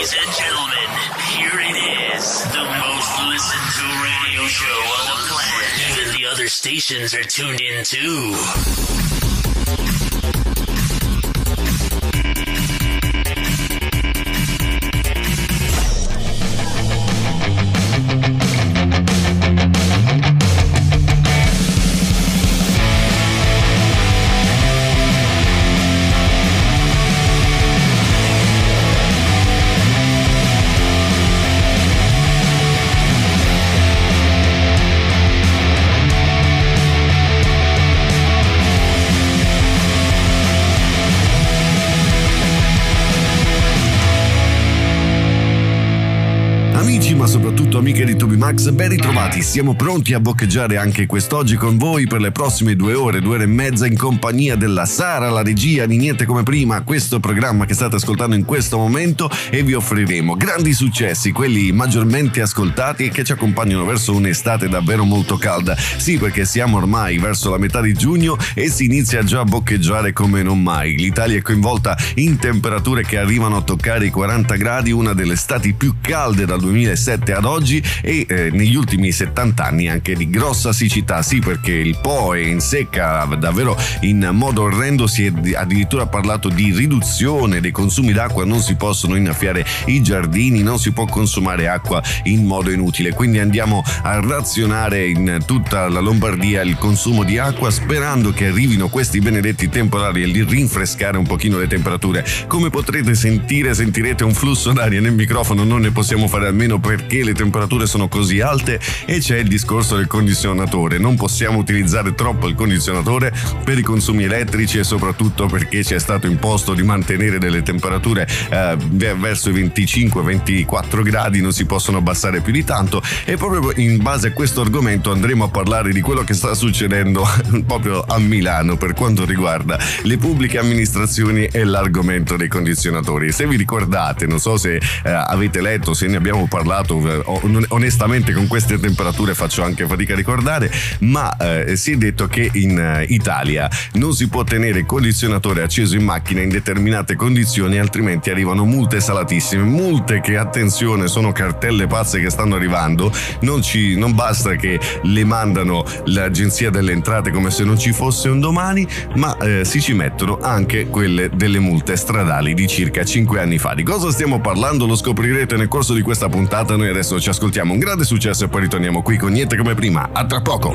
Ladies and gentlemen, here it is, the most listened to radio show on the planet. Even the other stations are tuned in too. Ma soprattutto amiche di TobyMax, ben ritrovati, siamo pronti a boccheggiare anche quest'oggi con voi per le prossime 2 ore e mezza in compagnia della Sara, la regia di Niente Come Prima, questo programma che state ascoltando in questo momento, e vi offriremo grandi successi, quelli maggiormente ascoltati e che ci accompagnano verso un'estate davvero molto calda. Sì, perché siamo ormai verso la metà di giugno e si inizia già a boccheggiare come non mai. L'Italia è coinvolta in temperature che arrivano a toccare i 40 gradi, una delle estati più calde dal 2007 ad oggi e negli ultimi 70 anni anche di grossa siccità. Sì, perché il Po è in secca davvero in modo orrendo, si è addirittura parlato di riduzione dei consumi d'acqua, non si possono innaffiare i giardini, non si può consumare acqua in modo inutile, quindi andiamo a razionare in tutta la Lombardia il consumo di acqua, sperando che arrivino questi benedetti temporali e di rinfrescare un pochino le temperature. Come potrete sentire, sentirete un flusso d'aria nel microfono, non ne possiamo fare a meno perché le temperature sono così alte e c'è il discorso del condizionatore. Non possiamo utilizzare troppo il condizionatore per i consumi elettrici e soprattutto perché ci è stato imposto di mantenere delle temperature verso i 25-24 gradi, non si possono abbassare più di tanto, e proprio in base a questo argomento andremo a parlare di quello che sta succedendo proprio a Milano per quanto riguarda le pubbliche amministrazioni e l'argomento dei condizionatori. Se vi ricordate, non so se avete letto, se ne abbiamo parlato, onestamente con queste temperature faccio anche fatica a ricordare, ma si è detto che in Italia non si può tenere il condizionatore acceso in macchina in determinate condizioni, altrimenti arrivano multe salatissime, multe che, attenzione, sono cartelle pazze che stanno arrivando, non basta che le mandano l'agenzia delle entrate come se non ci fosse un domani, ma si ci mettono anche quelle delle multe stradali di circa 5 anni fa. Di cosa stiamo parlando lo scoprirete nel corso di questa puntata. Noi adesso ci ascoltiamo un grande successo e poi ritorniamo qui con Niente Come Prima. A tra poco.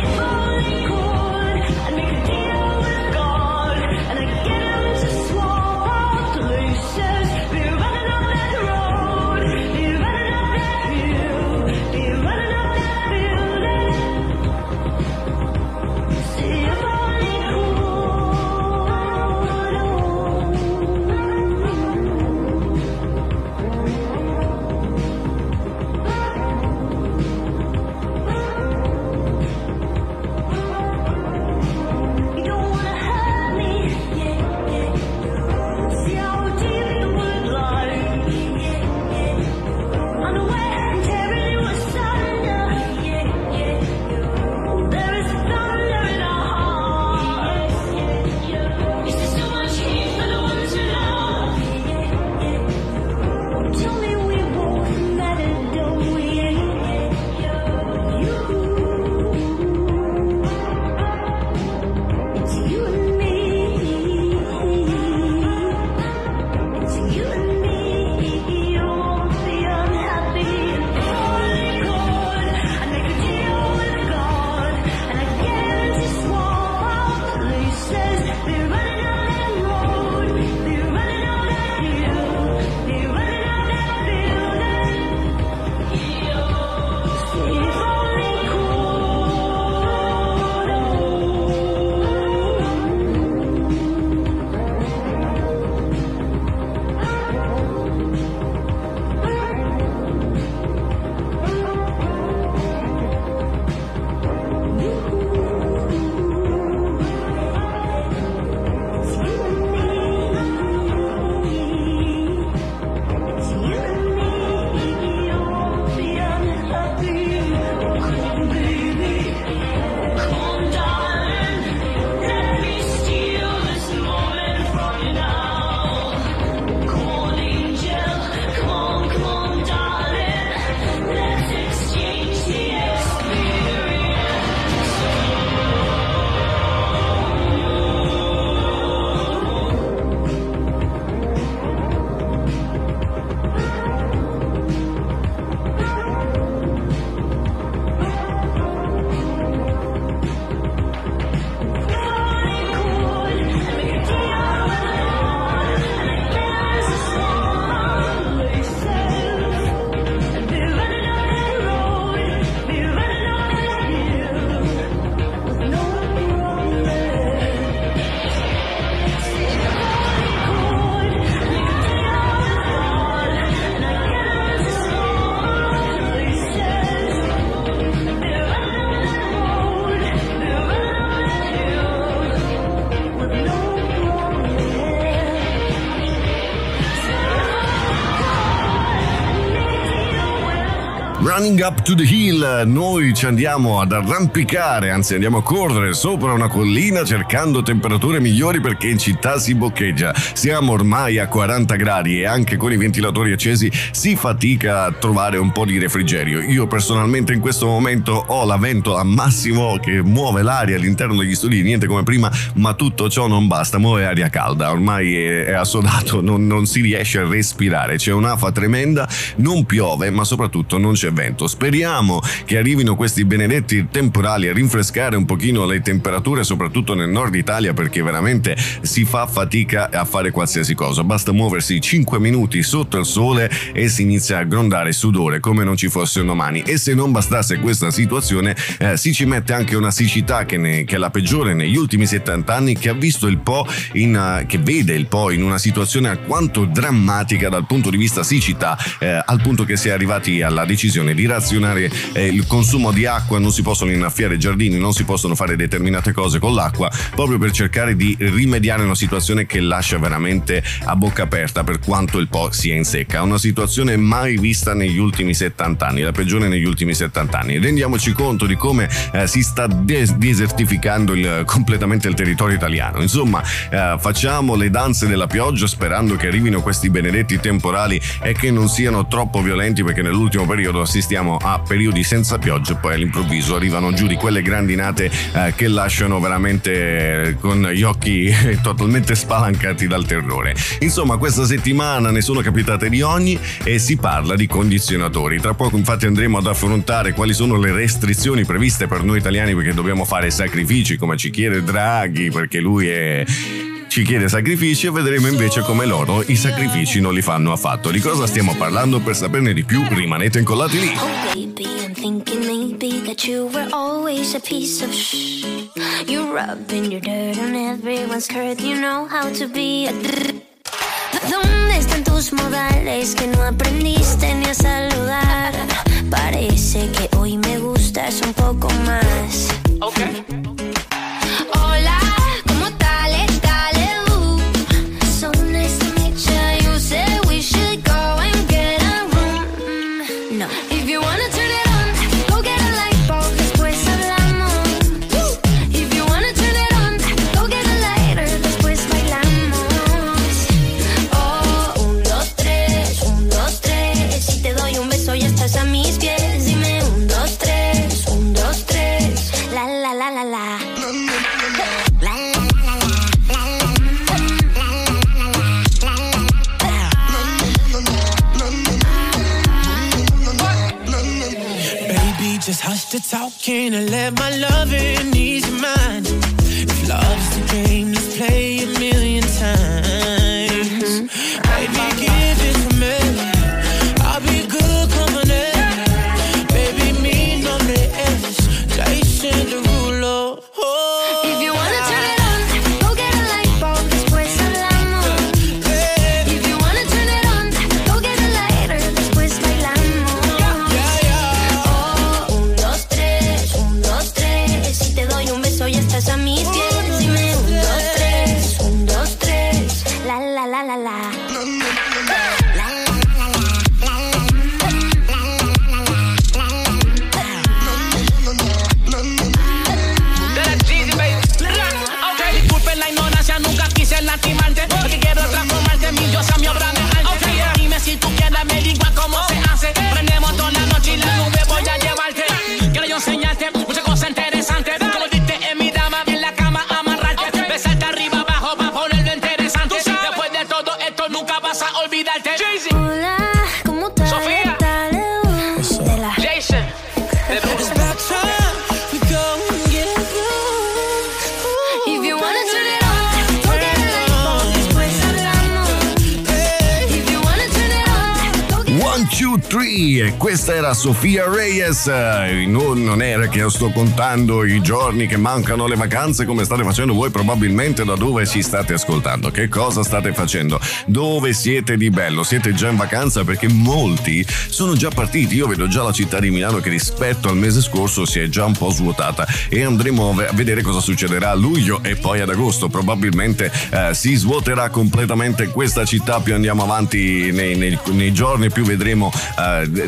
Swore Running Up to the Hill, noi ci andiamo ad arrampicare, anzi andiamo a correre sopra una collina cercando temperature migliori perché in città si boccheggia. Siamo ormai a 40 gradi e anche con i ventilatori accesi si fatica a trovare un po' di refrigerio. Io personalmente in questo momento ho la ventola a massimo che muove l'aria all'interno degli studi, niente come prima, ma tutto ciò non basta, muove aria calda, ormai è assodato, non si riesce a respirare, c'è un'afa tremenda, non piove ma soprattutto non c'è vento. Speriamo che arrivino questi benedetti temporali a rinfrescare un pochino le temperature soprattutto nel nord Italia, perché veramente si fa fatica a fare qualsiasi cosa, basta muoversi 5 minuti sotto il sole e si inizia a grondare sudore come non ci fosse un domani. E se non bastasse questa situazione si ci mette anche una siccità che è la peggiore negli ultimi 70 anni, che ha visto il Po che vede il Po in una situazione alquanto drammatica dal punto di vista siccità, al punto che si è arrivati alla decisione di razionare il consumo di acqua, non si possono innaffiare giardini, non si possono fare determinate cose con l'acqua, proprio per cercare di rimediare a una situazione che lascia veramente a bocca aperta per quanto il Po sia in secca. Una situazione mai vista negli ultimi 70 anni, la peggiore negli ultimi 70 anni. Rendiamoci conto di come si sta desertificando completamente il territorio italiano. Insomma, facciamo le danze della pioggia sperando che arrivino questi benedetti temporali e che non siano troppo violenti, perché nell'ultimo periodo assistiamo a periodi senza pioggia e poi all'improvviso arrivano giù di quelle grandinate che lasciano veramente con gli occhi totalmente spalancati dal terrore. Insomma, questa settimana ne sono capitate di ogni e si parla di condizionatori. Tra poco infatti andremo ad affrontare quali sono le restrizioni previste per noi italiani, perché dobbiamo fare sacrifici come ci chiede Draghi, perché lui ci chiede sacrifici, e vedremo invece come loro i sacrifici non li fanno affatto. Di cosa stiamo parlando? Per saperne di più rimanete incollati lì. Oh baby, I'm thinking maybe that you were always a piece of shh. You rubbing your dirt on everyone's skirt, you know how to be a ¿Dónde están tus modales que no aprendiste ni a saludar? Parece que hoy me gustas un poco más. Okay. Hola, ¿cómo tal? So nice to meet you. You said we should go and get a room. No. If you wanna turn it on, go get a light bulb, después hablamos. If you wanna turn it on, go get a lighter, después bailamos. Oh, 1, 2, 3, 1, 2, 3. Si te doy un beso ya estás a mis pies. Dime 1, 2, 3, 1, 2, 3. La la la la la. Just hush the talking and let my loving ease your mind. If love's the game, let's play a million times. Baby, give it to me. I'll be good company. Baby, me no less. Jason Derulo. Oh. If you wanna turn it on, go get a light bulb, después hablamos. If you wanna turn it on, go get a lighter, después bailamos. Oh, 1, 2, 3, 1, 2, 3. Si te doy un beso ya estás a mis pies. Dime 1, 2, 3, 1, 2, 3. La la la la la. Disculpen la ignorancia, nunca quise lastimarte. Porque quiero transformarte en mi diosa, mi obra de arte. Dime si tú quieres mi lengua, cómo se hace. Prendemos toda la noche y la nube voy a llevarte. Quiero yo enseñarte muchas cosas interesantes. Como diste en mi dama, en la cama amarrarte. Besarte arriba, abajo, para ponerlo interesante. Después de todo esto nunca vas a olvidarte. Hola, ¿cómo tal? Sofía. De la Jason. It's about time we go and get a room. If you wanna turn it on, go get a light bulb, después hablamos. If you wanna turn it on, go get 1, 2, 3, e questa era Sofia Reyes. Non era che io sto contando i giorni che mancano alle vacanze come state facendo voi probabilmente da dove ci state ascoltando. Che cosa state facendo? Dove siete di bello? Siete già in vacanza? Perché molti sono già partiti. Io vedo già la città di Milano che rispetto al mese scorso si è già un po' svuotata, e andremo a vedere cosa succederà a luglio e poi ad agosto. Probabilmente si svuoterà completamente questa città. Più andiamo avanti nei giorni, più vedremo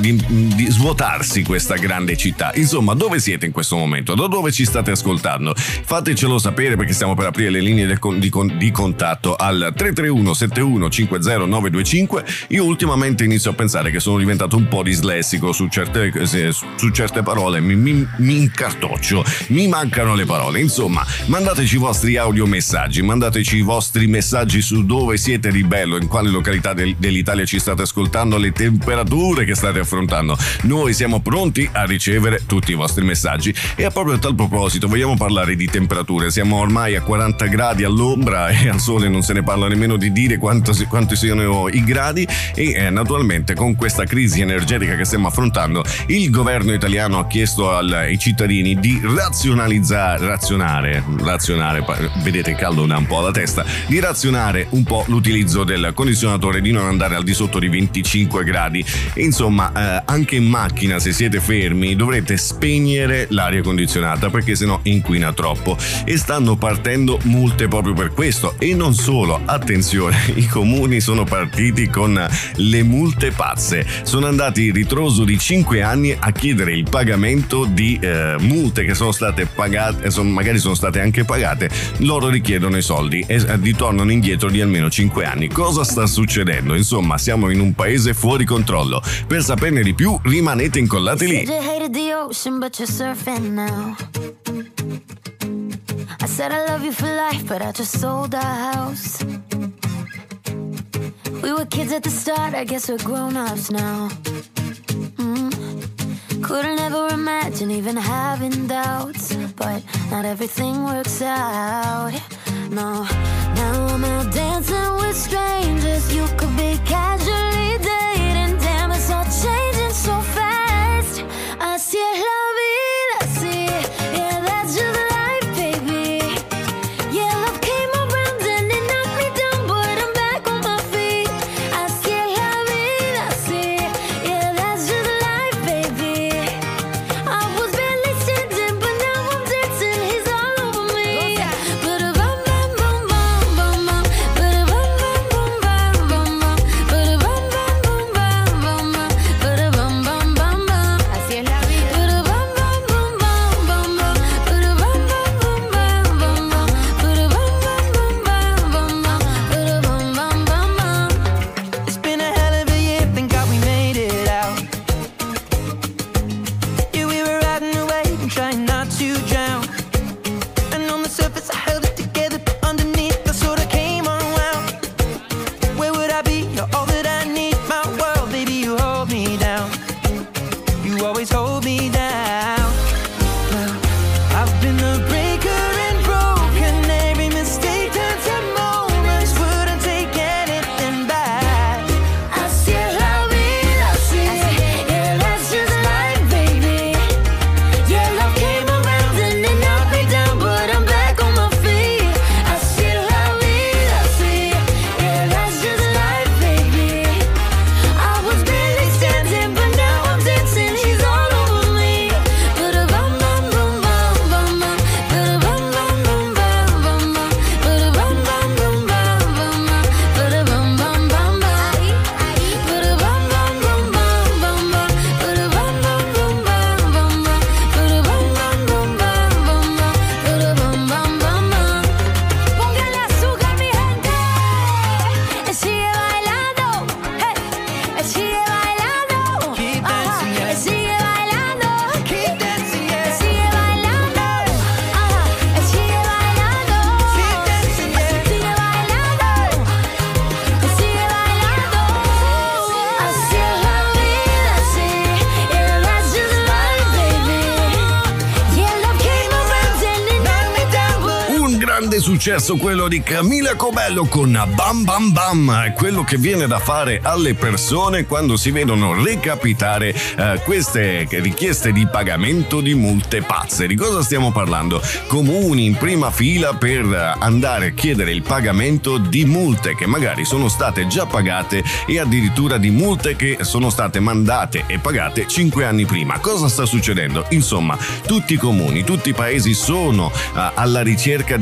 di svuotarsi questa grande città. Insomma, dove siete in questo momento? Da dove ci state ascoltando? Fatecelo sapere, perché stiamo per aprire le linee di contatto al 331 71 50 925. Io ultimamente inizio a pensare che sono diventato un po' dislessico su certe parole, mi incartoccio, mi mancano le parole. Insomma, mandateci i vostri audiomessaggi, mandateci i vostri messaggi su dove siete di bello, in quale località dell'Italia ci state ascoltando, le temperature che state affrontando. Noi siamo pronti a ricevere tutti i vostri messaggi. E a proprio a tal proposito vogliamo parlare di temperature. Siamo ormai a 40 gradi all'ombra e al sole non se ne parla nemmeno di dire quanti siano i gradi. E naturalmente, con questa crisi energetica che stiamo affrontando, il governo italiano ha chiesto ai cittadini di razionare, vedete, caldo da un po' alla testa, di razionare un po' l'utilizzo del condizionatore, di non andare al di sotto di 25 gradi. E insomma, anche in macchina, se siete fermi, dovrete spegnere l'aria condizionata, perché sennò inquina troppo. E stanno partendo multe proprio per questo. E non solo, attenzione, i comuni sono partiti con le multe pazze. Sono andati in ritroso di 5 anni a chiedere il pagamento di multe che sono state pagate, magari sono state anche pagate. Loro richiedono i soldi e ritornano indietro di almeno 5 anni. Cosa sta succedendo? Insomma, siamo in un paese fuori controllo. Per saperne di più, rimanete incollati lì. I said I love you for life, but I just sold our house. We were kids at the start, I guess we're grown-ups now. Couldn't ever imagine even having doubts, but not everything works out. No, now I'm out dancing with strangers. You could be casually dating. Damn, it's all changing so fast. Así es la vida, sí. Yeah, that's just life, baby. Yeah, love came around and it knocked me down, but I'm back on my feet. Así es la vida, sí. Yeah, that's just life, baby. I was barely standing, but now I'm dancing. He's all over me. Ba-da-bum, bum, bum, bum, bum, bum. Ba-da-bum, bum, bum, bum, bum, bum. Ba-da-bum, bum, bum, bum, bum, bum. Ba-da-bum, bum, bum, bum. Así es la vida. Ba-da-bum, bum, bum, bum, bum, bum. Ba-da-bum, bum, bum, bum, bum, bum. Ba-da-bum, bum, bum, bum, bum, bum. Ba-da-bum, bum, bum, bum. It's been a hell of a year, thank God we made it out. Yeah, we were riding away and trying not to drown. And on the surface I held it together, but underneath I sort of came unwound. Where would I be? You're all that I need, my world, baby, you hold me down. You always hold me down. Well, I've been the breaker and broken. Every mistake turned to moments, wouldn't take anything back. Así es la vida, sí. Yeah, that's just life, baby. Yeah, love came around and it knocked me down, but I'm back on my feet. Así es la vida, sí. Yeah, that's just life, baby. I was barely standing, but now I'm dancing. He's all over me. Ba-da-bum, bum, bum, bum, bum, bum. Ba-da-bum, bum, bum, bum, bum, bum. Ba-da-bum, bum, bum, bum, bum, bum. Ba-da-bum, bum, bum, bum. Ba-da-bum, bum, bum, bum, bum, bum. Ba-da-bum, bum, bum, bum, bum, bum. Ba-da-bum, bum, bum, bum, bum, bum. Ba-da-bum, bum, bum, bum. Póngale azúcar, mi gente. Sigue bailando. Hey. Sigue bailando. Keep dancing, yeah. Sigue bailando. Keep dancing, yeah. Sigue bailando. Sigue bailando. Keep dancing, yeah. Sigue bailando. Sigue bailando. Así es la vida, sí. Yeah, that's just life, baby. Yeah, love came around and it knocked me down, but Un grande successo quello di Camila Cabello con Bam Bam Bam, è quello che viene da fare alle persone quando si vedono recapitare queste richieste di pagamento di multe pazze. Di cosa stiamo parlando? Comuni in prima fila per andare a chiedere il pagamento di multe che magari sono state già pagate e addirittura di multe che sono state mandate e pagate 5 anni prima. Cosa sta succedendo? Insomma, tutti i comuni, tutti i paesi sono alla ricerca disperata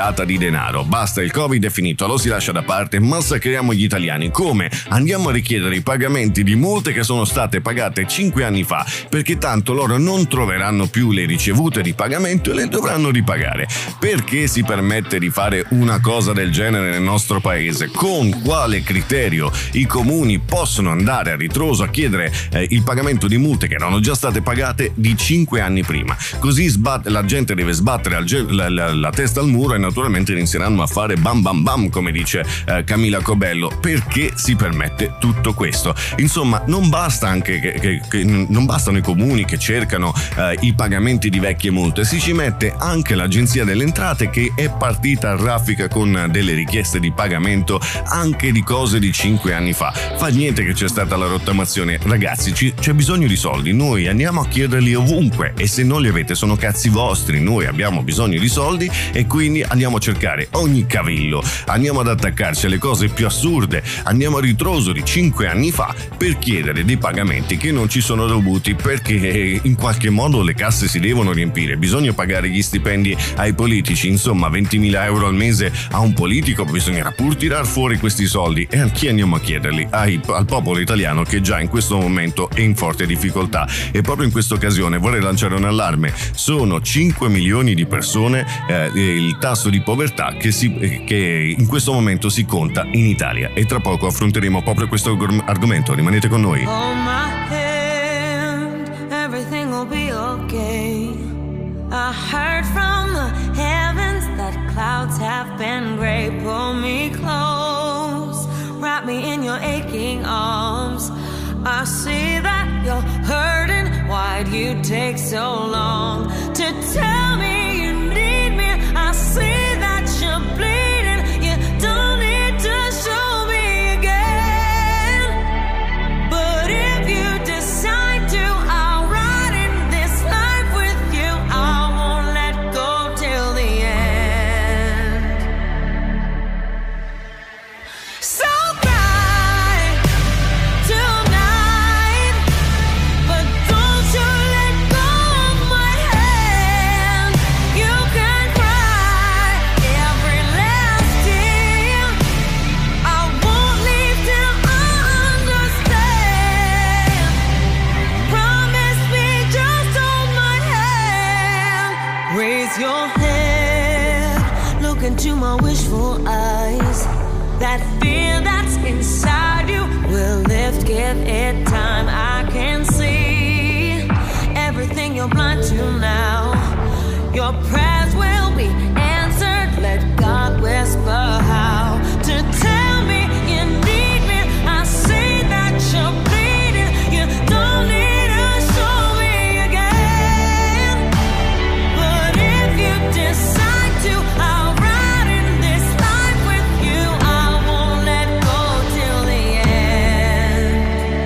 tonnellata di denaro. Basta, il Covid è finito, lo si lascia da parte, massacriamo gli italiani. Come? Andiamo a richiedere i pagamenti di multe che sono state pagate 5 anni fa, perché tanto loro non troveranno più le ricevute di pagamento e le dovranno ripagare. Perché si permette di fare una cosa del genere nel nostro paese? Con quale criterio i comuni possono andare a ritroso a chiedere il pagamento di multe che erano già state pagate di 5 anni prima? Così la gente deve sbattere la testa al muro e naturalmente inizieranno a fare bam bam bam, come dice Camilla Cobello. Perché si permette tutto questo? Insomma, non basta anche non bastano i comuni che cercano i pagamenti di vecchie multe, si ci mette anche l'Agenzia delle Entrate, che è partita a raffica con delle richieste di pagamento anche di cose di 5 anni fa. Fa niente che c'è stata la rottamazione. Ragazzi, c'è bisogno di soldi, noi andiamo a chiederli ovunque, e se non li avete sono cazzi vostri. Noi abbiamo bisogno di soldi e quindi andiamo a cercare ogni cavillo, andiamo ad attaccarci alle cose più assurde, andiamo a ritroso di 5 anni fa per chiedere dei pagamenti che non ci sono dovuti, perché in qualche modo le casse si devono riempire, bisogna pagare gli stipendi ai politici. Insomma, 20.000 euro al mese a un politico, bisognerà pur tirar fuori questi soldi. E a chi andiamo a chiederli? Al popolo italiano, che già in questo momento è in forte difficoltà. E proprio in questa occasione vorrei lanciare un allarme: sono 5 milioni di persone il tasso di povertà che in questo momento si conta in Italia, e tra poco affronteremo proprio questo argomento. Rimanete con noi. Hold my hand, everything will be okay. I heard from the heavens that clouds have been gray. Pull me close, wrap me in your aching arms. I see that you're hurting, why'd you take so long to tell me you need me? I see that you're bleeding, you don't need to show me again. But if you decide to, I'll ride in this life with you. I won't let go till the end. So cry tonight, but don't you let go of my hand. You can cry every last tear. I won't leave till I understand. Promise me, just hold my hand. Raise your head, look into my wishful eyes. That fear that's inside you will lift, give it time. I can see everything you're blind to now. Your prayers will be answered. Let God whisper how to tell me you need me. I see that you're bleeding. You don't need to show me again. But if you decide to, I'll ride in this life with you. I won't let go till the end.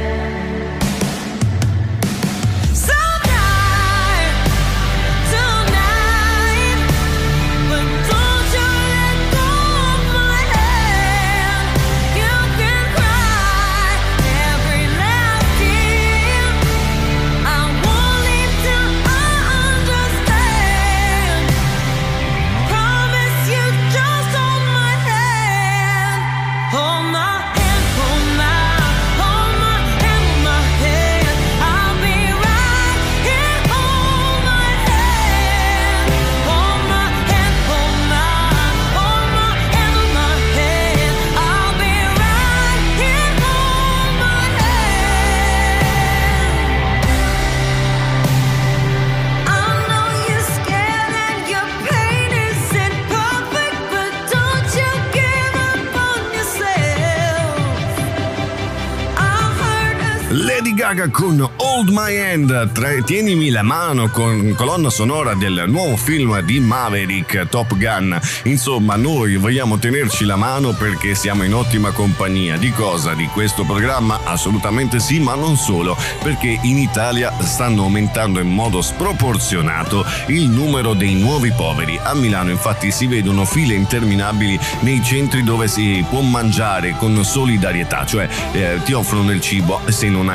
So cry tonight, but don't you let go of my hand. You can cry every last tear. I won't leave till I understand. Promise you, just hold my hand. Hold my hand, hold my hand. I'll be right here. Hold my hand, hold my hand, hold my hand. I'll be right here. Hold my hand. I know you're scared and your pain isn't perfect, but don't you give up on yourself. I heard us. Lady Gaga con Hold My Hand, tienimi la mano, con colonna sonora del nuovo film di Maverick, Top Gun. Insomma, noi vogliamo tenerci la mano perché siamo in ottima compagnia. Di cosa? Di questo programma? Assolutamente sì, ma non solo, perché in Italia stanno aumentando in modo sproporzionato il numero dei nuovi poveri. A Milano infatti si vedono file interminabili nei centri dove si può mangiare con solidarietà, cioè ti offrono del cibo se non hai soldi.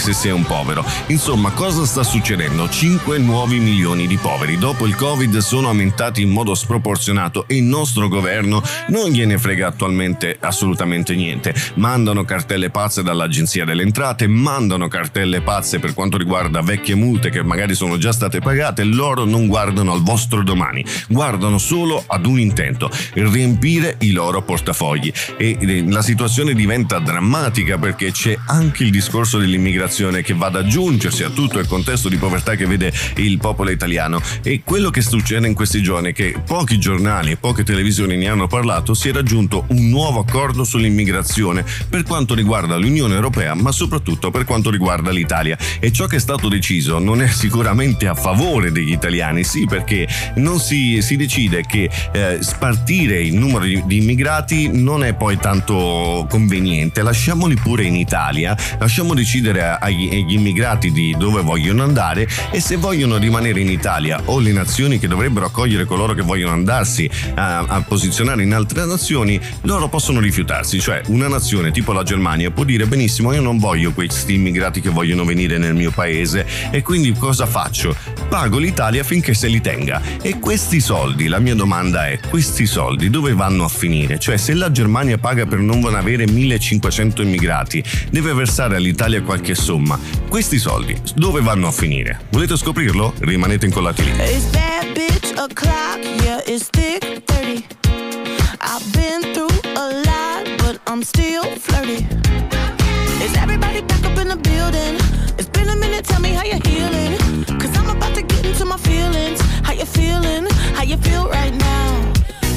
se sei un povero. Insomma, cosa sta succedendo? 5 nuovi milioni di poveri. Dopo il Covid sono aumentati in modo sproporzionato e il nostro governo non gliene frega attualmente assolutamente niente. Mandano cartelle pazze dall'Agenzia delle Entrate, mandano cartelle pazze per quanto riguarda vecchie multe che magari sono già state pagate. Loro non guardano al vostro domani, guardano solo ad un intento: riempire i loro portafogli. E la situazione diventa drammatica perché c'è anche il discorso dell'immigrazione che va ad aggiungersi a tutto il contesto di povertà che vede il popolo italiano. E quello che succede in questi giorni è che pochi giornali e poche televisioni ne hanno parlato. Si è raggiunto un nuovo accordo sull'immigrazione per quanto riguarda l'Unione Europea, ma soprattutto per quanto riguarda l'Italia. E ciò che è stato deciso non è sicuramente a favore degli italiani, sì, perché non si decide che spartire il numero di immigrati non è poi tanto conveniente. Lasciamoli pure in Italia, lasciamo decidere agli immigrati di dove vogliono andare, e se vogliono rimanere in Italia o le nazioni che dovrebbero accogliere coloro che vogliono andarsi a posizionare in altre nazioni, loro possono rifiutarsi. Cioè una nazione tipo la Germania può dire: benissimo, io non voglio questi immigrati che vogliono venire nel mio paese, e quindi cosa faccio? Pago l'Italia finché se li tenga. E questi soldi, la mia domanda è: questi soldi dove vanno a finire? Cioè, se la Germania paga per non avere 1500 immigrati, deve versare all'Italia qualche somma. Questi soldi dove vanno a finire? Volete scoprirlo? Rimanete incollati lì. It's bad bitch o'clock, yeah, it's thick 30. I've been through a lot, but I'm still flirty. Is everybody back up in the building? It's been a minute, tell me how you're healing. Cause I'm about to get into my feelings. How you feeling? How you feel right now?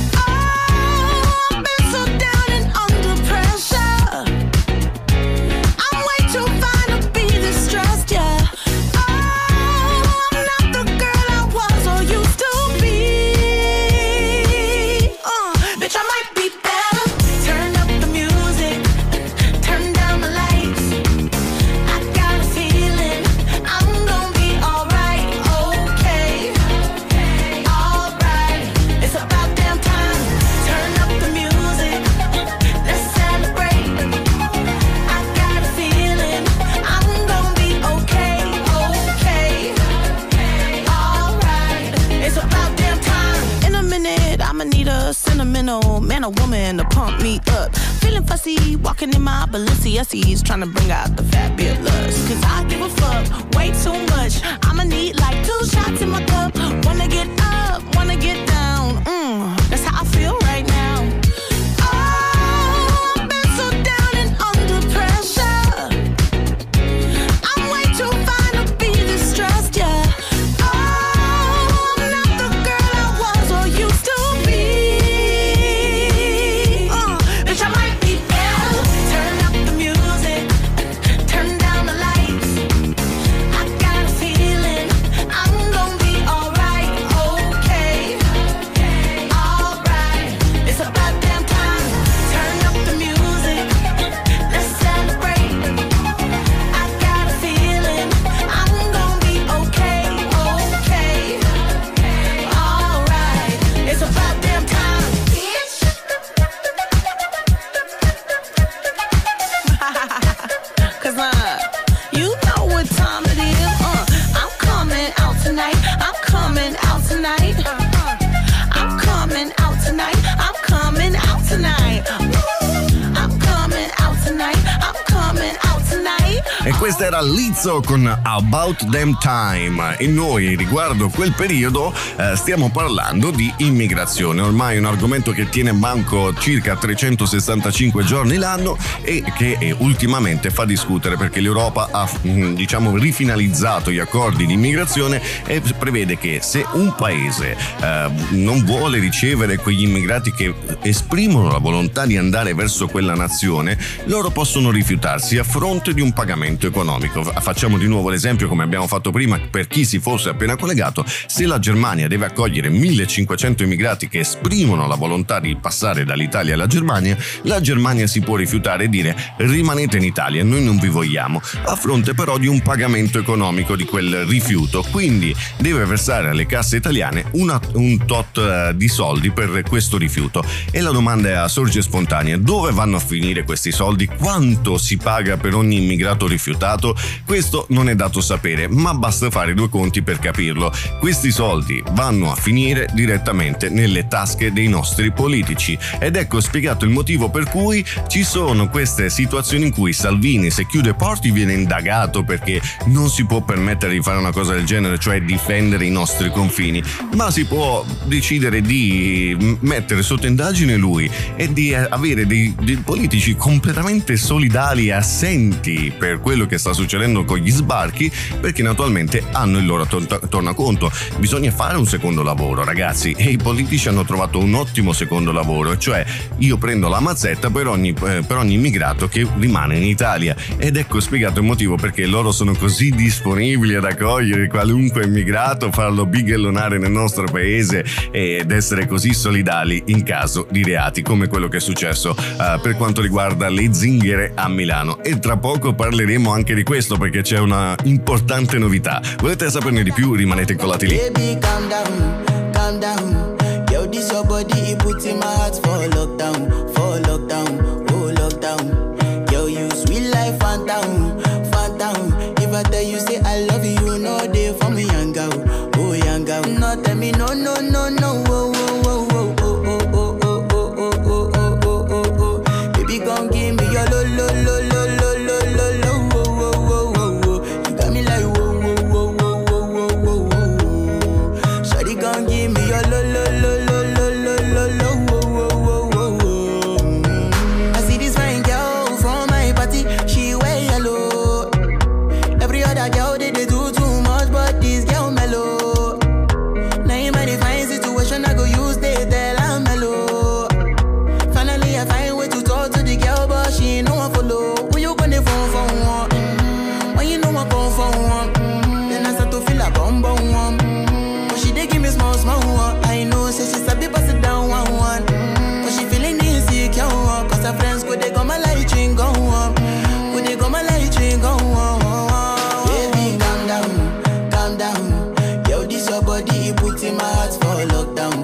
Oh, I've been so down and under pressure. I'm way too fine to be distressed, yeah. Oh, I'm not the girl I was or used to be. Bitch, I might be better. Turn up the music, turn down the lights. I got a feeling I'm gonna be alright, okay, alright. It's about damn time. Turn up the music, let's celebrate. I got a feeling I'm gonna be okay, alright. It's about damn time. In a minute, I'ma need a sentimental man or woman to pump me up. Feeling fussy, walking in my Balenciennes, trying to bring out the fat beard lust. Cause I give a fuck way too much. I'ma need like 2 shots in my cup. Wanna get up, wanna get down. That's how I feel right now. Oh, I've been so down and under pressure. I'm way too fine to be distressed, yeah. Oh, I'm not the girl I was or used to be. Bitch, I might be better. Turn up the music, turn down the lights. I got a feeling I'm gonna be alright, okay, alright. It's about damn time. Turn up the music, let's celebrate. I got a feeling I'm gonna be okay, alright. It's about damn time, bitch. Cause you know what time it is. I'm coming out tonight. I'm coming out tonight. I'm coming out tonight. I'm coming out tonight. I'm coming out tonight. I'm coming out tonight. E questa era Lizzo con About Damn Time. E noi riguardo quel periodo stiamo parlando di immigrazione, ormai un argomento che tiene banco circa 365 giorni l'anno e che ultimamente fa discutere perché l'Europa ha rifinalizzato gli accordi di immigrazione e prevede che se un paese non vuole ricevere quegli immigrati che esprimono la volontà di andare verso quella nazione, loro possono rifiutarsi a fronte di un pagamento economico. Facciamo di nuovo l'esempio come abbiamo fatto prima per chi si fosse appena collegato: se la Germania deve accogliere 1500 immigrati che esprimono la volontà di passare dall'Italia alla Germania, la Germania si può rifiutare e dire rimanete in Italia, noi non vi vogliamo, a fronte però di un pagamento economico di quel rifiuto, quindi deve versare alle casse italiane un tot di soldi per questo rifiuto. E la domanda sorge spontanea: dove vanno a finire questi soldi? Quanto si paga per ogni immigrato rifiutato? rifiutato? Questo non è dato sapere, ma basta fare due conti per capirlo. Questi soldi vanno a finire direttamente nelle tasche dei nostri politici ed ecco spiegato il motivo per cui ci sono queste situazioni in cui Salvini, se chiude porti, viene indagato perché non si può permettere di fare una cosa del genere, cioè difendere i nostri confini, ma si può decidere di mettere sotto indagine lui e di avere dei politici completamente solidali e assenti per quello che sta succedendo con gli sbarchi, perché naturalmente hanno il loro tornaconto. Bisogna fare un secondo lavoro, ragazzi, e i politici hanno trovato un ottimo secondo lavoro, cioè io prendo la mazzetta per ogni immigrato che rimane in Italia, ed ecco spiegato il motivo perché loro sono così disponibili ad accogliere qualunque immigrato, farlo bighellonare nel nostro paese ed essere così solidali in caso di reati come quello che è successo per quanto riguarda le zingare a Milano. E tra poco parleremo anche di questo perché c'è una importante novità. Volete saperne di più? Rimanete incollati lì. Baby, calm down, calm down. Yo, this your body, it puts in my heart for lockdown, oh lockdown. Yo, you sweet life, phantom, phantom. If I tell you say I love you, no day for me, young girl, oh young girl. No tell me no, no, no, no, oh, oh, oh, oh, oh, oh, oh, oh, oh, oh, oh, oh, oh, oh. Baby, gon' give me your lo, lo, lo, lo, lo, lo, lo, lo, oh, oh, oh, oh, oh. You got me like whoa, whoa, whoa, whoa, whoa, whoa, whoa, whoa. Shawty gon' give me your lo, lo, lo, lo, lo, lo, lo, lo, whoa, whoa, whoa, whoa. I see this fine girl from my party, she wear yellow. Every other girl they do too much, but this girl mellow. Now in my fine situation, I go use they tell I'm mellow. Finally I find way to talk to the girl, but she ain't no one follow. Who you gonna phone for one? When you know I come for one, then I start to feel a bum bum one. But she dey give me small small one. I know say she sabi pass it down one one. But she feeling insecure one, cause her friends go they go my light ring go on, go they go my light ring go on. Baby, calm down, calm down. Yo, this your body, it puts in my heart for lockdown,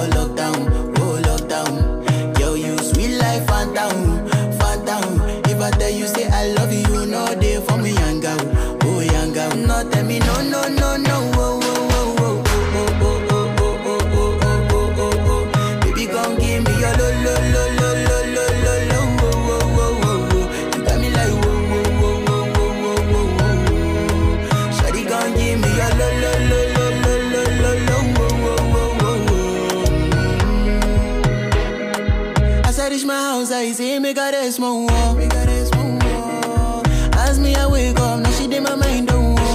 oh lockdown. Yo, you sweet life, phantom, phantom. If I tell you say I love you, no day for me, young girl, oh young girl. No tell me no, no, no, no, oh, oh, oh, oh, oh, oh, oh, oh, oh, oh, oh, oh, oh. Baby, gon' give me your lo, lo, lo, lo, lo, lo, lo, lo, oh, oh, oh, oh, oh. You got me like whoa, whoa, whoa, whoa, whoa, whoa, whoa, whoa. Shawty gon' give me your lo, lo, lo, lo, lo, lo, lo, lo, oh, oh, oh, oh, oh. As I reach my house, I see me got a small wall, me got a small wall. As me I wake up, now she did my mind don't walk.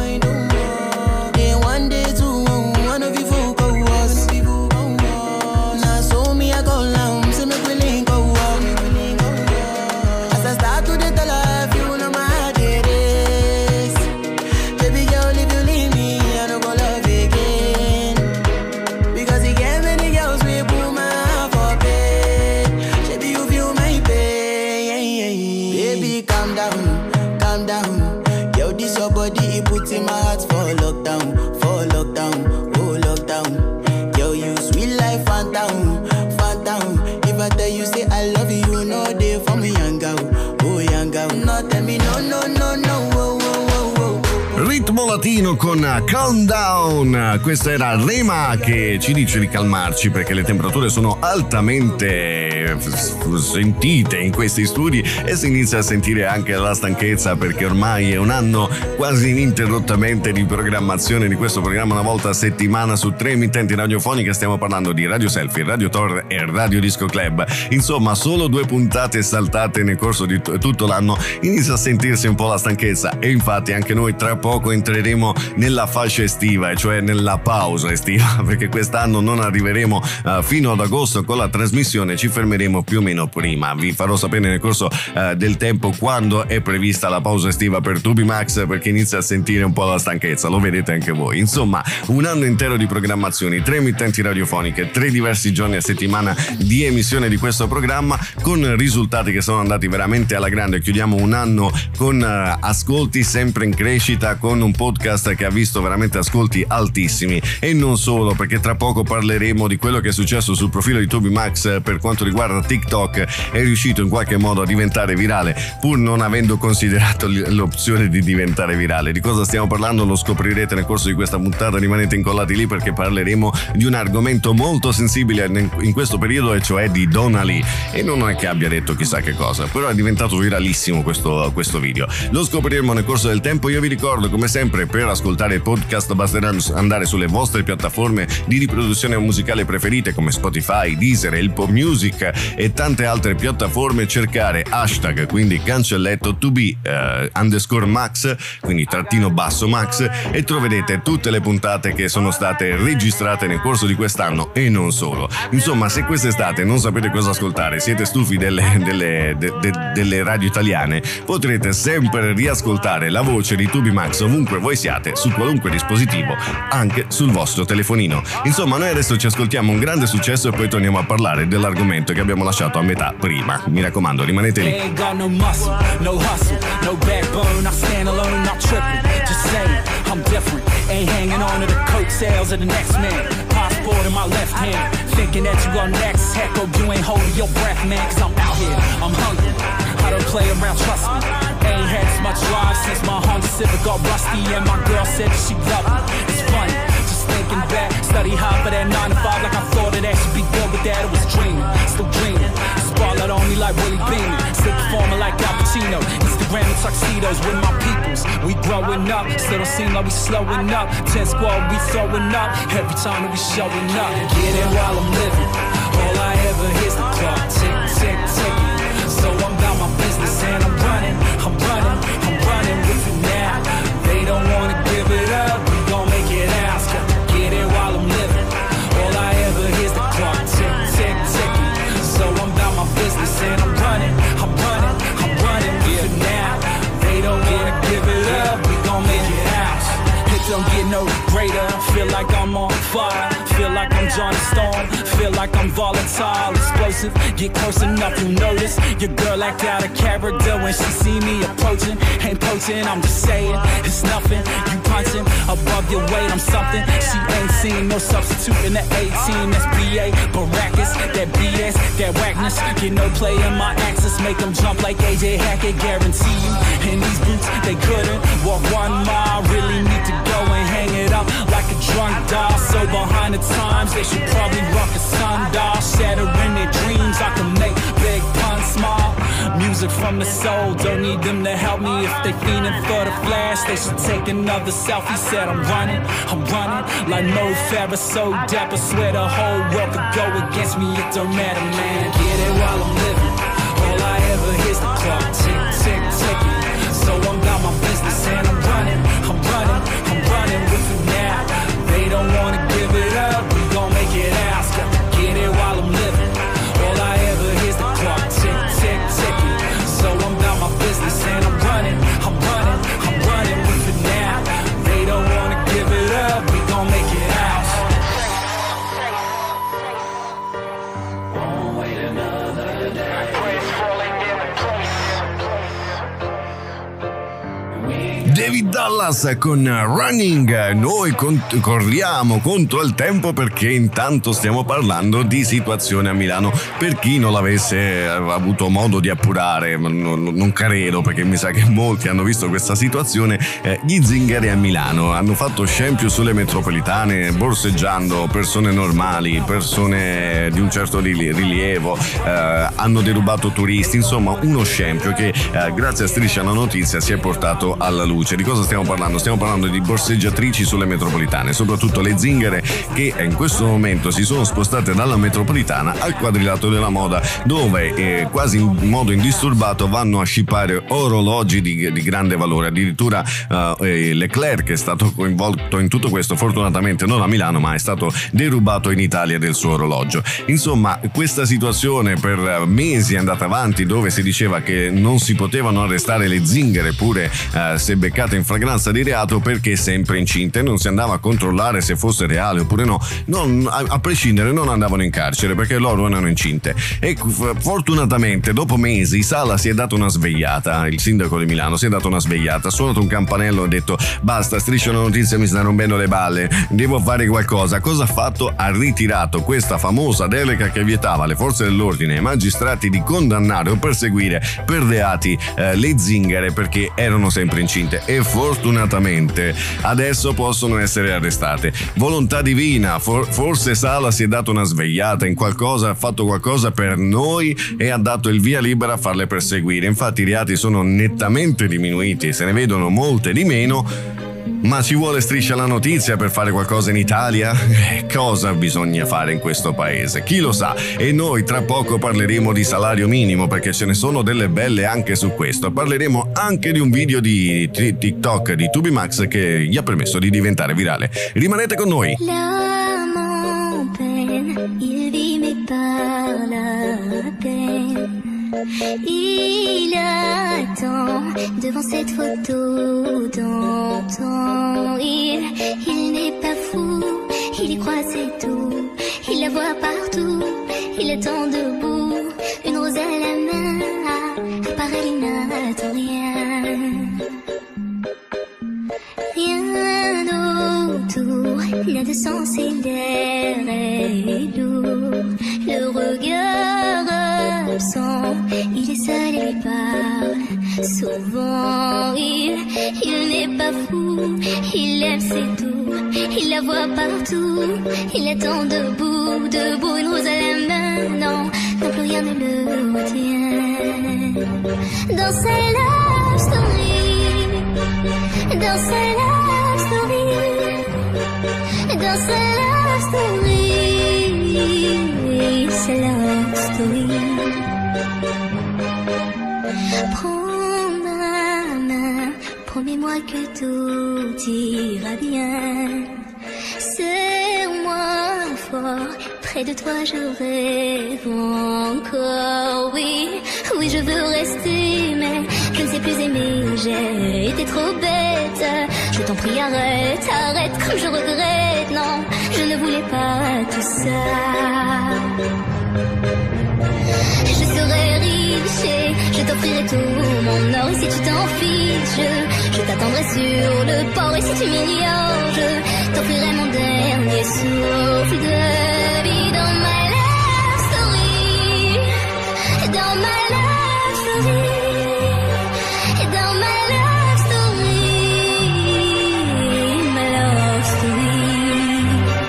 Then one day two, one of you folk go was. Now so me I go down, say me we link go walk. As I start to the tell her, you know my heart it is. Baby girl, if you leave me, I don't go love again. Because you get many girls we put my heart for bed. Baby, you feel my pain. Baby, calm down, calm down. Yo, this your body, it puts in my heart for lockdown, oh lockdown. Yo, you sweet life, phantom, phantom. If I tell you say I love you, no day for me, young girl, oh young girl. No tell me no, no, no, no, oh, oh, oh, oh. Ritmo latino con Calm Down. Questa era Rema che ci dice di calmarci perché le temperature sono altamente sentite in questi studi e si inizia a sentire anche la stanchezza perché ormai è un anno quasi ininterrottamente di programmazione di questo programma una volta a settimana su 3 emittenti radiofoniche. Stiamo parlando di Radio Selfie, Radio Tor e Radio Disco Club. Insomma, solo 2 puntate saltate nel corso di tutto l'anno, inizia a sentirsi un po' la stanchezza e infatti anche noi tra poco entreremo nella fascia estiva, cioè nella pausa estiva, perché quest'anno non arriveremo fino ad agosto con la trasmissione, ci fermeremo più o meno prima. Vi farò sapere nel corso del tempo quando è prevista la pausa estiva per Tubimax, perché inizia a sentire un po' la stanchezza, lo vedete anche voi. Insomma, un anno intero di programmazioni, 3 emittenti radiofoniche, 3 diversi giorni a settimana di emissione di questo programma, con risultati che sono andati veramente alla grande. Chiudiamo un anno con ascolti sempre in crescita, con un podcast podcast che ha visto veramente ascolti altissimi, e non solo, perché tra poco parleremo di quello che è successo sul profilo di Toby Max per quanto riguarda TikTok. È riuscito in qualche modo a diventare virale pur non avendo considerato l'opzione di diventare virale. Di cosa stiamo parlando lo scoprirete nel corso di questa puntata, rimanete incollati lì perché parleremo di un argomento molto sensibile in questo periodo, e cioè di Donna Lee. E non è che abbia detto chissà che cosa, però è diventato viralissimo questo video. Lo scopriremo nel corso del tempo. Io vi ricordo, come sempre, per ascoltare il podcast basterà andare sulle vostre piattaforme di riproduzione musicale preferite come Spotify, Deezer, Apple Music e tante altre piattaforme, cercare hashtag, quindi cancelletto _Max, quindi _Max, e troverete tutte le puntate che sono state registrate nel corso di quest'anno e non solo. Insomma, se quest'estate non sapete cosa ascoltare, siete stufi delle radio italiane, potrete sempre riascoltare la voce di Toby Max ovunque voi siate, su qualunque dispositivo, anche sul vostro telefonino. Insomma, noi adesso ci ascoltiamo un grande successo e poi torniamo a parlare dell'argomento che abbiamo lasciato a metà prima. Mi raccomando, rimanete lì. Ain't got no muscle, no hustle, no backbone. I stand alone, not tripping. Just saying, I'm different. Ain't hanging on to the coattails of the next man. Passport in my left hand, thinking that you are next. Heck, oh, you ain't holding your breath, man. Cause I'm out here, I'm hungry. I don't play around, trust me. Ain't had as much drive since my Honda Civic got rusty, and my girl said that she loved me. It's funny, just thinking back. Study hard for that 9 to 5, like I thought that should be good, but that it was dreaming, still dreaming. Spotlight on me like Willie Beeman, still performing like Al Pacino. Instagram and tuxedos with my peoples. We growing up, still don't seem like we slowing up. 10 squad, we throwing up every time that we showing up. Get it while I'm living. All I ever hear's the clock tick, tick, ticking. So I'm about my business and I'm running with it now. They don't wanna give it up, we gon' make it out. Get it while I'm living. All I ever hear's the clock tick, tick, ticking. So I'm about my business and I'm running with it now. They don't wanna give it up, we gon' make it out. It don't get no greater, feel like I'm on fire. Feel like I'm Johnny Storm, feel like I'm volatile, explosive. Get close enough, you notice. Your girl act out of character when she see me approaching. Ain't poaching, I'm just saying, it's nothing. You punching above your weight, I'm something. She ain't seen no substitute in the 18. That's BA, Baracus, that BS, that whackness. Get no play in my axis, make them jump like AJ Hackett. Guarantee you, in these boots, they couldn't walk 1 mile. Really need to go and hang it up like a drunk doll. So behind the times, they should probably rock a sundial. Shattering their dreams, I can make big puns smile. Music from the soul, don't need them to help me. If they fiending for the flash, they should take another selfie. Said I'm running like Mo Farah, so dapper. Swear the whole world could go against me, it don't matter, man. Get it while I'm living. All I ever hear's the clock tick, tick, ticking. So I'm about my business and I'm running with it now. They don't wanna give it up, we gon' make it out. Get it while I'm living. All I ever hear's the clock tick, tick, ticking. So I'm about my business and I'm running with it now. They don't wanna give it up, we gon' make it out. Won't wait another day. Praise falling in place. David Dallas con Running. Noi corriamo contro il tempo perché intanto stiamo parlando di situazione a Milano. Per chi non l'avesse avuto modo di appurare, non credo, perché mi sa che molti hanno visto questa situazione, gli zingari a Milano hanno fatto scempio sulle metropolitane borseggiando persone normali, persone di un certo rilievo, hanno derubato turisti, insomma uno scempio che grazie a Striscia la Notizia si è portato alla luce. Di cosa stiamo parlando? Stiamo parlando di borseggiatrici sulle metropolitane, soprattutto le zingare che in questo momento si sono spostate dalla metropolitana al Quadrilatero della Moda, dove quasi in modo indisturbato vanno a scippare orologi di grande valore. Addirittura Leclerc è stato coinvolto in tutto questo, fortunatamente non a Milano, ma è stato derubato in Italia del suo orologio. Insomma, questa situazione per mesi è andata avanti, dove si diceva che non si potevano arrestare le zingare pure se beccate arrestata in flagranza di reato perché sempre incinta e non si andava a controllare se fosse reale oppure no. A prescindere non andavano in carcere perché loro erano incinte. E fortunatamente dopo mesi Sala si è dato una svegliata, il sindaco di Milano si è dato una svegliata, ha suonato un campanello e ha detto basta, Striscia la Notizia mi sta rompendo le balle, devo fare qualcosa. Cosa ha fatto? Ha ritirato questa famosa delega che vietava alle forze dell'ordine e ai magistrati di condannare o perseguire per reati le zingare perché erano sempre incinte, e fortunatamente adesso possono essere arrestate. Volontà divina, forse Sala si è dato una svegliata in qualcosa, ha fatto qualcosa per noi e ha dato il via libera a farle perseguire. Infatti i reati sono nettamente diminuiti, se ne vedono molte di meno. Ma ci vuole Striscia la Notizia per fare qualcosa in Italia? Cosa bisogna fare in questo paese? Chi lo sa? E noi tra poco parleremo di salario minimo perché ce ne sono delle belle anche su questo. Parleremo anche di un video di TikTok di Tubimax che gli ha permesso di diventare virale. Rimanete con noi! L'âme en peine, il vit mais par la peine. Il attend devant cette photo d'antan. Il n'est pas fou, il y croit c'est tout. Il la voit partout, il attend debout. Une rose à la main, à part elle il n'attend rien. Rien autour, rien de sens et l'air est lourd. Le regard absent, il est seul et lui parle souvent. Il n'est pas fou, il aime c'est tout. Il la voit partout, il attend debout, une rose à la main. Non, plus rien ne le retient. Dans sa love story, dans sa love story, dans sa love story, sa love story. Prends ma main, promets-moi que tout ira bien. Serre-moi fort, près de toi je rêve encore. Oui, oui je veux rester, mais je ne sais plus aimer. J'ai été trop bête, je t'en prie arrête, arrête comme je regrette. Non, je ne voulais pas tout ça. Je serai riche et je t'offrirai tout mon or. Et si tu t'en fiches, je t'attendrai sur le port. Et si tu m'ignores, je t'offrirai mon dernier souffle de vie. Dans ma love story, dans ma love story, dans ma love story, ma love story.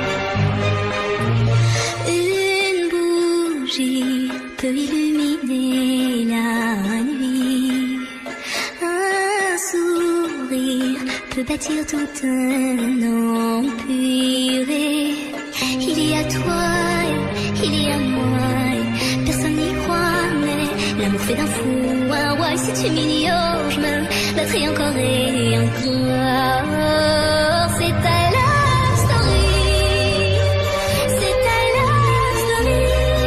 Une bougie peut illuminer la nuit. Un sourire peut bâtir tout un empire. Il y a toi, il y a moi, personne n'y croit, mais l'amour fait d'un fou un roi. Et si tu m'ignores, je me battrai encore et encore. C'est ta love story, c'est ta love story.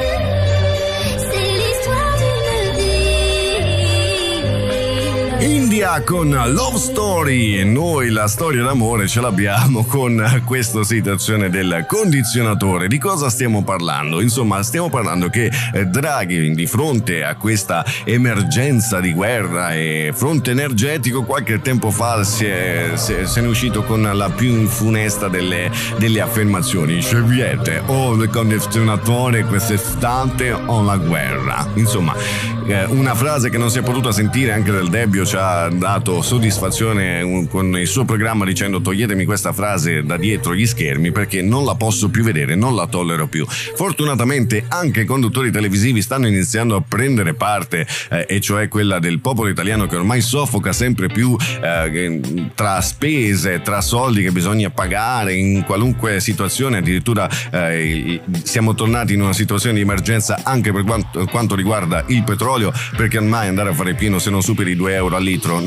India con Love Story, e noi la storia d'amore ce l'abbiamo con questa situazione del condizionatore. Di cosa stiamo parlando? Insomma, stiamo parlando che Draghi, di fronte a questa emergenza di guerra e fronte energetico, qualche tempo fa se ne è uscito con la più funesta delle affermazioni. Scegliete o il condizionatore quest'estate o la guerra. Insomma, una frase che non si è potuta sentire anche Del Debbio ci ha dato soddisfazione con il suo programma dicendo toglietemi questa frase da dietro gli schermi perché non la posso più vedere, non la tollero più. Fortunatamente anche i conduttori televisivi stanno iniziando a prendere parte, e cioè quella del popolo italiano che ormai soffoca sempre più tra spese, tra soldi che bisogna pagare in qualunque situazione. Addirittura siamo tornati in una situazione di emergenza anche per quanto riguarda il petrolio, perché ormai andare a fare pieno se non superi 2 euro al litro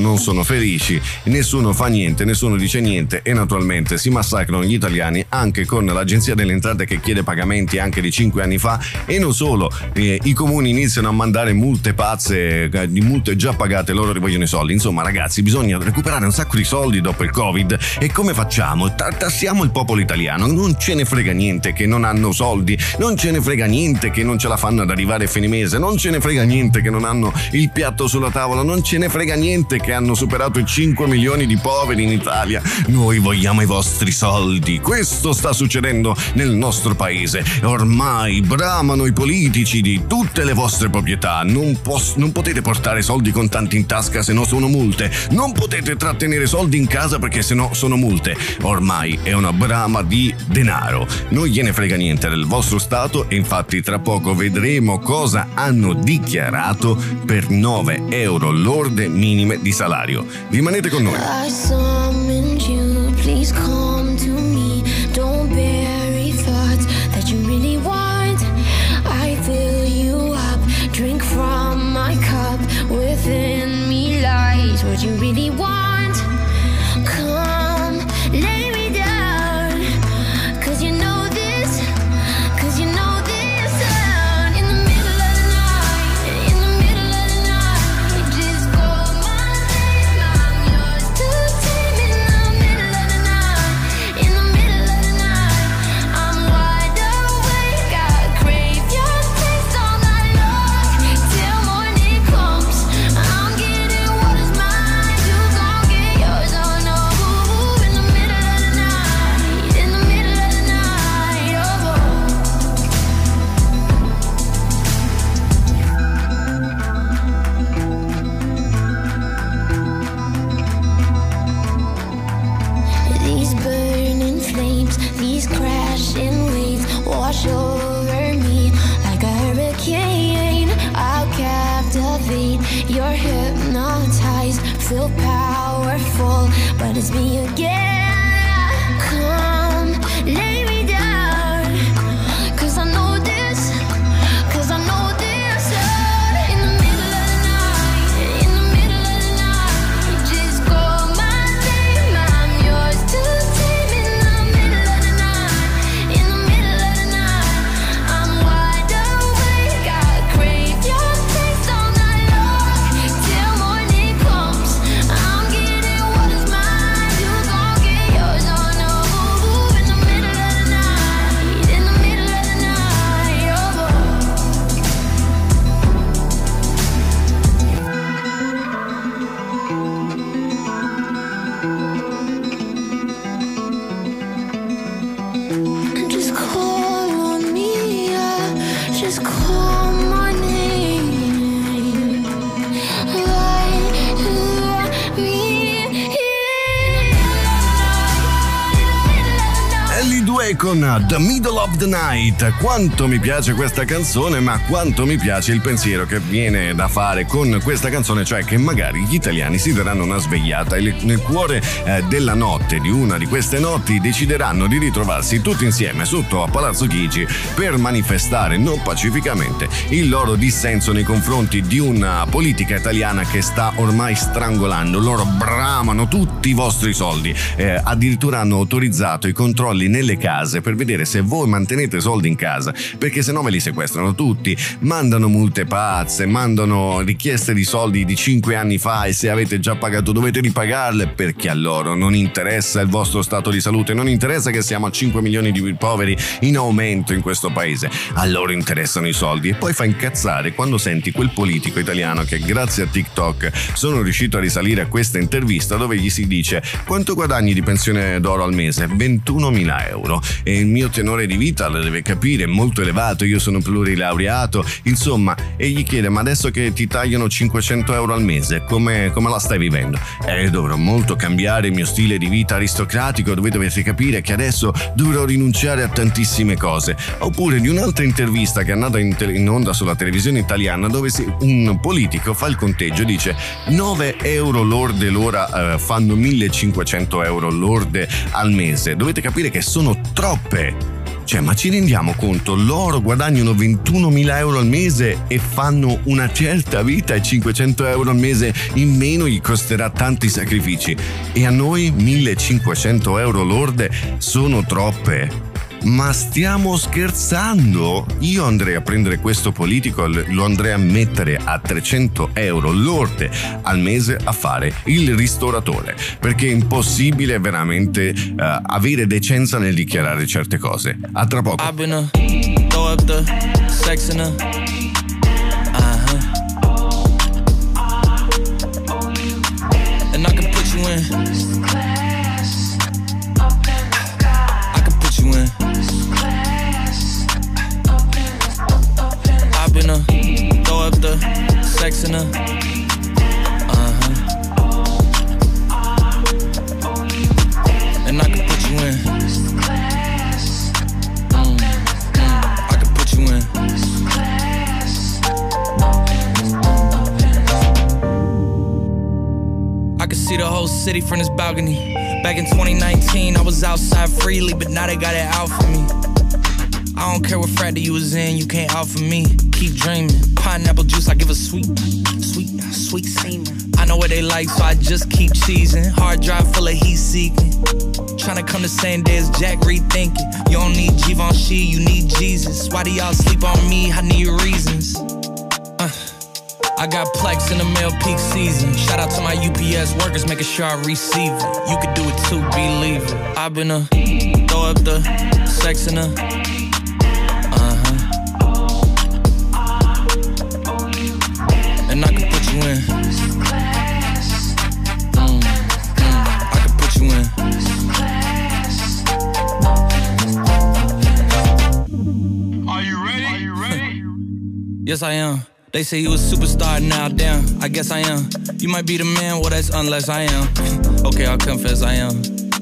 non sono felici, nessuno fa niente, nessuno dice niente e naturalmente si massacrano gli italiani anche con l'Agenzia delle Entrate che chiede pagamenti anche di 5 anni fa e non solo, i comuni iniziano a mandare multe pazze, di multe già pagate, loro rivogliono i soldi. Insomma ragazzi, bisogna recuperare un sacco di soldi dopo il Covid e come facciamo? Tassiamo il popolo italiano, non ce ne frega niente che non hanno soldi, non ce ne frega niente che non ce la fanno ad arrivare a fine mese, non ce ne frega niente che non hanno il piatto sulla tavola, non ce ne frega niente che hanno superato i 5 milioni di poveri in Italia. Noi vogliamo i vostri soldi. Questo sta succedendo nel nostro paese. Ormai bramano i politici di tutte le vostre proprietà. Non potete portare soldi contanti in tasca se no sono multe. Non potete trattenere soldi in casa perché se no sono multe. Ormai è una brama di denaro. Non gliene frega niente del vostro Stato e infatti tra poco vedremo cosa hanno dichiarato per 9 euro lorde minime di salario. Rimanete con noi. I summoned you, please come to me. Don't bury thoughts that you really want. I fill you up, drink from my cup. Within me lies what you really want. Come, lay me down, 'cause you know this, 'cause you know this sound. In the middle of the night, in the middle of the night, just call my name, I'm yours to tame. In the middle of the night, in the middle of the night, I'm wide awake, I crave your taste all night long, till morning comes, I'm getting what is mine, you gon' get yours, oh no. In the middle of the night, in the middle of the night, oh. These burning flames, these crashing waves wash over me like a hurricane. I'll captivate, you're hypnotized, feel powerful, but it's me again. Come, lay me down, 'cause I know this, 'cause I know this sound. In the middle of the night, in the middle of the night, just call my name, I'm yours to tame. In the middle of the night, in the middle of the night, I'm wide awake, I crave your taste all night long, till morning comes, I'm getting what is mine, you gon' get yours, oh no. In the middle of the night, in the middle of the night, oh. Just call on me, just call my name. Light me L2 con The Middle of the Night. Quanto mi piace questa canzone, ma quanto mi piace il pensiero che viene da fare con questa canzone, cioè che magari gli italiani si daranno una svegliata e nel cuore della notte, di una di queste notti, decideranno di ritrovarsi tutti insieme sotto a Palazzo Chigi per manifestare non pacificamente il loro dissenso nei confronti di una politica italiana che sta ormai strangolando. Loro bramano tutti i vostri soldi, addirittura hanno autorizzato i controlli nelle case per vedere se voi mantenete soldi in casa, perché se no ve li sequestrano tutti, mandano multe pazze, mandano richieste di soldi di 5 anni fa e se avete già pagato dovete ripagarle, perché a loro non interessa il vostro stato di salute, non interessa che siamo a 5 milioni di poveri in aumento in questo paese, a loro interessano i soldi. E poi fa incazzare quando senti quel politico italiano che grazie a TikTok sono riuscito a risalire a questa intervista dove gli si dice: quanto guadagni di pensione d'oro al mese? 21.000 euro, e il mio tenore di vita, lo deve capire, è molto elevato, io sono plurilaureato, insomma, e gli chiede: ma adesso che ti tagliano 500 euro al mese, come la stai vivendo? Dovrò molto cambiare il mio stile di vita aristocratico, dovete capire che adesso dovrò rinunciare a tantissime cose. Oppure di un'altra intervista che è andata in onda sulla televisione italiana dove un politico fa il conteggio e dice 9 euro lorde l'ora fanno 1.500 euro lorde al mese. Dovete capire che sono troppe Cioè, ma ci rendiamo conto? Loro guadagnano 21.000 euro al mese e fanno una certa vita e 500 euro al mese in meno gli costerà tanti sacrifici. E a noi 1.500 euro lorde sono troppe. Ma stiamo scherzando? Io andrei a prendere questo politico, lo andrei a mettere a 300 euro lorde al mese a fare il ristoratore, perché è impossibile veramente avere decenza nel dichiarare certe cose. A tra poco. I've been a throw up the sex in a and I can put you in. I can put you in. I've been a throw up the sex in a and I can put you in. I can put you in. I can see the whole city from this balcony. Back in 2019, I was outside freely, but now they got it out for me. I don't care what frat you was in, you can't out for me. Keep dreaming. Pineapple juice, I give a sweet semen. I know what they like, so I just keep cheesing. Hard drive full of heat seeking. Tryna come the same day as Jack, rethinking. You don't need Givenchy, you need Jesus. Why do y'all sleep on me? I need reasons. I got Plex in the mail peak season. Shout out to my UPS workers, making sure I receive it. You could do it too, believe it. I've been a throw up the sex in a and I can put you in. I can put you in. Are you ready? Are you ready? Yes, I am. They say you a superstar, now damn, I guess I am. You might be the man, well that's unless I am. Okay, I'll confess I am.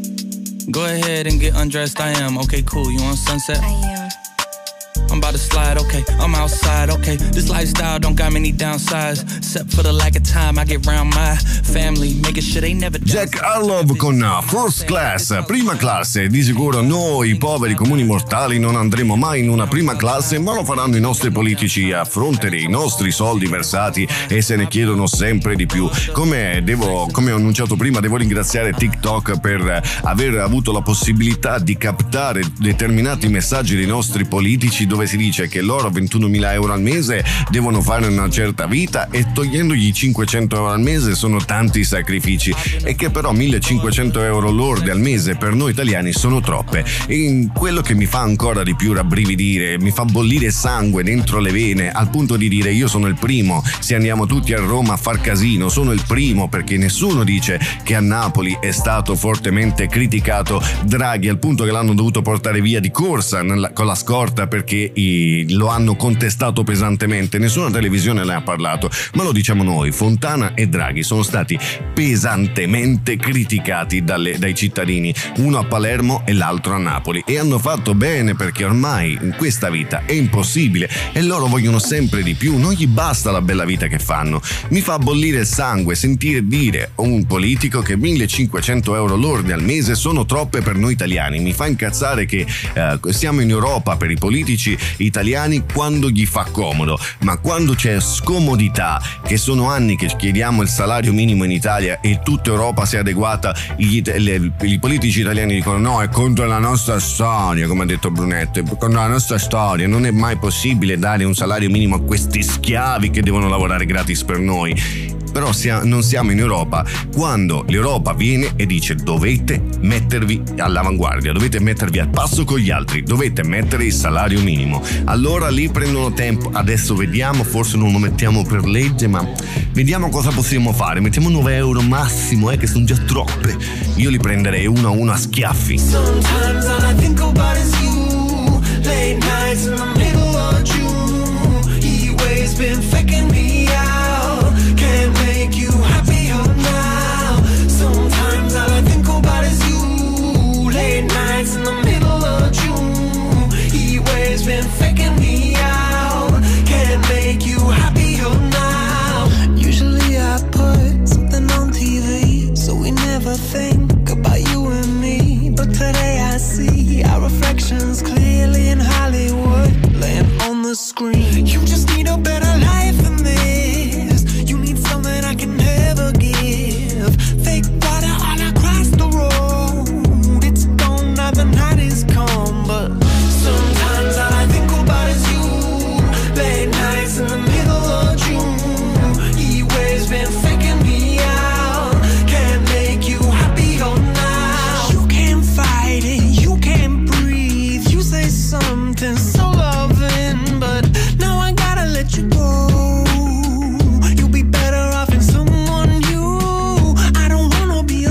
Go ahead and get undressed, I am. Okay, cool, you on Sunset? I am. I'm about to slide, okay, I'm outside, okay. This lifestyle don't got many downsides, except for the lack of time I get around my family, making sure they never Jack Harlow con First Class, prima classe. Di sicuro noi poveri comuni mortali non andremo mai in una prima classe, ma lo faranno i nostri politici a fronte dei nostri soldi versati e se ne chiedono sempre di più. Come ho annunciato prima, devo ringraziare TikTok per aver avuto la possibilità di captare determinati messaggi dei nostri politici dove si dice che loro 21.000 euro al mese devono fare una certa vita e togliendogli 500 euro al mese sono tanti sacrifici e che però 1.500 euro lorde al mese per noi italiani sono troppe. E quello che mi fa ancora di più rabbrividire, mi fa bollire sangue dentro le vene al punto di dire io sono il primo, se andiamo tutti a Roma a far casino sono il primo, perché nessuno dice che a Napoli è stato fortemente criticato Draghi al punto che l'hanno dovuto portare via di corsa con la scorta perché lo hanno contestato pesantemente. Nessuna televisione ne ha parlato, ma lo diciamo noi. Fontana e Draghi sono stati pesantemente criticati dai cittadini, uno a Palermo e l'altro a Napoli, e hanno fatto bene perché ormai in questa vita è impossibile e loro vogliono sempre di più, non gli basta la bella vita che fanno. Mi fa bollire il sangue sentire dire a un politico che 1.500 euro lordi al mese sono troppe per noi italiani. Mi fa incazzare che siamo in Europa per i politici italiani quando gli fa comodo, ma quando c'è scomodità, che sono anni che chiediamo il salario minimo in Italia e tutta Europa si è adeguata, i politici italiani dicono no, è contro la nostra storia, come ha detto Brunetto, è contro la nostra storia, non è mai possibile dare un salario minimo a questi schiavi che devono lavorare gratis per noi. Però non siamo in Europa quando l'Europa viene e dice dovete mettervi all'avanguardia, dovete mettervi al passo con gli altri, dovete mettere il salario minimo. Allora lì prendono tempo. Adesso vediamo, forse non lo mettiamo per legge, ma vediamo cosa possiamo fare. Mettiamo 9 euro massimo, che sono già troppe. Io li prenderei uno a uno a schiaffi. Sometimes all I think about is you. Late nights in the middle of June. He always been faking me out. Can't make you happier now. Sometimes all I think about is you. Late nights in the middle of June. He always been faking me out. Can't make you happier now. Usually I put something on TV, so we never think about you and me. But today I see I reflections clearly in Hollywood, laying on the screen. You just need a better life than this. You need something I can never give. Fake water all across the road. It's gone now, the night is come, but sometimes all I think about is you. Late nights in the middle of June. He waves been faking me out. Can't make you happier now. You can't fight it, you can't breathe. You say something so loving, but now I gotta let you go. You'll be better off in someone new. I don't wanna be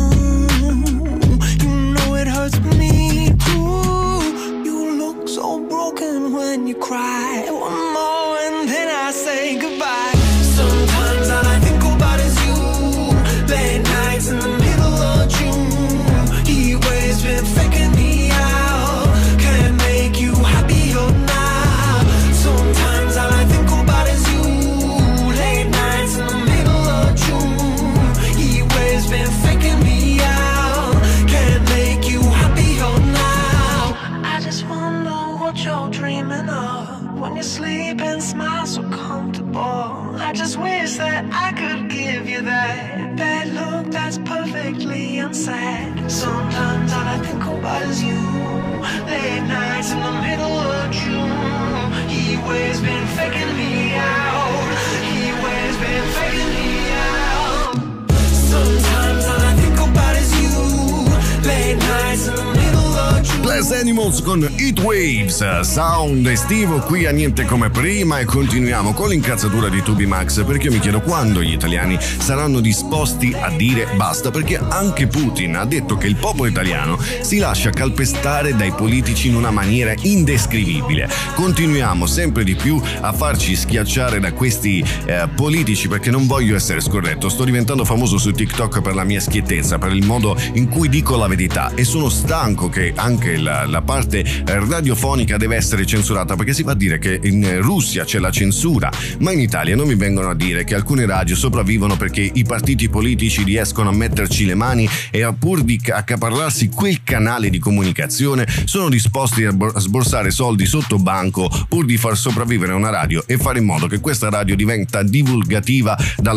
alone. You know it hurts me too. You look so broken when you cry. One more and then I say goodbye. Sometimes all I think about is you. Late nights in the middle of June. He waves been faking me out. Can't make you happier now. Sometimes all I think about is you. Late nights in the middle of June. He waves been faking me out. Can't make you happier now. I just wonder what you're dreaming of. When you sleep and smile so comfortable. I just wish that I could give you that bad look that's perfectly unsaid. Sometimes all I think about is you. Late nights in the middle of June. He always been faking me out. He always been faking me out. Sometimes all I think about is you. Late nights in the middle of June. Glass Animals con Heat Waves, sound estivo qui a Niente Come Prima, e continuiamo con l'incazzatura di Tubi Max, perché io mi chiedo quando gli italiani saranno disposti a dire basta, perché anche Putin ha detto che il popolo italiano si lascia calpestare dai politici in una maniera indescrivibile. Continuiamo sempre di più a farci schiacciare da questi politici, perché non voglio essere scorretto, sto diventando famoso su TikTok per la mia schiettezza, per il modo in cui dico la verità, e sono stanco che anche la parte radiofonica deve essere censurata, perché si va a dire che in Russia c'è la censura, ma in Italia non mi vengono a dire che alcune radio sopravvivono perché i partiti politici riescono a metterci le mani e pur di accaparrarsi quel canale di comunicazione sono disposti a sborsare soldi sotto banco pur di far sopravvivere una radio e fare in modo che questa radio diventa divulgativa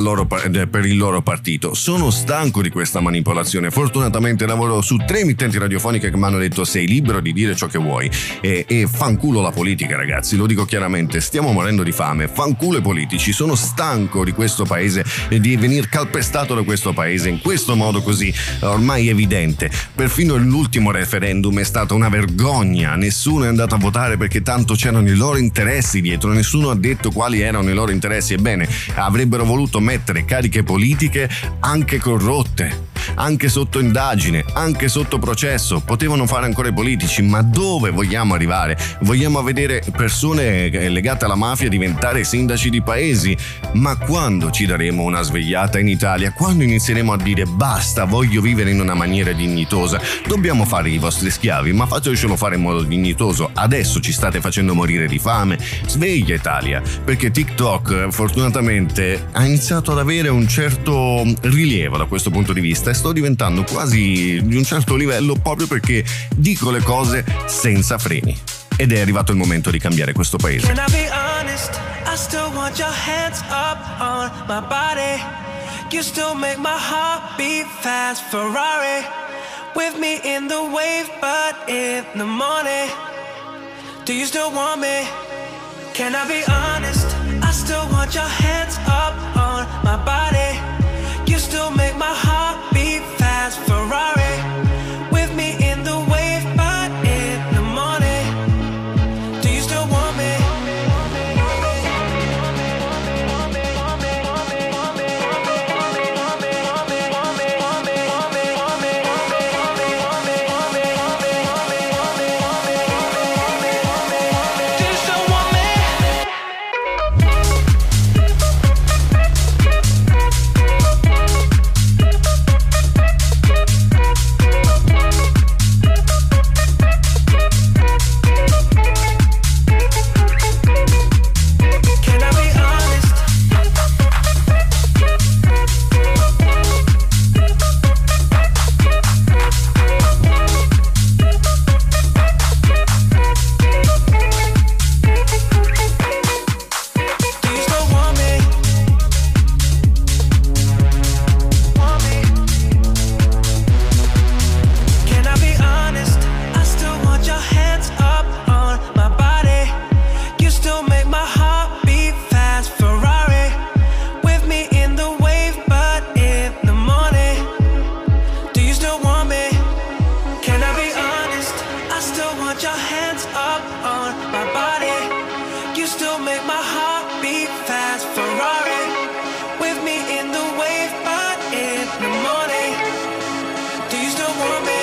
per il loro partito. Sono stanco di questa manipolazione. Fortunatamente lavoro su 3 emittenti radiofoniche che mi hanno detto sei libero di dire ciò che vuoi, e fanculo la politica, ragazzi, lo dico chiaramente, stiamo morendo di fame, fanculo i politici. Sono stanco di questo paese e di venir calpestato da questo paese in questo modo così ormai evidente. Perfino l'ultimo referendum è stata una vergogna, nessuno è andato a votare perché tanto c'erano i loro interessi dietro, nessuno ha detto quali erano i loro interessi. Ebbene, avrebbero voluto mettere cariche politiche anche corrotte, anche sotto indagine, anche sotto processo, potevano fare ancora i politici. Ma dove vogliamo arrivare? Vogliamo vedere persone legate alla mafia diventare sindaci di paesi? Ma quando ci daremo una svegliata in Italia? Quando inizieremo a dire basta, voglio vivere in una maniera dignitosa? Dobbiamo fare i vostri schiavi, ma fatecelo fare in modo dignitoso. Adesso ci state facendo morire di fame. Sveglia Italia, perché TikTok fortunatamente ha iniziato ad avere un certo rilievo da questo punto di vista, e sto diventando quasi di un certo livello proprio perché dico le cose senza freni. Ed è arrivato il momento di cambiare questo paese. Can I be honest? I still want your hands up on my body. You still make my heart beat fast. Ferrari with me in the wave, but in the morning. Do you still want me? Can I be honest? I still want your hands up on my body. You still make my heart beat fast. Ferrari with me in the wave, but in the morning. Do you still want me? hands up on my body. You still make my heart beat fast. Ferrari with me in the wave, but in the morning. Do you still want me?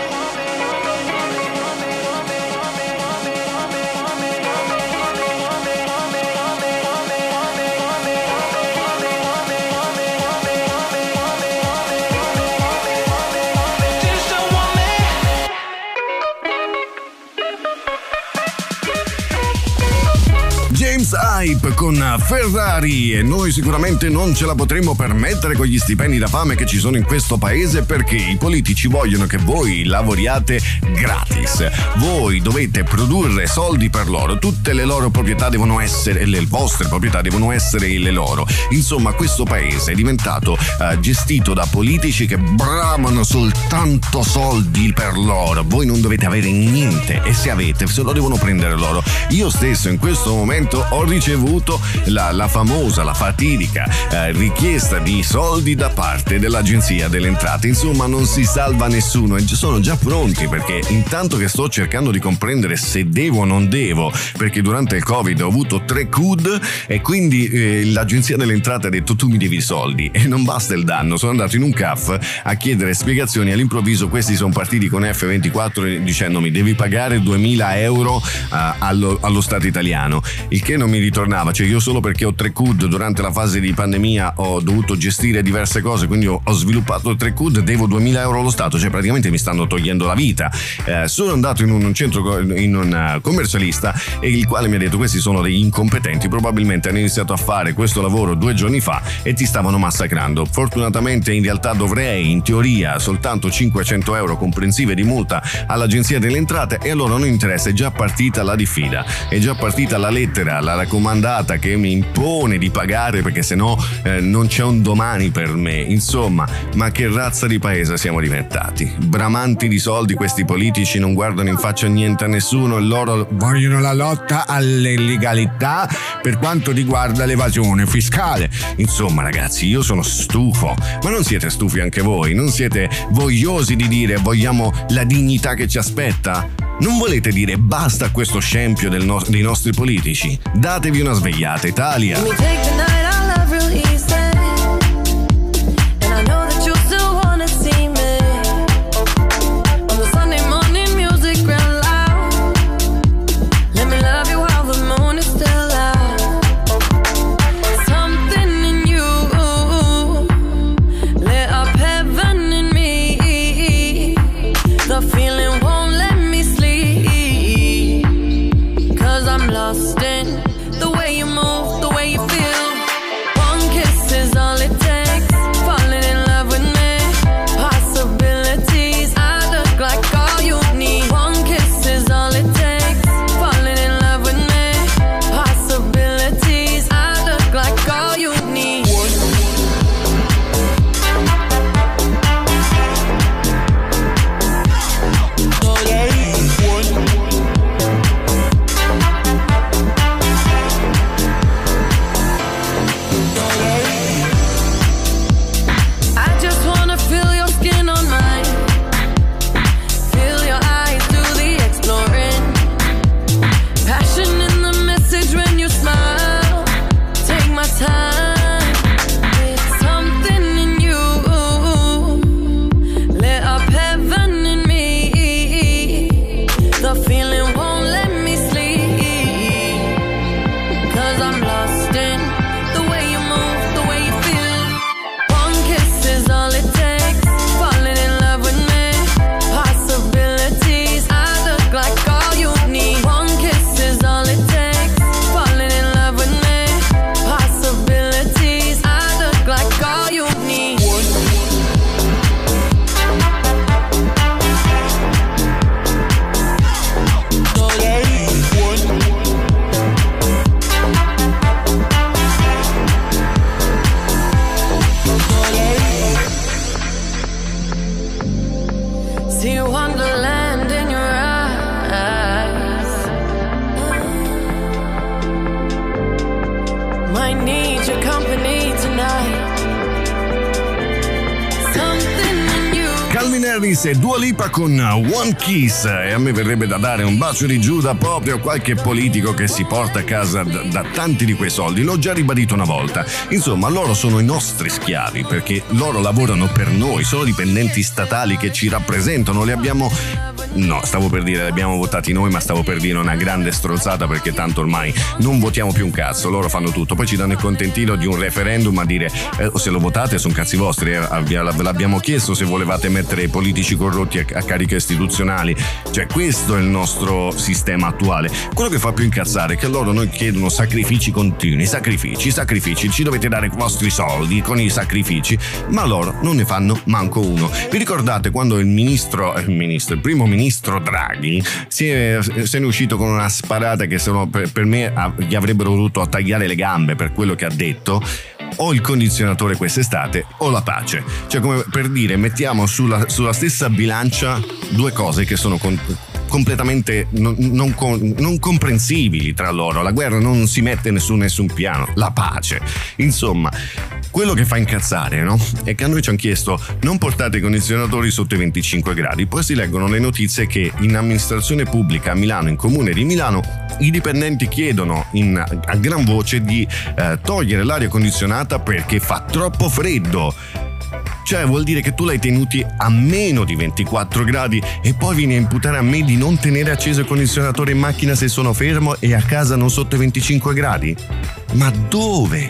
James Hype con Ferrari, e noi sicuramente non ce la potremmo permettere con gli stipendi da fame che ci sono in questo paese, perché i politici vogliono che voi lavoriate gratis. Voi dovete produrre soldi per loro, tutte le loro proprietà devono essere, le vostre proprietà devono essere le loro. Insomma, questo paese è diventato gestito da politici che bramano soltanto soldi per loro. Voi non dovete avere niente, e se avete se lo devono prendere loro. Io stesso in questo momento ho ricevuto la famosa, la fatidica richiesta di soldi da parte dell'Agenzia delle Entrate. Insomma, non si salva nessuno e sono già pronti, perché intanto che sto cercando di comprendere se devo o non devo, perché durante il Covid ho avuto 3 CUD e quindi l'Agenzia delle Entrate ha detto: tu mi devi i soldi, e non basta il danno. Sono andato in un CAF a chiedere spiegazioni, all'improvviso questi sono partiti con F24 dicendomi: devi pagare 2.000 euro allo Stato italiano, il che non mi ritornava. Cioè, io solo perché ho 3 CUD durante la fase di pandemia ho dovuto gestire diverse cose, quindi ho sviluppato 3 CUD, devo 2.000 euro allo Stato. Cioè, praticamente mi stanno togliendo la vita. Sono andato in un centro, in un commercialista, e il quale mi ha detto: questi sono degli incompetenti, probabilmente hanno iniziato a fare questo lavoro 2 giorni fa e ti stavano massacrando. Fortunatamente in realtà dovrei, in teoria, soltanto 500 euro comprensive di multa all'Agenzia delle Entrate, e allora non interessa, è già partita la diffida, è già partita la lettera, la raccomandata che mi impone di pagare, perché sennò non c'è un domani per me. Insomma, ma che razza di paese siamo diventati? Bramanti di soldi questi politici, non guardano in faccia niente a nessuno, e loro vogliono la lotta all'illegalità per quanto riguarda l'evasione fiscale. Insomma, ragazzi, io sono stufo. Ma non siete stufi anche voi? Non siete vogliosi di dire: vogliamo la dignità che ci aspetta? Non volete dire basta a questo scempio dei nostri politici? Datevi una svegliata, Italia! The way you move, the way you feel. Calvin Harris e Dua Lipa con One Kiss, e a me verrebbe da dare un bacio di Giuda proprio a qualche politico che si porta a casa da tanti di quei soldi. L'ho già ribadito una volta. Insomma, loro sono i nostri schiavi perché loro lavorano per noi, sono dipendenti statali che ci rappresentano. Li abbiamo votati noi, ma stavo per dire una grande strozzata perché tanto ormai non votiamo più un cazzo, loro fanno tutto, poi ci danno il contentino di un referendum a dire se lo votate sono cazzi vostri, ve l'abbiamo chiesto se volevate mettere i politici corrotti a cariche istituzionali. Cioè, questo è il nostro sistema attuale. Quello che fa più incazzare è che loro noi chiedono sacrifici continui, sacrifici, ci dovete dare i vostri soldi con i sacrifici, ma loro non ne fanno manco uno. Vi ricordate quando il primo ministro Draghi se ne è uscito con una sparata che per me gli avrebbero voluto tagliare le gambe per quello che ha detto? O il condizionatore quest'estate o la pace. Cioè, come per dire, mettiamo sulla stessa bilancia due cose che sono completamente non comprensibili tra loro. La guerra non si mette su nessun piano, la pace. Insomma, quello che fa incazzare, no? È che a noi ci hanno chiesto non portate i condizionatori sotto i 25 gradi, poi si leggono le notizie che in amministrazione pubblica a Milano, in comune di Milano, i dipendenti chiedono a gran voce di togliere l'aria condizionata perché fa troppo freddo. Cioè, vuol dire che tu l'hai tenuti a meno di 24 gradi e poi vieni a imputare a me di non tenere acceso il condizionatore in macchina se sono fermo e a casa non sotto i 25 gradi? Ma dove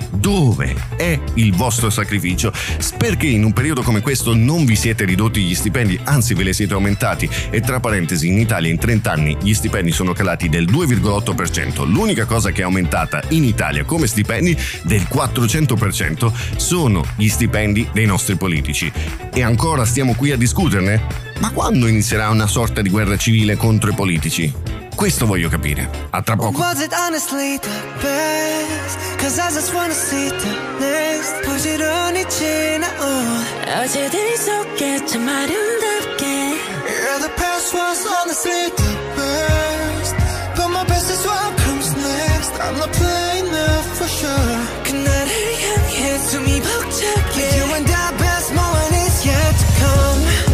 è il vostro sacrificio? Perché in un periodo come questo non vi siete ridotti gli stipendi, anzi ve li siete aumentati? E tra parentesi, in Italia in 30 anni gli stipendi sono calati del 2,8%. L'unica cosa che è aumentata in Italia come stipendi del 400% sono gli stipendi dei nostri politici. E ancora stiamo qui a discuterne? Ma quando inizierà una sorta di guerra civile contro i politici? Questo voglio capire. A tra poco. Was it honestly the best? Cause I just wanna see the next. 부지런히 지나온 어제들 속에 참 아름답게. Yeah, the past was honestly the best. But my best is what comes next. I'm not playing now for sure. 그날을 향해 숨이 벅차게. You and I best moment is yet to come.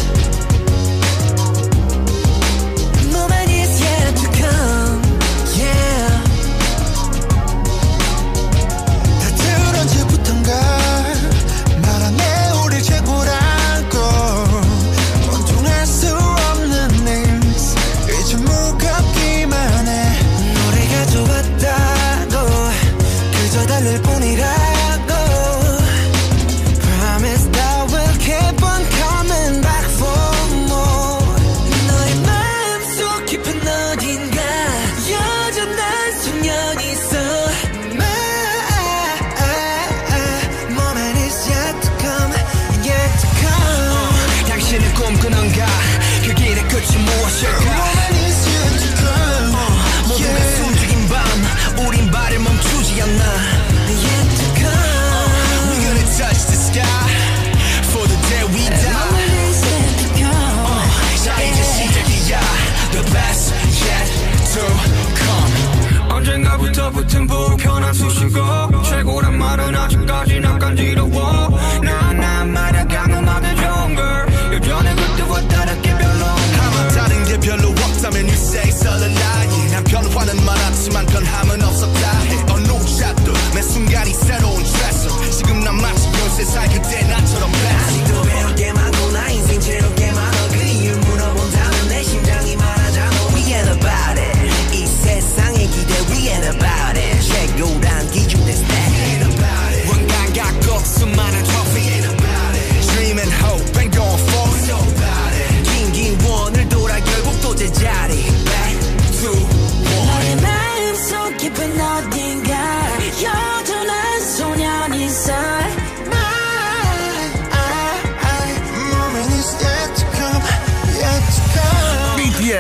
붙은 불편한 수식어 최고란 말은 아직까지 난 간지러워 난 말야 강음하게 좋은 걸 예전에 그때와 다르게 별로 아마 다른 게 별로 없다면 you say so the lie 난 변화는 많았지만 변함은 없었다 해 어느 샷도 매 순간이 새로운 트레서 지금 난 마치 13살 그때 나처럼 아직도 배울 게 많고 나 인생 채울 게 많아 그 이유를 물어본다면 내 심장이 말하잖아 We ain't about it 이 세상의 기대 We ain't about it 최고란 기준의 stay 원간 갖고 수많은 trophy ain't about it Dream and hope and going for it 긴긴 원을 돌아 결국 또 제자리 Back to one 너의 마음속 깊은 어딘가 여전한 소년이 있어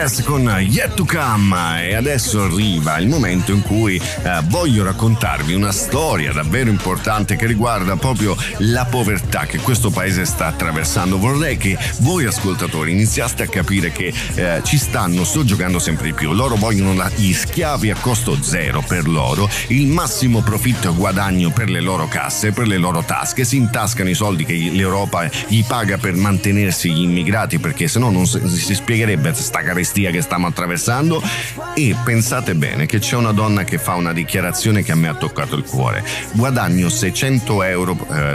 Yes con Yet to Come. E adesso arriva il momento in cui voglio raccontarvi una storia davvero importante che riguarda proprio la povertà che questo paese sta attraversando. Vorrei che voi ascoltatori iniziaste a capire che ci stanno soggiogando sempre di più. Loro vogliono gli schiavi a costo zero per loro, il massimo profitto e guadagno per le loro casse, per le loro tasche, si intascano i soldi che l'Europa gli paga per mantenersi gli immigrati, perché sennò non si spiegherebbe sta carestia che stiamo attraversando. E pensate bene che c'è una donna che fa una dichiarazione che a me ha toccato il cuore: guadagno 600 euro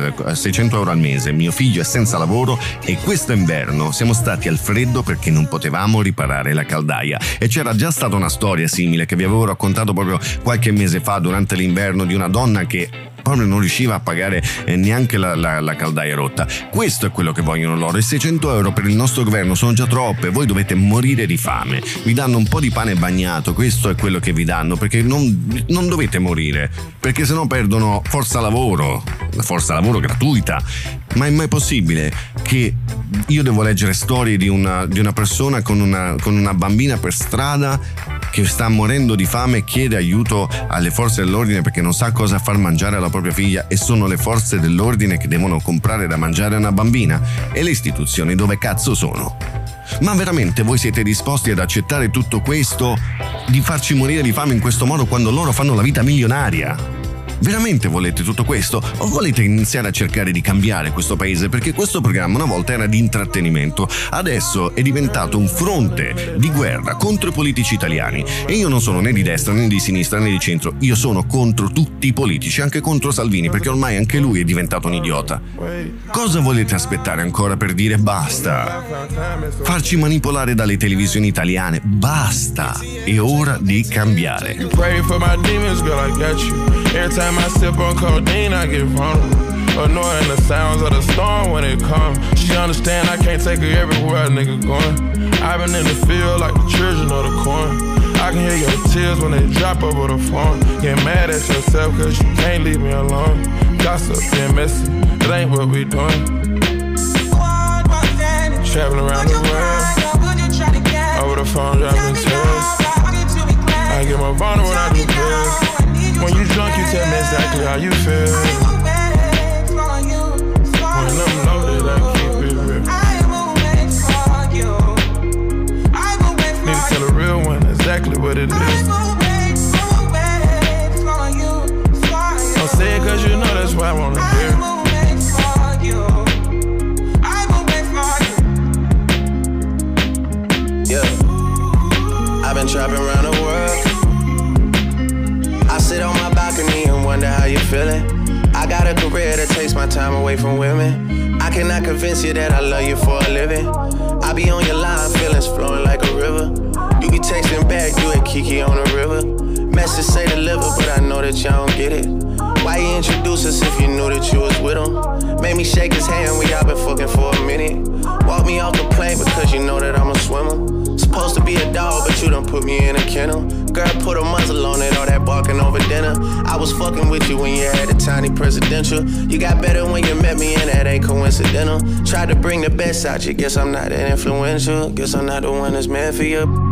al mese, mio figlio è senza lavoro e questo inverno siamo stati al freddo perché non potevamo riparare la caldaia. E c'era già stata una storia simile che vi avevo raccontato proprio qualche mese fa durante l'inverno, di una donna che proprio non riusciva a pagare neanche la caldaia rotta. Questo è quello che vogliono loro. E 600 euro per il nostro governo sono già troppe. Voi dovete morire di fame. Vi danno un po' di pane bagnato, questo è quello che vi danno, perché non dovete morire, perché sennò perdono forza lavoro gratuita. Ma è mai possibile che io devo leggere storie di una persona con una bambina per strada che sta morendo di fame e chiede aiuto alle forze dell'ordine perché non sa cosa far mangiare alla propria figlia, e sono le forze dell'ordine che devono comprare da mangiare a una bambina? E le istituzioni dove cazzo sono? Ma veramente voi siete disposti ad accettare tutto questo, di farci morire di fame in questo modo, quando loro fanno la vita milionaria? Veramente volete tutto questo? O volete iniziare a cercare di cambiare questo paese? Perché questo programma una volta era di intrattenimento, adesso è diventato un fronte di guerra contro i politici italiani. E io non sono né di destra né di sinistra né di centro, io sono contro tutti i politici, anche contro Salvini, perché ormai anche lui è diventato un idiota. Cosa volete aspettare ancora per dire basta? Farci manipolare dalle televisioni italiane? Basta! È ora di cambiare. Every time I sip on codeine, I get vulnerable. Annoying the sounds of the storm when it comes. She understand I can't take her everywhere a nigga going. I've been in the field like the children of the corn. I can hear your tears when they drop over the phone. Get mad at yourself cause you can't leave me alone. Gossip and messy, that ain't what we doing. Traveling around the world, over the phone dropping tears. I get more vulnerable when I do this. When you drunk, you tell me exactly how you feel. When I'm loaded, I keep it real. Need to tell a real one exactly what it is. Don't say it cause you know that's what I wanna hear. Yeah, I've been trapping around the world. I sit on my balcony and wonder how you're feeling. I got a career that takes my time away from women. I cannot convince you that I love you for a living. I be on your line, feelings flowing like a river. You be texting back, you at Kiki on the river. Message say deliver, but I know that y'all don't get it. Why you introduce us if you knew that you was with him? Made me shake his hand, we all been fucking for a minute. Walk me off the plane because you know that I'm a swimmer. Supposed to be a dog, but you done put me in a kennel. Girl, put a muzzle on it, all that barking over dinner. I was fucking with you when you had a tiny presidential. You got better when you met me, and that ain't coincidental. Tried to bring the best out you, guess I'm not that influential. Guess I'm not the one that's meant for you.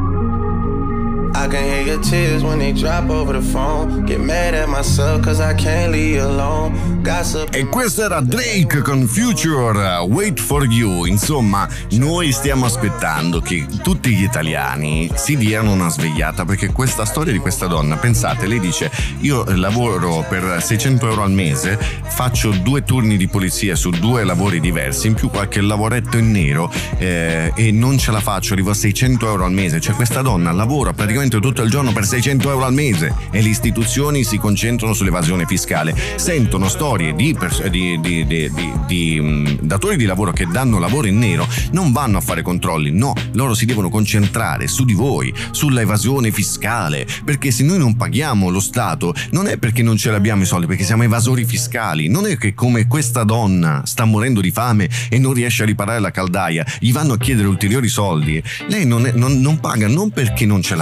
I can hear your tears when they drop over the phone. Get mad at myself cause I can't leave you alone. Gossip. E questo era Drake con Future, Wait For You. Insomma, noi stiamo aspettando che tutti gli italiani si diano una svegliata, perché questa storia di questa donna, pensate, lei dice: io lavoro per 600 euro al mese, faccio 2 turni di polizia su 2 lavori diversi, in più qualche lavoretto in nero, e non ce la faccio, arrivo a 600 euro al mese. Cioè questa donna lavora praticamente tutto il giorno per 600 euro al mese, e le istituzioni si concentrano sull'evasione fiscale. Sentono storie di datori di lavoro che danno lavoro in nero, non vanno a fare controlli, no, loro si devono concentrare su di voi, sulla evasione fiscale, perché se noi non paghiamo lo Stato non è perché non ce l'abbiamo i soldi, perché siamo evasori fiscali. Non è che come questa donna sta morendo di fame e non riesce a riparare la caldaia, gli vanno a chiedere ulteriori soldi. Lei non paga non perché non ce la fa,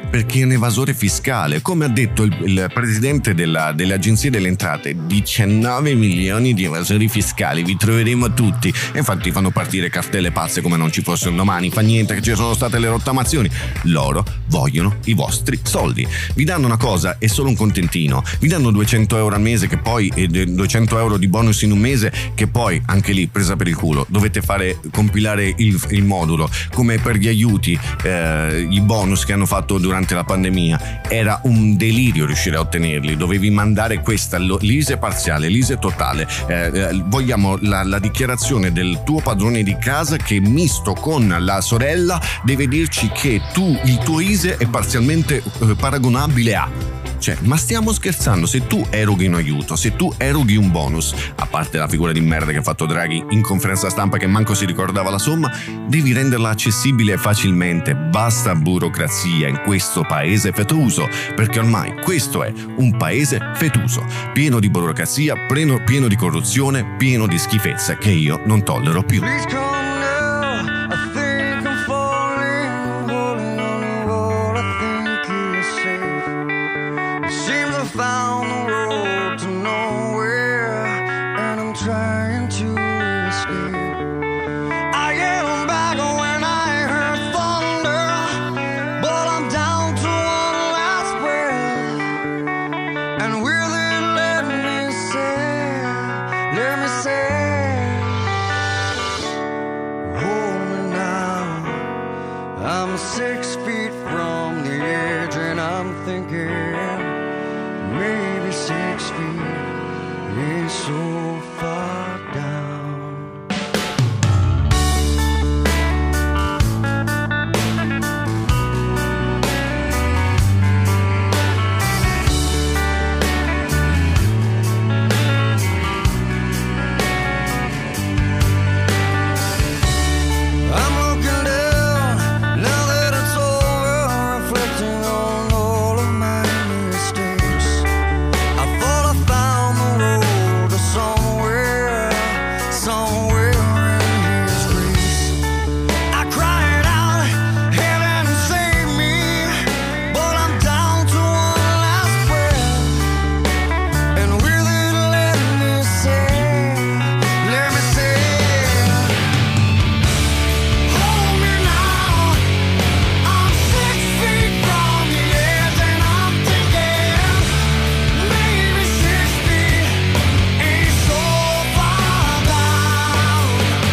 perché è un evasore fiscale. Come ha detto il presidente delle agenzie delle entrate, 19 milioni di evasori fiscali, vi troveremo tutti. E infatti fanno partire cartelle pazze come non ci fosse un domani, fa niente che ci sono state le rottamazioni. Loro vogliono i vostri soldi. Vi danno una cosa, è solo un contentino, vi danno 200 euro al mese, che poi 200 euro di bonus in un mese, che poi anche lì presa per il culo, dovete compilare il modulo come per gli aiuti, i bonus che hanno fatto durante la pandemia. Era un delirio riuscire a ottenerli, dovevi mandare questa l'ISEE parziale, l'ISEE totale, vogliamo la dichiarazione del tuo padrone di casa che misto con la sorella deve dirci che il tuo ISEE è parzialmente paragonabile a. Cioè, ma stiamo scherzando? Se tu eroghi un aiuto, se tu eroghi un bonus, a parte la figura di merda che ha fatto Draghi in conferenza stampa che manco si ricordava la somma, devi renderla accessibile facilmente. Basta burocrazia in questo paese fetuso, perché ormai questo è un paese fetuso, pieno di burocrazia, pieno di corruzione, pieno di schifezze che io non tollero più. Found the road to nowhere, and I'm trying to escape. I yelled back when I heard thunder, but I'm down to one last breath. And will it let me say, hold me now. I'm 6 feet from the edge, and I'm thinking maybe 6 feet ain't so far down. I'm looking down, now that it's over, reflecting on all of my mistakes. I thought I found the road to somewhere in His grace. I cried out, heaven save me, but I'm down to one last breath. And will it let me say, hold me now. I'm 6 feet from the edge, and I'm thinking maybe 6 feet ain't so far down.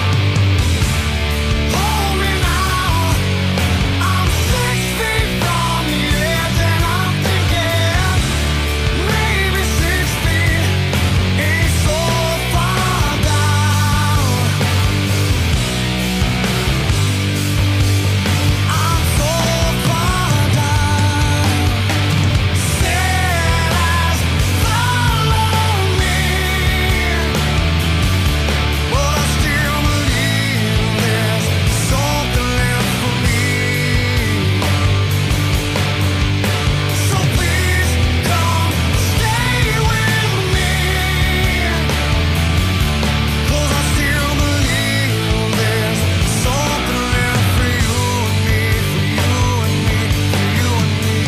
Hold me now. I'm 6 feet from the edge, and I'm thinking maybe 6 feet ain't so far down. I'm so far down. Said eyes follow me, but I still believe there's something left for me. So please come stay with me, 'cause I still believe there's something left for you and me, for you and me, for you and me.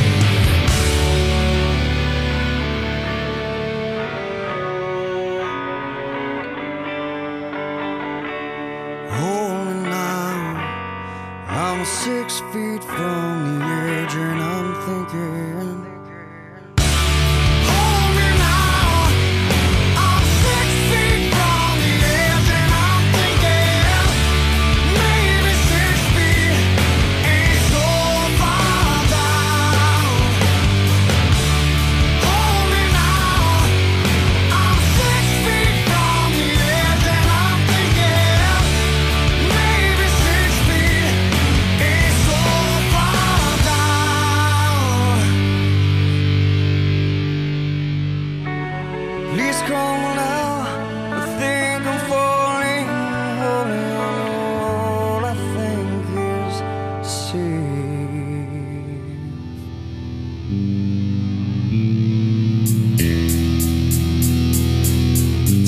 Hold me now. I'm 6 feet from the edge, and I'm thinking. Hold me now. I'm 6 feet from the edge, and I'm thinking maybe 6 feet ain't so far down. Hold me now. I'm 6 feet from the edge, and I'm thinking maybe 6 feet ain't so far down. Please come now. I think I'm falling, holding on to all I think is safe.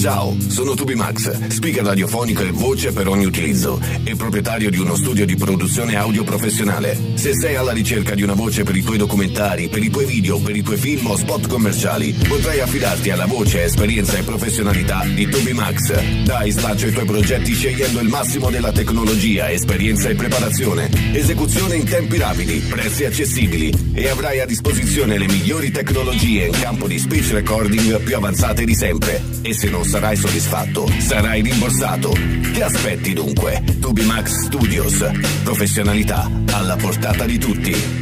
Ciao, sono Tubi Max, speaker radiofonico e voce per ogni utilizzo e proprietario di uno studio di produzione audio professionale. Se sei alla ricerca di una voce per i tuoi documentari, per i tuoi video, per i tuoi film o spot commerciali, potrai affidarti alla voce, esperienza e professionalità di Tubi Max. Dai spazio ai tuoi progetti scegliendo il massimo della tecnologia, esperienza e preparazione. Esecuzione in tempi rapidi, prezzi accessibili e avrai a disposizione le migliori tecnologie in campo di speech recording più avanzate di sempre. E se non sarai soddisfatto, sarai rimborsato. Che aspetti dunque? Tubi Max Studios. Professionalità alla portata di tutti.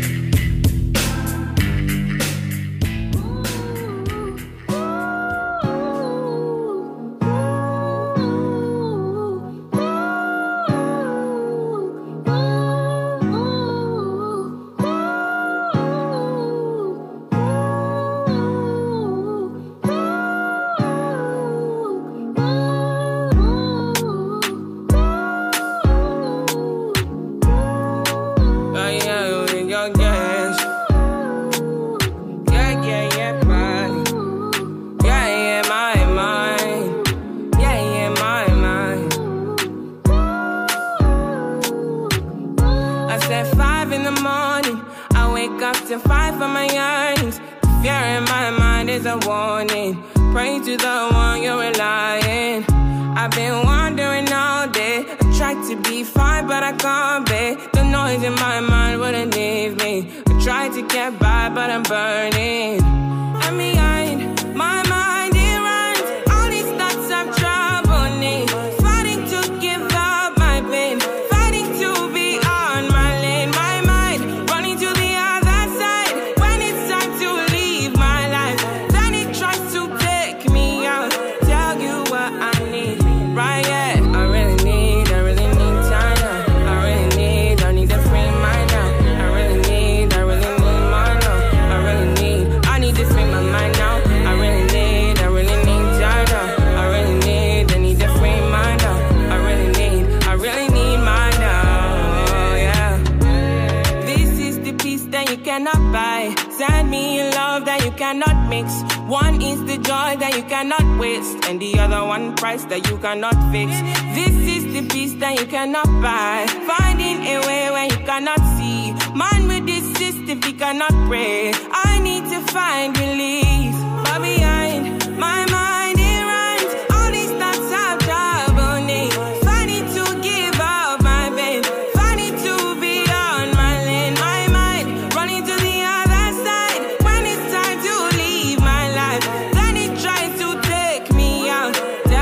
That you cannot fix. This is the peace that you cannot buy. Finding a way when you cannot see. Man with this system, he cannot pray. I need to find relief. But behind my mind, it runs. All these thoughts have trouble me. Finding to give up my pain. Finding to be on my lane. My mind running to the other side. When it's time to leave my life, then it tries to take me out.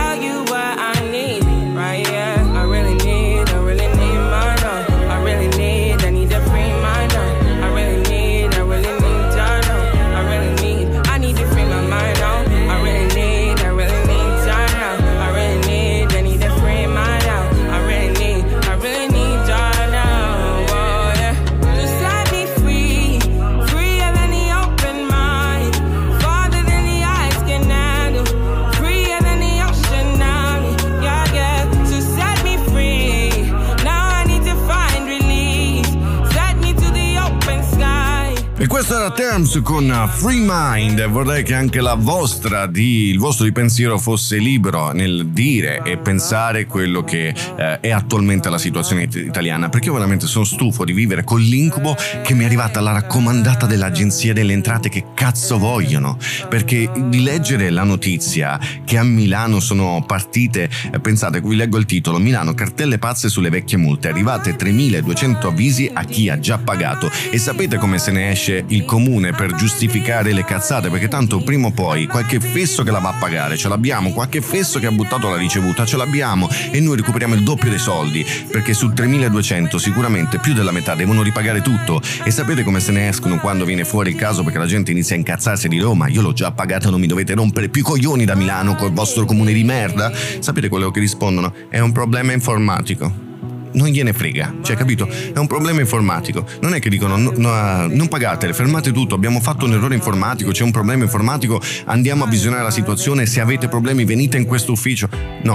Questo era Terms con Free Mind. Vorrei che anche il vostro di pensiero fosse libero nel dire e pensare quello che è attualmente la situazione italiana, perché io veramente sono stufo di vivere con l'incubo che mi è arrivata la raccomandata dell'Agenzia delle Entrate. Che cazzo vogliono? Perché di leggere la notizia che a Milano sono partite, pensate, vi leggo il titolo: Milano, cartelle pazze sulle vecchie multe, arrivate 3.200 avvisi a chi ha già pagato. E sapete come se ne esce il comune per giustificare le cazzate? Perché tanto prima o poi qualche fesso che la va a pagare ce l'abbiamo, qualche fesso che ha buttato la ricevuta ce l'abbiamo, e noi recuperiamo il doppio dei soldi, perché su 3.200 sicuramente più della metà devono ripagare tutto. E sapete come se ne escono quando viene fuori il caso, perché la gente inizia a incazzarsi e dire: oh, ma io l'ho già pagato, non mi dovete rompere più i coglioni da Milano col vostro comune di merda? Sapete quello che rispondono? È un problema informatico. Non gliene frega, cioè, capito? È un problema informatico. Non è che dicono non pagatele, fermate tutto, abbiamo fatto un errore informatico, c'è un problema informatico, andiamo a visionare la situazione, se avete problemi venite in questo ufficio. No,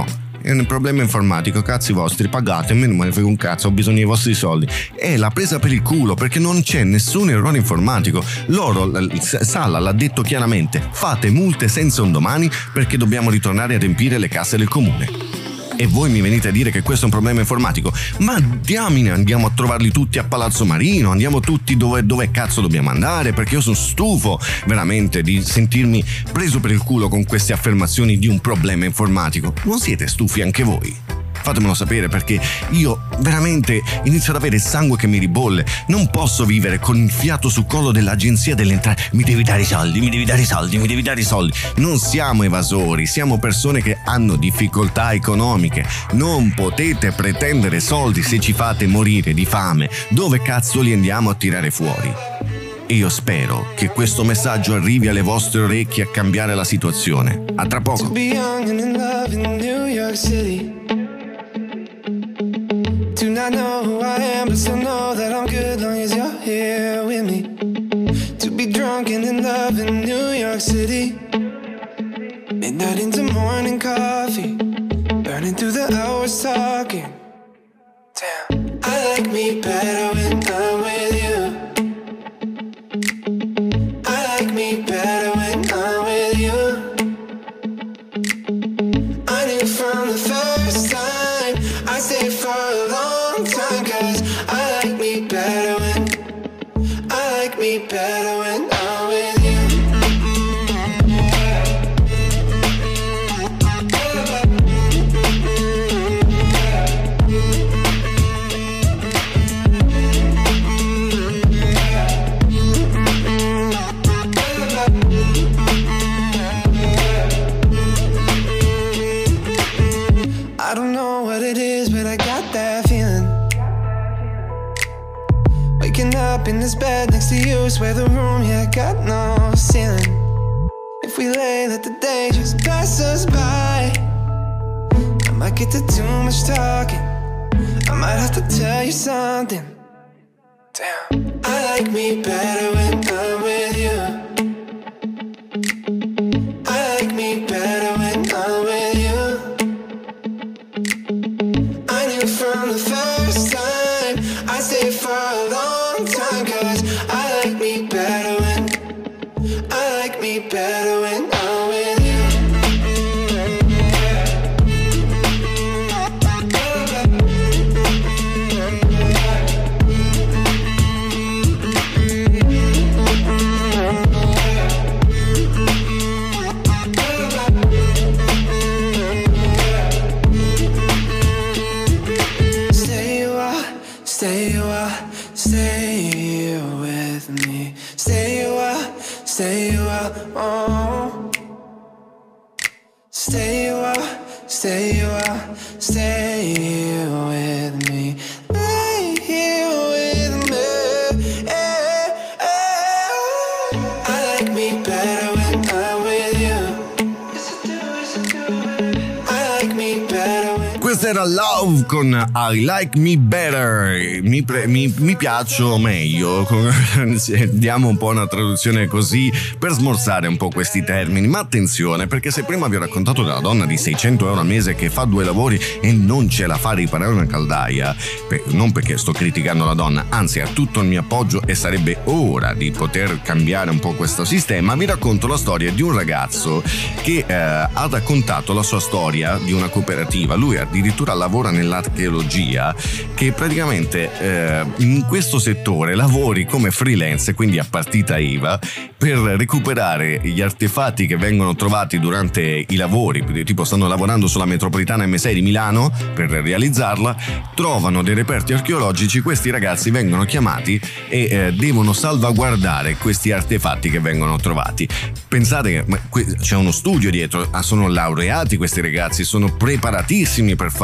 è un problema informatico, cazzi vostri, pagatemi, non me ne frega un cazzo, ho bisogno dei vostri soldi. È la presa per il culo, perché non c'è nessun errore informatico. Loro, Sala l'ha detto chiaramente, fate multe senza un domani perché dobbiamo ritornare a riempire le casse del comune. E voi mi venite a dire che questo è un problema informatico? Ma diamine, andiamo a trovarli tutti a Palazzo Marino, andiamo tutti dove cazzo dobbiamo andare, perché io sono stufo veramente di sentirmi preso per il culo con queste affermazioni di un problema informatico. Non siete stufi anche voi? Fatemelo sapere, perché io veramente inizio ad avere il sangue che mi ribolle. Non posso vivere con il fiato sul collo dell'agenzia delle entrate. Mi devi dare i soldi, mi devi dare i soldi, mi devi dare i soldi. Non siamo evasori, siamo persone che hanno difficoltà economiche. Non potete pretendere soldi se ci fate morire di fame. Dove cazzo li andiamo a tirare fuori? E io spero che questo messaggio arrivi alle vostre orecchie a cambiare la situazione. A tra poco. Do not know who I am, but still know that I'm good long as you're here with me. To be drunk and in love in New York City. Midnight into morning coffee, burning through the hours talking. Damn, I like me better when I'm with you. I like me better when I'm with you. I knew from the first time I stayed for a long time, 'cause I like me better when I'm with you. I don't know what it is, but I got that feeling. Waking up in this bed next to you, swear the room, yeah, got no ceiling. If we lay, let the day just pass us by. I might get to too much talking, I might have to tell you something. Damn, I like me better when I'm with you. I like me better when I'm with you. I knew from the first time I stayed for a long time, 'cause I like me better when I'm with you. Stay with me. Stay a while, oh. Stay a while, stay with me. Lay here with me. I like me better when I'm with you. I like me better when. Questa era Love con I Like Me Better. Mi piaccio meglio. Diamo un po' una traduzione così per smorzare un po' questi termini. Ma attenzione, perché se prima vi ho raccontato della donna di 600 euro al mese che fa 2 lavori e non ce la fa a riparare una caldaia, non perché sto criticando la donna, anzi ha tutto il mio appoggio e sarebbe ora di poter cambiare un po' questo sistema, vi racconto la storia di un ragazzo che ha raccontato la sua storia di una cooperativa. Lui addirittura lavora nell'archeologia, che praticamente in questo settore lavori come freelance, quindi a partita IVA, per recuperare gli artefatti che vengono trovati durante i lavori. Tipo stanno lavorando sulla metropolitana M6 di Milano per realizzarla, trovano dei reperti archeologici, questi ragazzi vengono chiamati e devono salvaguardare questi artefatti che vengono trovati. Pensate che c'è uno studio dietro, sono laureati questi ragazzi, sono preparatissimi per fare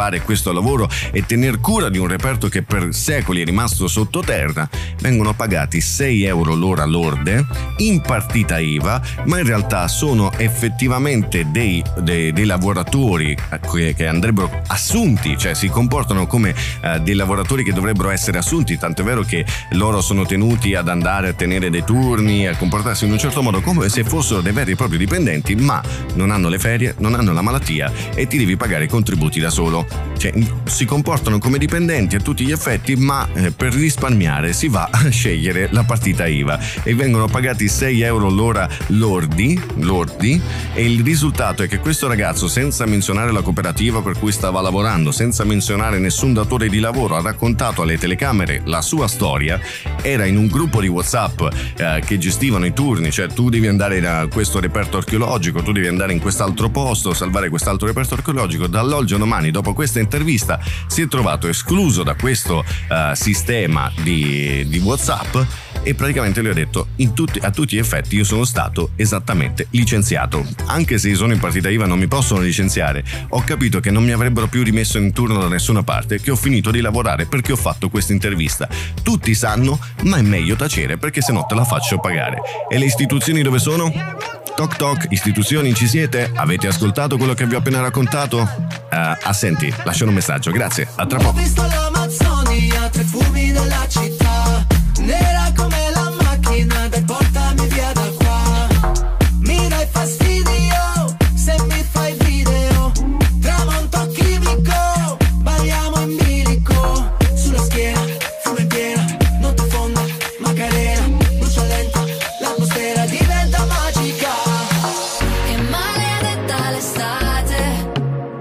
fare questo lavoro e tener cura di un reperto che per secoli è rimasto sottoterra, vengono pagati 6 euro l'ora lorde in partita IVA, ma in realtà sono effettivamente dei lavoratori che andrebbero assunti, cioè si comportano come dei lavoratori che dovrebbero essere assunti, tanto è vero che loro sono tenuti ad andare a tenere dei turni, a comportarsi in un certo modo come se fossero dei veri e propri dipendenti, ma non hanno le ferie, non hanno la malattia e ti devi pagare i contributi da solo. Cioè si comportano come dipendenti a tutti gli effetti, ma per risparmiare si va a scegliere la partita IVA e vengono pagati 6 euro l'ora lordi, e il risultato è che questo ragazzo, senza menzionare la cooperativa per cui stava lavorando, senza menzionare nessun datore di lavoro, ha raccontato alle telecamere la sua storia. Era in un gruppo di WhatsApp che gestivano i turni, cioè tu devi andare da questo reperto archeologico, tu devi andare in quest'altro posto, salvare quest'altro reperto archeologico. Dall'oggi al domani, dopo questa intervista, si è trovato escluso da questo sistema di WhatsApp e praticamente gli ho detto a tutti gli effetti io sono stato esattamente licenziato. Anche se sono in partita IVA non mi possono licenziare, ho capito che non mi avrebbero più rimesso in turno da nessuna parte, che ho finito di lavorare perché ho fatto questa intervista. Tutti sanno, ma è meglio tacere perché se no te la faccio pagare. E le istituzioni dove sono? Toc toc, istituzioni, ci siete? Avete ascoltato quello che vi ho appena raccontato? Senti, lasciano un messaggio, grazie, a tra poco. Ho visto l'Amazzonia, tra i fumi della città, nera come la macchina del portami via da qua. Mi dai fastidio se mi fai video, tramonto chimico, balliamo in bilico, sulla schiena, fumo in piena, notte fonda, Macarena, brucia lenta, l'atmosfera diventa magica. Che maledetta l'estate,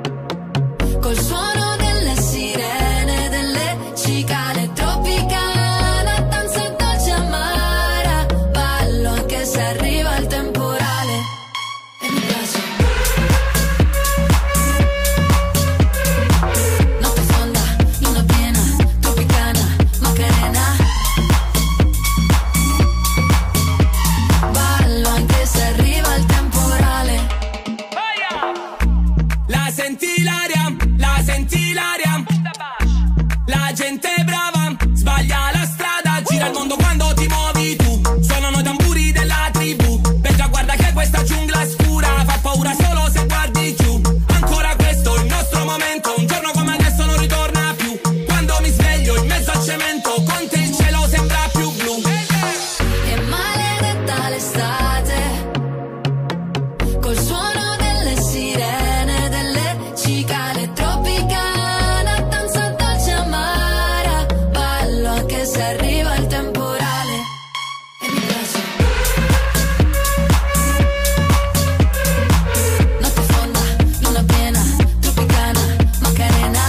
col suono delle sirene, delle cicale tropicana, danza dolce amara, ballo anche se arriva il temporale e mi piace. Notte fonda, luna piena, tropicana, Macarena, ballo anche se arriva il temporale. La senti l'aria, la senti l'aria. La gente è brava, sbaglia la strada, gira il mondo quando ti muovi tu. Suonano i tamburi della tribù, Petra guarda che questa giungla scura fa paura solo se guardi giù. Ancora questo è il nostro momento, un giorno come adesso non ritorna più. Quando mi sveglio in mezzo al cemento, con te il cielo sembra più blu. Che maledetta l'estate, col suono delle sirene, delle cicale tropicana, danza dolce amara, ballo anche se arriva il temporale e mi piace. Notte fonda, luna piena, tropicana, Macarena,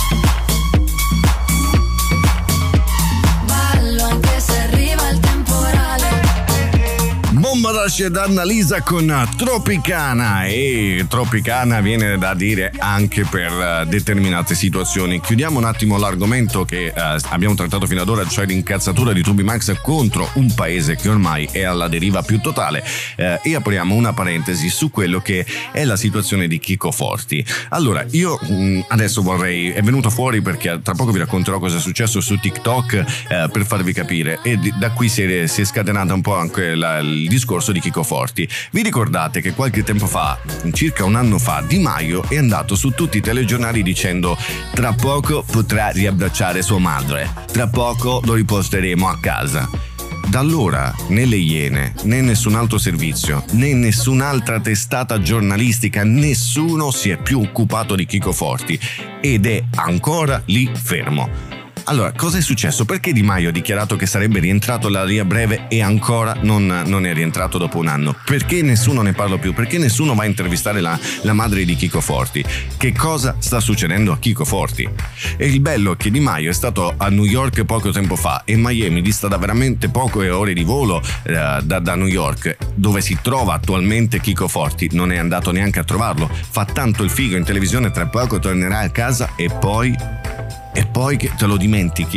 ballo anche se arriva il temporale. Bomba Rush ed Annalisa con Tropicana, e Tropicana viene da dire anche per determinate situazioni. Chiudiamo un attimo l'argomento che abbiamo trattato fino ad ora, cioè l'incazzatura di TubiMax contro un paese che ormai è alla deriva più totale, e apriamo una parentesi su quello che è la situazione di Chico Forti. Allora, io adesso è venuto fuori perché tra poco vi racconterò cosa è successo su TikTok, per farvi capire, e da qui si è scatenata un po' anche il discorso di Chico Forti. Vi ricordate che qualche tempo fa, circa un anno fa, Di Maio è andato su tutti i telegiornali dicendo: tra poco potrà riabbracciare sua madre, tra poco lo riporteremo a casa. Da allora né le Iene, né nessun altro servizio, né nessun'altra testata giornalistica, nessuno si è più occupato di Chico Forti ed è ancora lì fermo. Allora, cosa è successo? Perché Di Maio ha dichiarato che sarebbe rientrato alla via breve e ancora non è rientrato dopo un anno? Perché nessuno ne parla più? Perché nessuno va a intervistare la madre di Chico Forti? Che cosa sta succedendo a Chico Forti? E il bello è che Di Maio è stato a New York poco tempo fa, e Miami dista da veramente poche ore di volo da New York, dove si trova attualmente Chico Forti. Non è andato neanche a trovarlo, fa tanto il figo in televisione, tra poco tornerà a casa e poi che te lo dimentichi?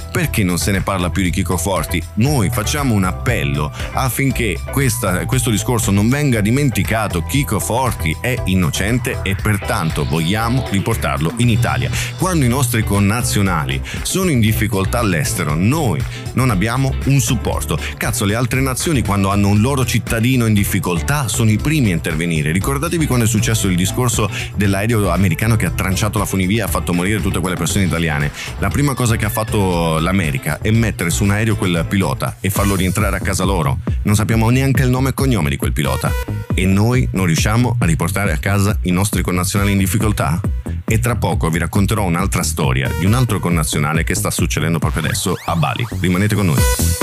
perché non se ne parla più di Chico Forti? Noi facciamo un appello affinché questo discorso non venga dimenticato. Chico Forti è innocente e pertanto vogliamo riportarlo in Italia. Quando i nostri connazionali sono in difficoltà all'estero, noi non abbiamo un supporto. Cazzo, le altre nazioni quando hanno un loro cittadino in difficoltà sono i primi a intervenire. Ricordatevi quando è successo il discorso dell'aereo americano che ha tranciato la funivia e ha fatto morire tutte quelle persone italiane. La prima cosa che ha fatto l'America è mettere su un aereo quel pilota e farlo rientrare a casa loro. Non sappiamo neanche il nome e cognome di quel pilota e noi non riusciamo a riportare a casa i nostri connazionali in difficoltà? E tra poco vi racconterò un'altra storia di un altro connazionale che sta succedendo proprio adesso a Bali. Rimanete con noi.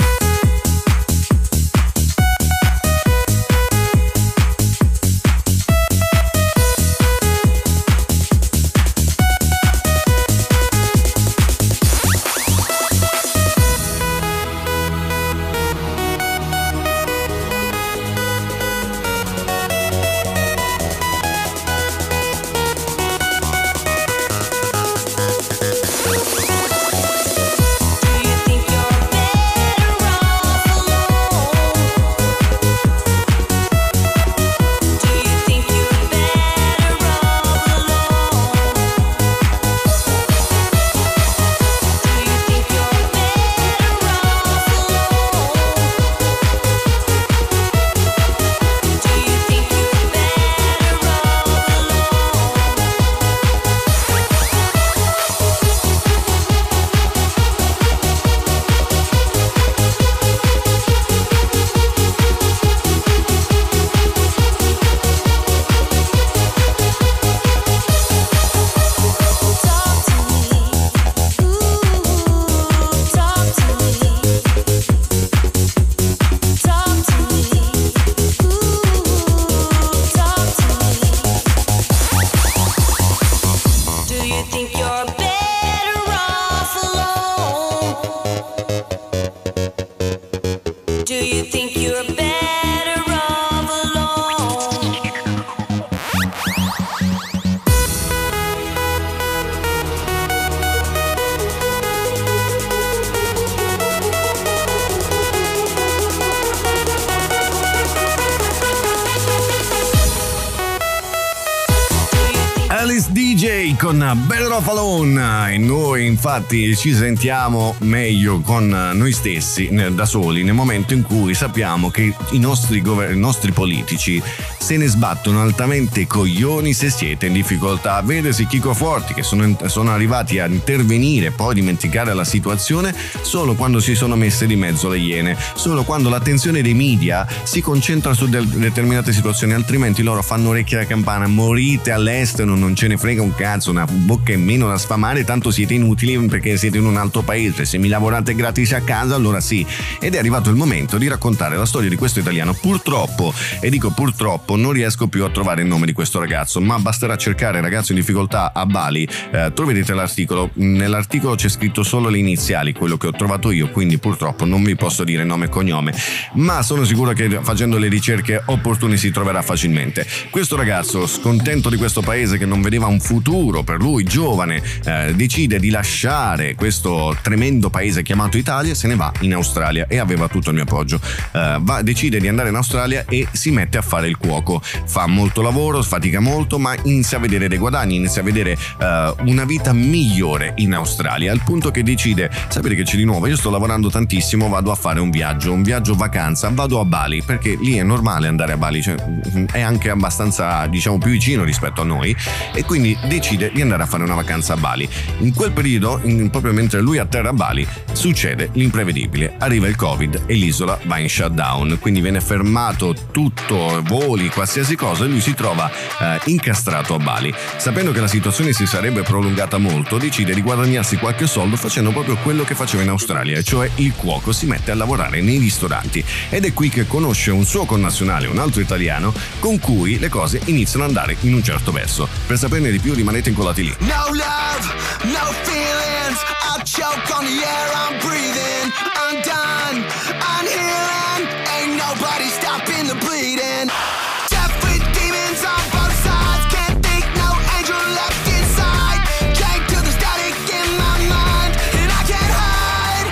Con Better Off Alone, e noi infatti ci sentiamo meglio con noi stessi da soli nel momento in cui sappiamo che i nostri politici se ne sbattono altamente i coglioni se siete in difficoltà. Vedesi Chico Forti che sono arrivati a intervenire, poi dimenticare la situazione solo quando si sono messe di mezzo le iene, solo quando l'attenzione dei media si concentra su determinate situazioni, altrimenti loro fanno orecchie alla campana: morite all'estero, non ce ne frega un cazzo, una bocca in meno da sfamare, tanto siete inutili perché siete in un altro paese, se mi lavorate gratis a casa allora sì. Ed è arrivato il momento di raccontare la storia di questo italiano. Purtroppo, e dico purtroppo, non riesco più a trovare il nome di questo ragazzo, ma basterà cercare ragazzo in difficoltà a Bali, troverete l'articolo. Nell'articolo c'è scritto solo le iniziali, quello che ho trovato io, quindi purtroppo non vi posso dire nome e cognome, ma sono sicuro che facendo le ricerche opportune si troverà facilmente. Questo ragazzo, scontento di questo paese che non vedeva un futuro per lui, giovane, decide di lasciare questo tremendo paese chiamato Italia, se ne va in Australia e aveva tutto il mio appoggio. Decide di andare in Australia e si mette a fare il cuoco. Fa molto lavoro, fatica molto, ma inizia a vedere dei guadagni, inizia a vedere una vita migliore in Australia, al punto che decide: sapete che c'è di nuovo, io sto lavorando tantissimo, vado a fare un viaggio vacanza, vado a Bali, perché lì è normale andare a Bali, cioè è anche abbastanza, diciamo, più vicino rispetto a noi, e quindi decide di andare a fare una vacanza a Bali. In quel periodo, proprio mentre lui atterra a Bali, succede l'imprevedibile, arriva il Covid e l'isola va in shutdown, quindi viene fermato tutto, voli, qualsiasi cosa, e lui si trova incastrato a Bali. Sapendo che la situazione si sarebbe prolungata molto, decide di guadagnarsi qualche soldo facendo proprio quello che faceva in Australia, cioè il cuoco. Si mette a lavorare nei ristoranti ed è qui che conosce un suo connazionale, un altro italiano, con cui le cose iniziano ad andare in un certo verso. Per saperne di più rimanete incollati lì. No love, no feelings, I choke on the air I'm breathing. I'm done, I'm healing, ain't nobody stopping the bleeding. Death with demons on both sides, can't think no angel left inside. Drank to the static in my mind, and I can't hide.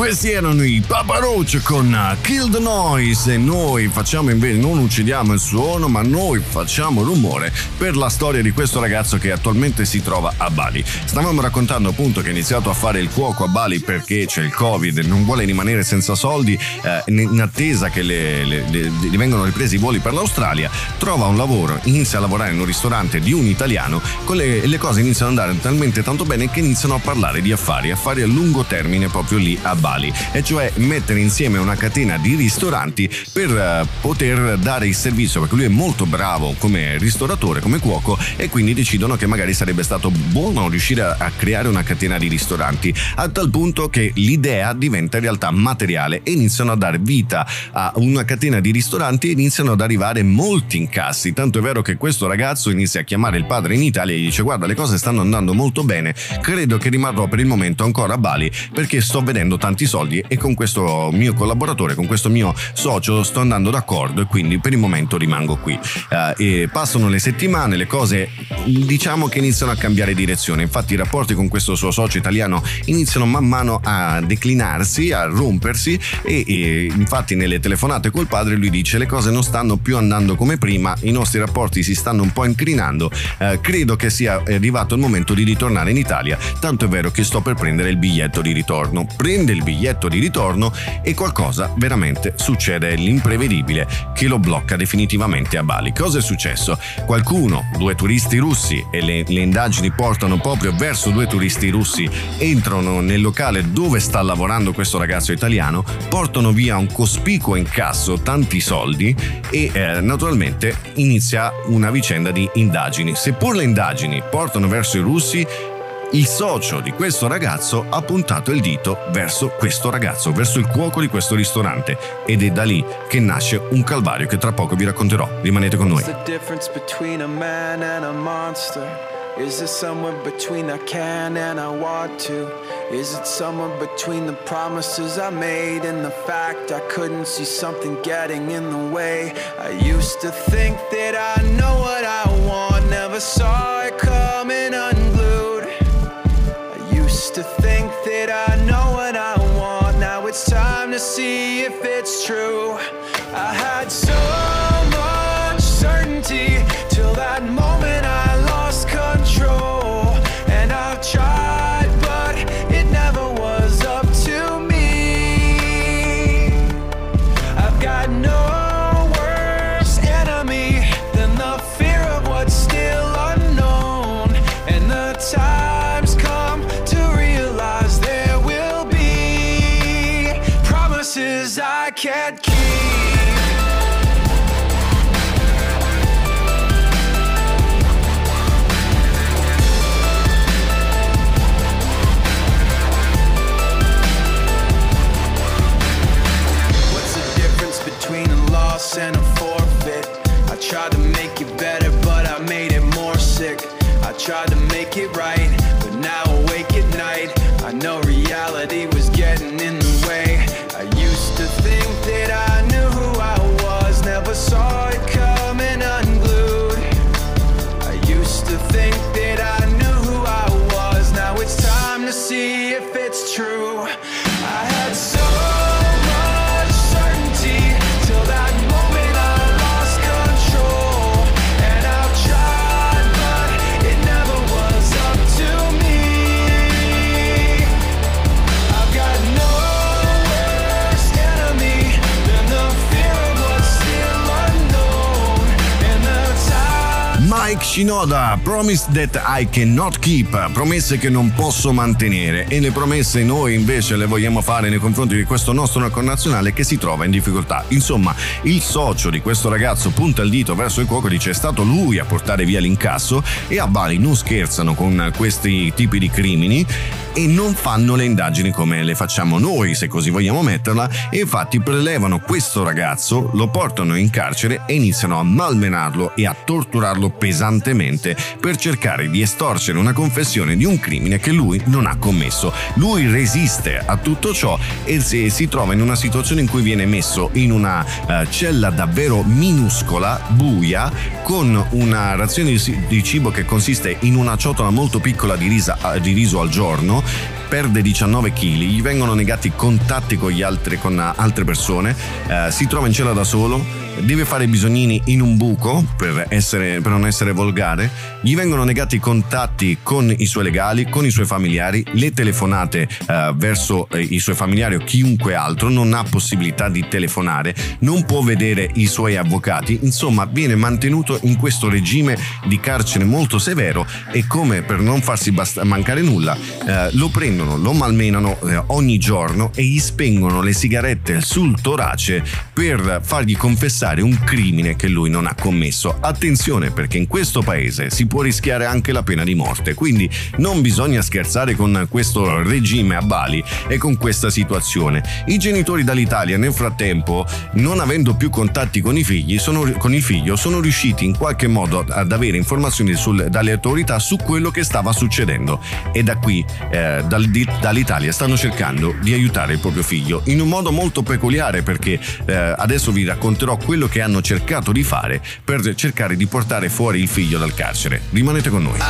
Questi erano i Papa Roach con Kill the Noise e noi facciamo invece, non uccidiamo il suono, ma noi facciamo rumore per la storia di questo ragazzo che attualmente si trova a Bali. Stavamo raccontando appunto che ha iniziato a fare il cuoco a Bali perché c'è il Covid e non vuole rimanere senza soldi, in attesa che gli vengano ripresi i voli per l'Australia. Trova un lavoro, inizia a lavorare in un ristorante di un italiano, con le cose iniziano ad andare talmente tanto bene che iniziano a parlare di affari a lungo termine proprio lì a Bali, e cioè mettere insieme una catena di ristoranti per poter dare il servizio, perché lui è molto bravo come ristoratore, come cuoco, e quindi decidono che magari sarebbe stato buono riuscire a creare una catena di ristoranti, a tal punto che l'idea diventa in realtà materiale e iniziano a dare vita a una catena di ristoranti e iniziano ad arrivare molti incassi, tanto è vero che questo ragazzo inizia a chiamare il padre in Italia e gli dice: guarda, le cose stanno andando molto bene, credo che rimarrò per il momento ancora a Bali perché sto vedendo tanti soldi e con questo mio collaboratore, con questo mio socio sto andando d'accordo e quindi per il momento rimango qui. E passano le settimane, le cose diciamo che iniziano a cambiare direzione, infatti i rapporti con questo suo socio italiano iniziano man mano a declinarsi, a rompersi e infatti nelle telefonate col padre lui dice: le cose non stanno più andando come prima, i nostri rapporti si stanno un po' incrinando, credo che sia arrivato il momento di ritornare in Italia, tanto è vero che sto per prendere il biglietto di ritorno. Prende il biglietto di ritorno e qualcosa veramente succede, l'imprevedibile che lo blocca definitivamente a Bali. Cosa è successo? Qualcuno, 2 turisti russi, e le indagini portano proprio verso 2 turisti russi, entrano nel locale dove sta lavorando questo ragazzo italiano, portano via un cospicuo incasso, tanti soldi e naturalmente inizia una vicenda di indagini. Seppur le indagini portano verso i russi, il socio di questo ragazzo ha puntato il dito verso questo ragazzo, verso il cuoco di questo ristorante, ed è da lì che nasce un calvario che tra poco vi racconterò. Rimanete con noi. What's the difference between a man and a monster? Is it somewhere between I can and I want to? Is it somewhere between the promises I made and the fact I couldn't see something getting in the way? I used to think that I know what I want, never saw it coming unglued. I used to think that I know what I want, now it's time to see if it's true. I had so much certainty till that moment I lost control, and I've tried but it never was up to me. I've got no worse enemy than the fear of what's still unknown, and the time's come to realize there will be promises I can't keep. And a forfeit. I tried to make it better, but I made it more sick. I tried to make it right, but now awake at night, I know reality was getting in the way. I used to think that I knew who I was, never saw it coming unglued. I used to think that I knew who I was, now it's time to see if it's true. I had so much certainty till that moment I lost control, and I've tried but it never was up to me. I've got no worse enemy than the fear of what's still unknown, and the time. Mike Shinoda, Promise That I Cannot Keep, promesse che non posso mantenere, e le promesse noi invece le vogliamo fare nei confronti di questo nostro connazionale che si trova in difficoltà. Insomma, il socio di questo ragazzo punta il dito verso il cuoco, dice: è stato lui a portare via l'incasso, e a Bali non scherzano con questi tipi di crimini e non fanno le indagini come le facciamo noi, se così vogliamo metterla, e infatti prelevano questo ragazzo, lo portano in carcere e iniziano a malmenarlo e a torturarlo pesantemente pesantemente per cercare di estorcere una confessione di un crimine che lui non ha commesso. Lui resiste a tutto ciò e si trova in una situazione in cui viene messo in una cella davvero minuscola, buia, con una razione di cibo che consiste in una ciotola molto piccola di riso al giorno. Perde 19 kg, gli vengono negati contatti con altre persone, si trova in cella da solo, deve fare i bisognini in un buco per non essere volgare, gli vengono negati i contatti con i suoi legali, con i suoi familiari, le telefonate verso i suoi familiari o chiunque altro, non ha possibilità di telefonare, non può vedere i suoi avvocati, insomma viene mantenuto in questo regime di carcere molto severo e, come per non farsi mancare nulla, lo prendono, lo malmenano ogni giorno e gli spengono le sigarette sul torace per fargli confessare un crimine che lui non ha commesso. Attenzione, perché in questo paese si può rischiare anche la pena di morte, quindi non bisogna scherzare con questo regime a Bali e con questa situazione. I genitori dall'Italia nel frattempo, non avendo più contatti con il figlio, sono riusciti in qualche modo ad avere informazioni dalle autorità su quello che stava succedendo e da qui dall'Italia stanno cercando di aiutare il proprio figlio in un modo molto peculiare, perché adesso vi racconterò quello che hanno cercato di fare per cercare di portare fuori il figlio dal carcere. Rimanete con noi.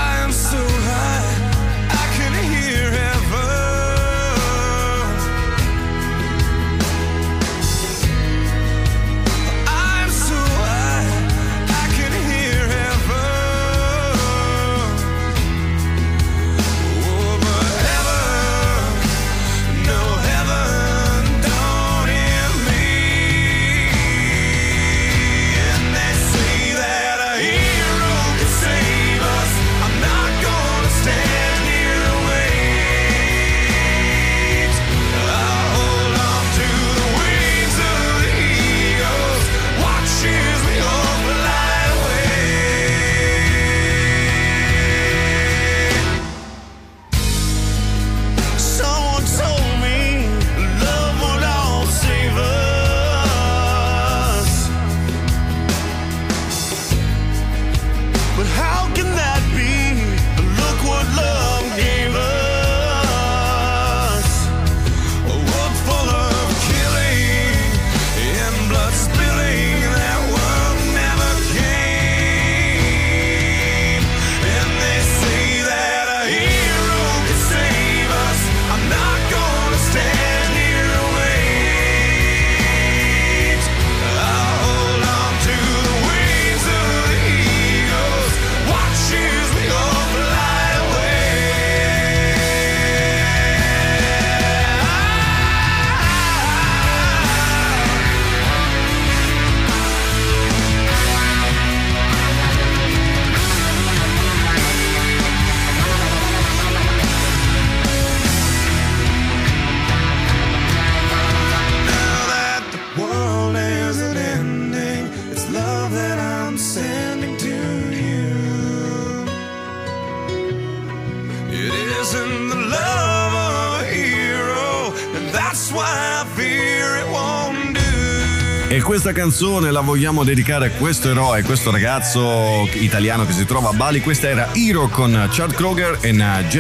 E questa canzone la vogliamo dedicare a questo eroe, questo ragazzo italiano che si trova a Bali. Questa era Hero con Chad Kroger e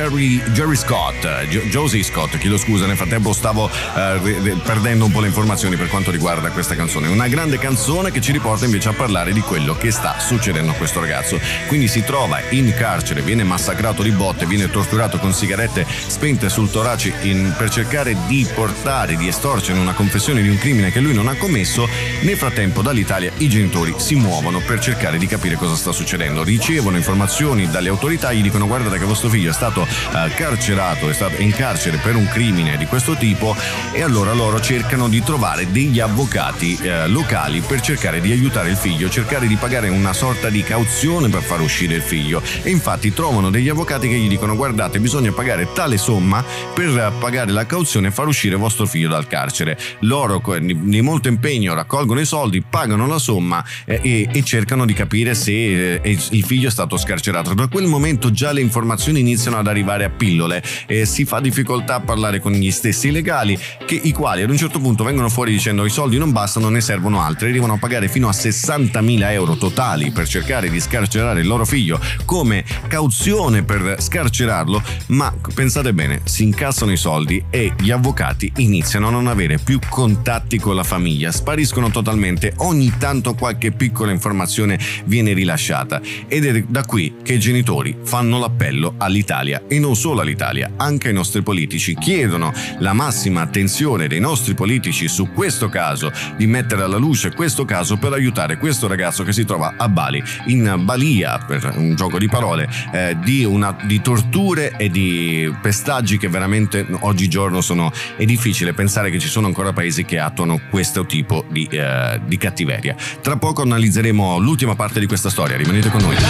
Josie Scott, chiedo scusa, nel frattempo stavo perdendo un po' le informazioni per quanto riguarda questa canzone. Una grande canzone che ci riporta invece a parlare di quello che sta succedendo a questo ragazzo. Quindi si trova in carcere, viene massacrato di botte, viene torturato con sigarette spente sul torace per cercare di estorcere una confessione di un crimine che lui non ha commesso. Nel frattempo dall'Italia i genitori si muovono per cercare di capire cosa sta succedendo, ricevono informazioni dalle autorità, gli dicono: guardate che vostro figlio è stato carcerato, è stato in carcere per un crimine di questo tipo, e allora loro cercano di trovare degli avvocati locali per cercare di aiutare il figlio, cercare di pagare una sorta di cauzione per far uscire il figlio, e infatti trovano degli avvocati che gli dicono: guardate, bisogna pagare tale somma per pagare la cauzione e far uscire vostro figlio dal carcere. Loro di molto impegno raccolgono raccolgono i soldi, pagano la somma e cercano di capire se il figlio è stato scarcerato. Da quel momento già le informazioni iniziano ad arrivare a pillole e si fa difficoltà a parlare con gli stessi legali, i quali ad un certo punto vengono fuori dicendo i soldi non bastano, ne servono altri, arrivano a pagare fino a 60.000 euro totali per cercare di scarcerare il loro figlio come cauzione per scarcerarlo, ma pensate bene, si incassano i soldi e gli avvocati iniziano a non avere più contatti con la famiglia, spariscono totalmente, ogni tanto qualche piccola informazione viene rilasciata ed è da qui che i genitori fanno l'appello all'Italia e non solo all'Italia, anche ai nostri politici, chiedono la massima attenzione dei nostri politici su questo caso, di mettere alla luce questo caso per aiutare questo ragazzo che si trova a Bali, in balia, per un gioco di parole, di torture e di pestaggi che veramente oggigiorno è difficile pensare che ci sono ancora paesi che attuano questo tipo di cattiveria. Tra poco analizzeremo l'ultima parte di questa storia, rimanete con noi.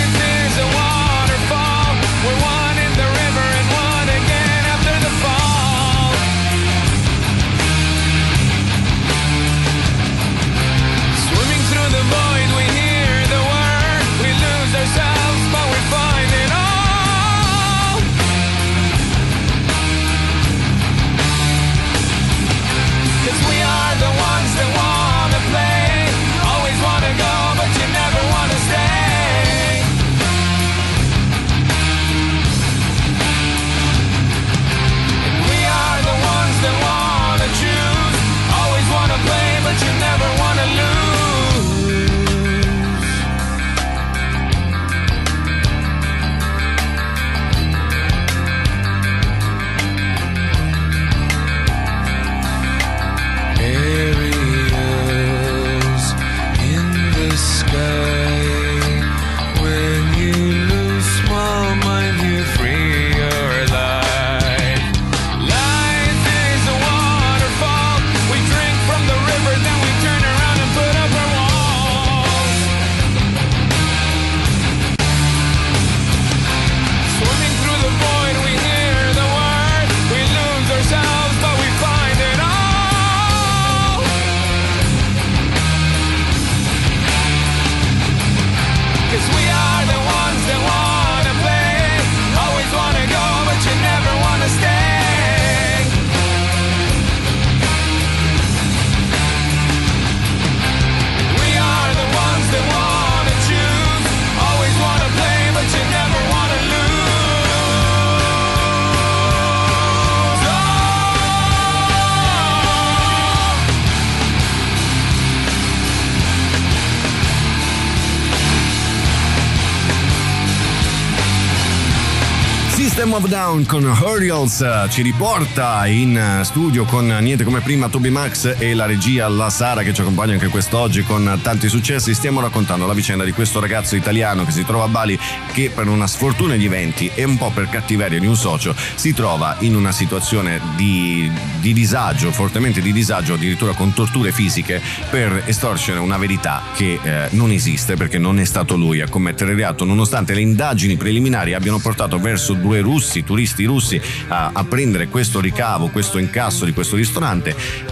System of Down con Hurdles ci riporta in studio con niente come prima Toby Max e la regia La Sara che ci accompagna anche quest'oggi con tanti successi. Stiamo raccontando la vicenda di questo ragazzo italiano che si trova a Bali, che per una sfortuna di eventi e un po' per cattiveria di un socio si trova in una situazione di disagio, fortemente di disagio, addirittura con torture fisiche, per estorcere una verità che non esiste, perché non è stato lui a commettere il reato, nonostante le indagini preliminari abbiano portato verso due turisti russi a prendere questo ricavo, questo incasso di questo ristorante.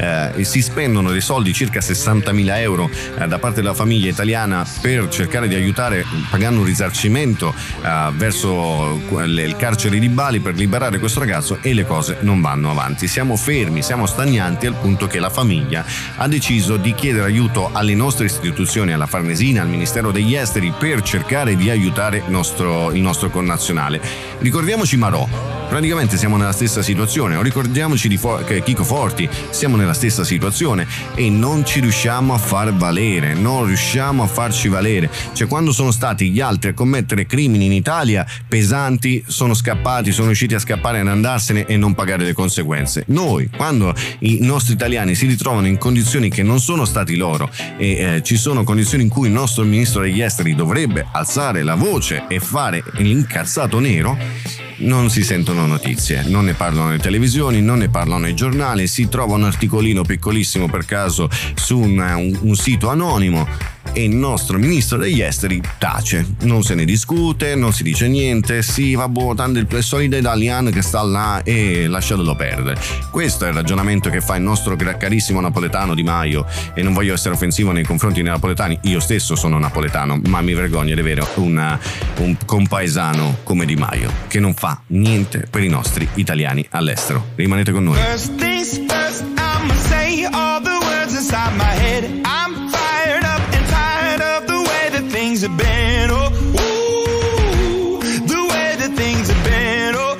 Si spendono dei soldi, circa 60.000 euro da parte della famiglia italiana per cercare di aiutare, pagando un risarcimento verso il carcere di Bali per liberare questo ragazzo, e le cose non vanno avanti. Siamo fermi, siamo stagnanti, al punto che la famiglia ha deciso di chiedere aiuto alle nostre istituzioni, alla Farnesina, al Ministero degli Esteri, per cercare di aiutare il nostro connazionale. Ricordiamoci Marò, praticamente siamo nella stessa situazione, o ricordiamoci di Chico Forti, siamo nella stessa situazione e non ci riusciamo a far valere, non riusciamo a farci valere. Cioè, quando sono stati gli altri a commettere crimini in Italia pesanti, sono scappati, sono riusciti a scappare, ad andarsene e non pagare le conseguenze. Noi, quando i nostri italiani si ritrovano in condizioni che non sono stati loro e ci sono condizioni in cui il nostro ministro degli esteri dovrebbe alzare la voce e fare l'incazzato nero, non si sentono notizie, non ne parlano le televisioni, non ne parlano i giornali, si trova un articolino piccolissimo per caso su un sito anonimo, e il nostro ministro degli esteri tace, non se ne discute, non si dice niente, sì vabbè, tanto il solito italiano che sta là e lasciatelo perdere. Questo è il ragionamento che fa il nostro carissimo napoletano Di Maio, e non voglio essere offensivo nei confronti dei napoletani, io stesso sono napoletano, ma mi vergogno di avere un compaesano come Di Maio che non fa niente per i nostri italiani all'estero. Rimanete con noi. First things first, I'ma say all the words inside my head. I'm fired up and tired of the way that things have been. Oh, ooh, the way that things have been. Oh,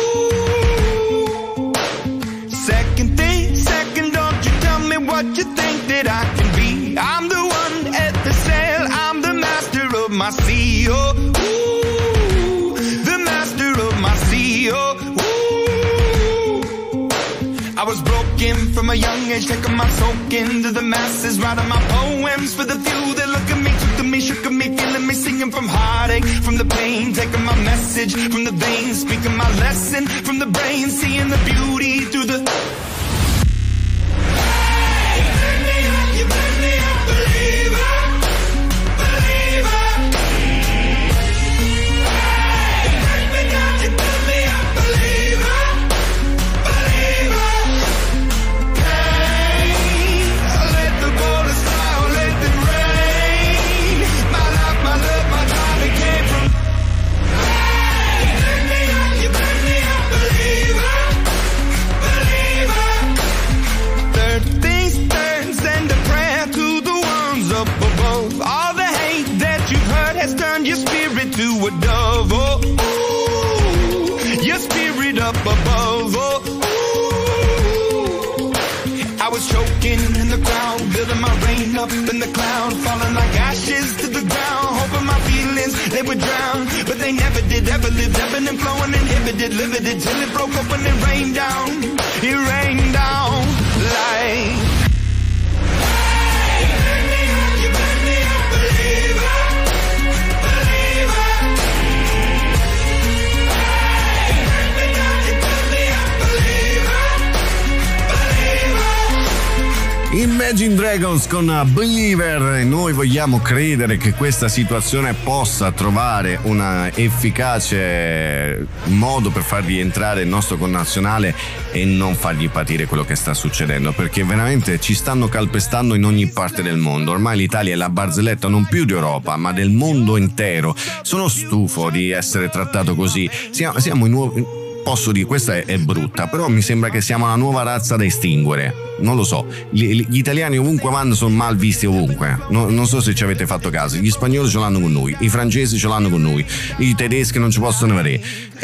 ooh. Second thing, second, don't you tell me what you think that I can be. I'm the one at the sail, I'm the master of my sea. Oh, ooh, the master of my sea. Oh, I was broken from a young age, taking my soak into the masses, writing my poems for the few that look at me, took to me, shook at me, feeling me, singing from heartache, from the pain, taking my message from the veins, speaking my lesson from the brain, seeing the beauty through the... Hey, you make me a believer, believer. Hey, break me down, you make me a believer, believer. Turn your spirit to a dove, oh, ooh, your spirit up above, oh, ooh. I was choking in the crowd, building my rain up in the cloud, falling like ashes to the ground, hoping my feelings, they would drown, but they never did, ever lived, ebbing and flowing, inhibited, limited, till it broke open and rained down like... Imagine Dragons con Believer. Noi vogliamo credere che questa situazione possa trovare un efficace modo per far rientrare il nostro connazionale e non fargli patire quello che sta succedendo, perché veramente ci stanno calpestando in ogni parte del mondo. Ormai l'Italia è la barzelletta non più d'Europa ma del mondo intero. Sono stufo di essere trattato così. Siamo i nuovi... Posso dire, questa è brutta, però mi sembra che siamo la nuova razza da estinguere. Non lo so, gli italiani ovunque vanno sono mal visti ovunque. Non so se ci avete fatto caso. Gli spagnoli ce l'hanno con noi, i francesi ce l'hanno con noi, i tedeschi non ci possono vedere.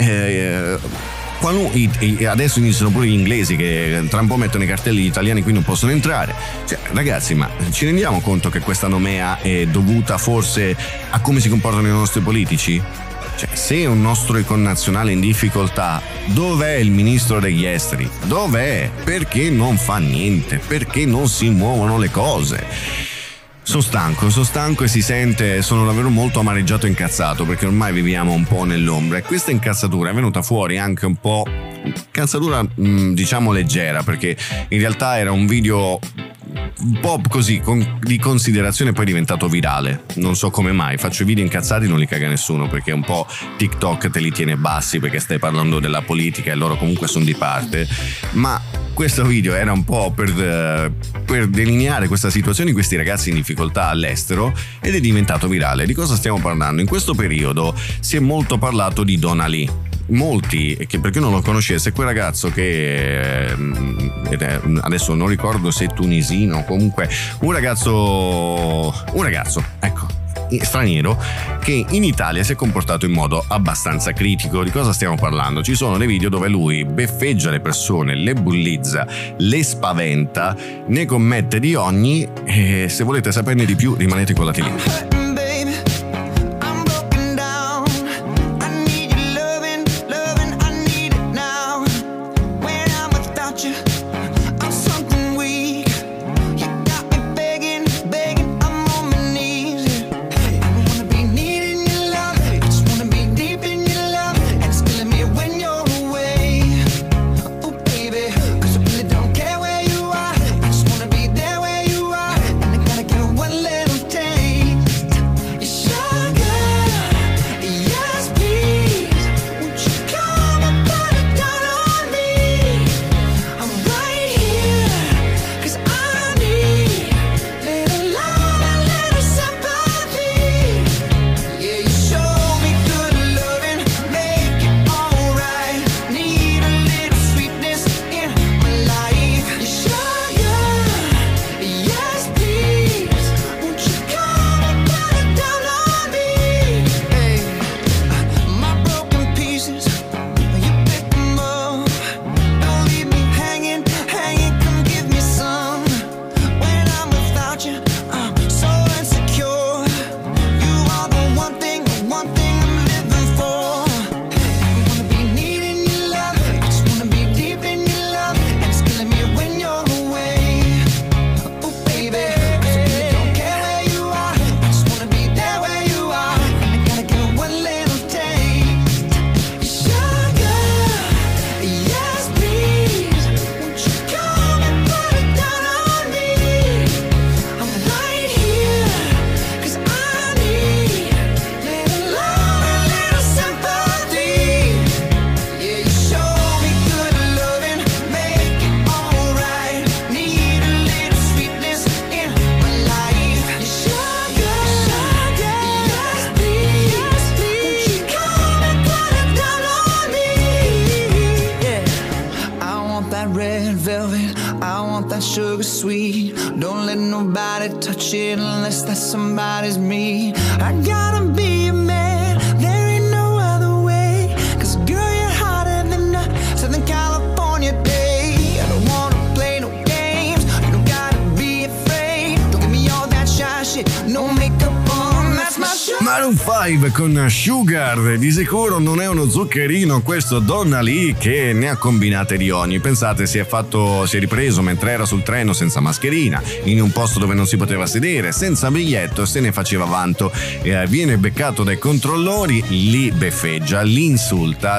Adesso iniziano pure gli inglesi che tra un po' mettono i cartelli, gli italiani qui non possono entrare. Cioè, ragazzi, ma ci rendiamo conto che questa nomea è dovuta forse a come si comportano i nostri politici? Cioè, se un nostro connazionale in difficoltà, dov'è il ministro degli esteri? Dov'è? Perché non fa niente? Perché non si muovono le cose? Sono stanco e si sente, sono davvero molto amareggiato e incazzato, perché ormai viviamo un po' nell'ombra e questa incazzatura è venuta fuori anche un po', incazzatura diciamo leggera, perché in realtà era un video un po' così di considerazione, poi è diventato virale. Non so come mai, faccio video incazzati, non li caga nessuno, perché un po' TikTok te li tiene bassi perché stai parlando della politica e loro comunque sono di parte, ma questo video era un po' per delineare questa situazione di questi ragazzi in difficoltà all'estero ed è diventato virale. Di cosa stiamo parlando? In questo periodo si è molto parlato di Donna Lee. Molti, che per chi non lo conoscesse, quel ragazzo che adesso non ricordo se è tunisino, comunque un ragazzo, ecco, straniero, che in Italia si è comportato in modo abbastanza critico. Di cosa stiamo parlando? Ci sono dei video dove lui beffeggia le persone, le bullizza, le spaventa, ne commette di ogni, e se volete saperne di più rimanete con la TV. Day nobody touch it unless that somebody's me. I gotta be a man, there ain't no other way. Cause girl, you're hotter than a Southern California day. I don't wanna play no games, you don't gotta be afraid. Don't give me all that shy shit, no makeup on, that's my shit. Maroon 5 con Sugar, di sicuro non è uno zuccherino questo Donna Lee, che ne ha combinate di ogni. Pensate, si è ripreso mentre era sul treno senza mascherina, in un posto dove non si poteva sedere, senza biglietto, se ne faceva vanto. Viene beccato dai controllori, li beffeggia, li insulta,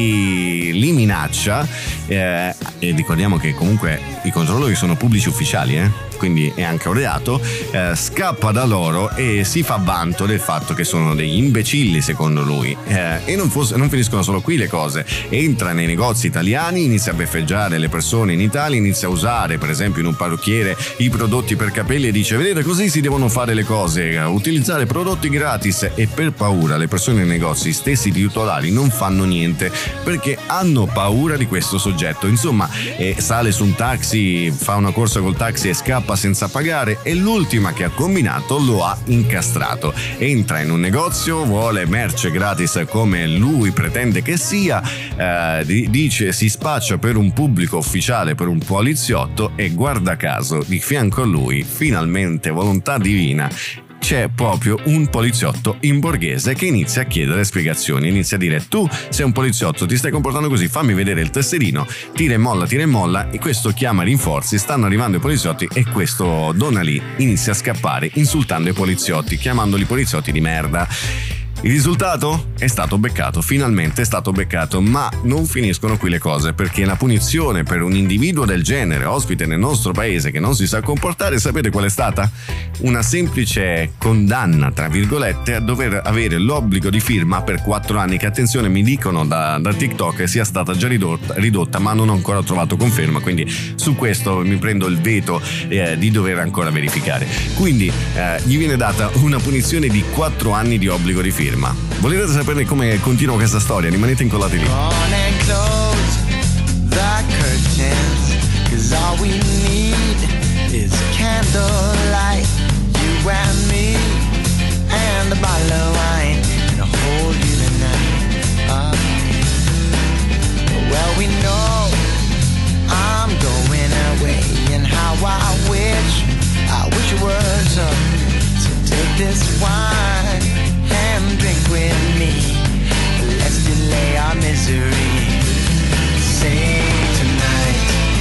li minaccia, e ricordiamo che comunque i controllori sono pubblici ufficiali, quindi è anche un reato. Scappa da loro e si fa vanto del fatto che sono degli imbecilli, secondo lui. E non finiscono solo qui le cose. Entra nei negozi italiani, inizia a beffeggiare le persone in Italia, inizia a usare, per esempio in un parrucchiere, i prodotti per capelli e dice: vedete, così si devono fare le cose, utilizzare prodotti gratis. E per paura le persone nei negozi, stessi titolari, non fanno niente perché hanno paura di questo soggetto. Insomma, sale su un taxi, fa una corsa col taxi e scappa senza pagare, e l'ultima che ha combinato lo ha incastrato. Entra in un negozio, vuole merce gratis come lui pretende che sia, dice, si spaccia per un pubblico ufficiale, per un poliziotto, e guarda caso di fianco a lui, finalmente, volontà divina, c'è proprio un poliziotto in borghese che inizia a chiedere spiegazioni, inizia a dire: tu sei un poliziotto, ti stai comportando così, fammi vedere il tesserino, tira e molla, e questo chiama rinforzi, stanno arrivando i poliziotti, e questo Donna Lee inizia a scappare insultando i poliziotti, chiamandoli poliziotti di merda. Il risultato? È stato beccato, finalmente è stato beccato, ma non finiscono qui le cose, perché la punizione per un individuo del genere, ospite nel nostro paese, che non si sa comportare, sapete qual è stata? Una semplice condanna, tra virgolette, a dover avere l'obbligo di firma per 4 anni, che, attenzione, mi dicono da TikTok sia stata già ridotta, ma non ho ancora trovato conferma, quindi su questo mi prendo il veto di dover ancora verificare. Quindi gli viene data una punizione di 4 anni di obbligo di firma. Volete sapere come continua questa storia? Rimanete incollati lì. On and close the curtains, 'cause all we need is candlelight, you and me, and a bottle of wine, and I'll hold you tonight. Well, we know I'm going away, and how I wish it were so. So take this wine and drink with me, let's delay our misery. Sing tonight,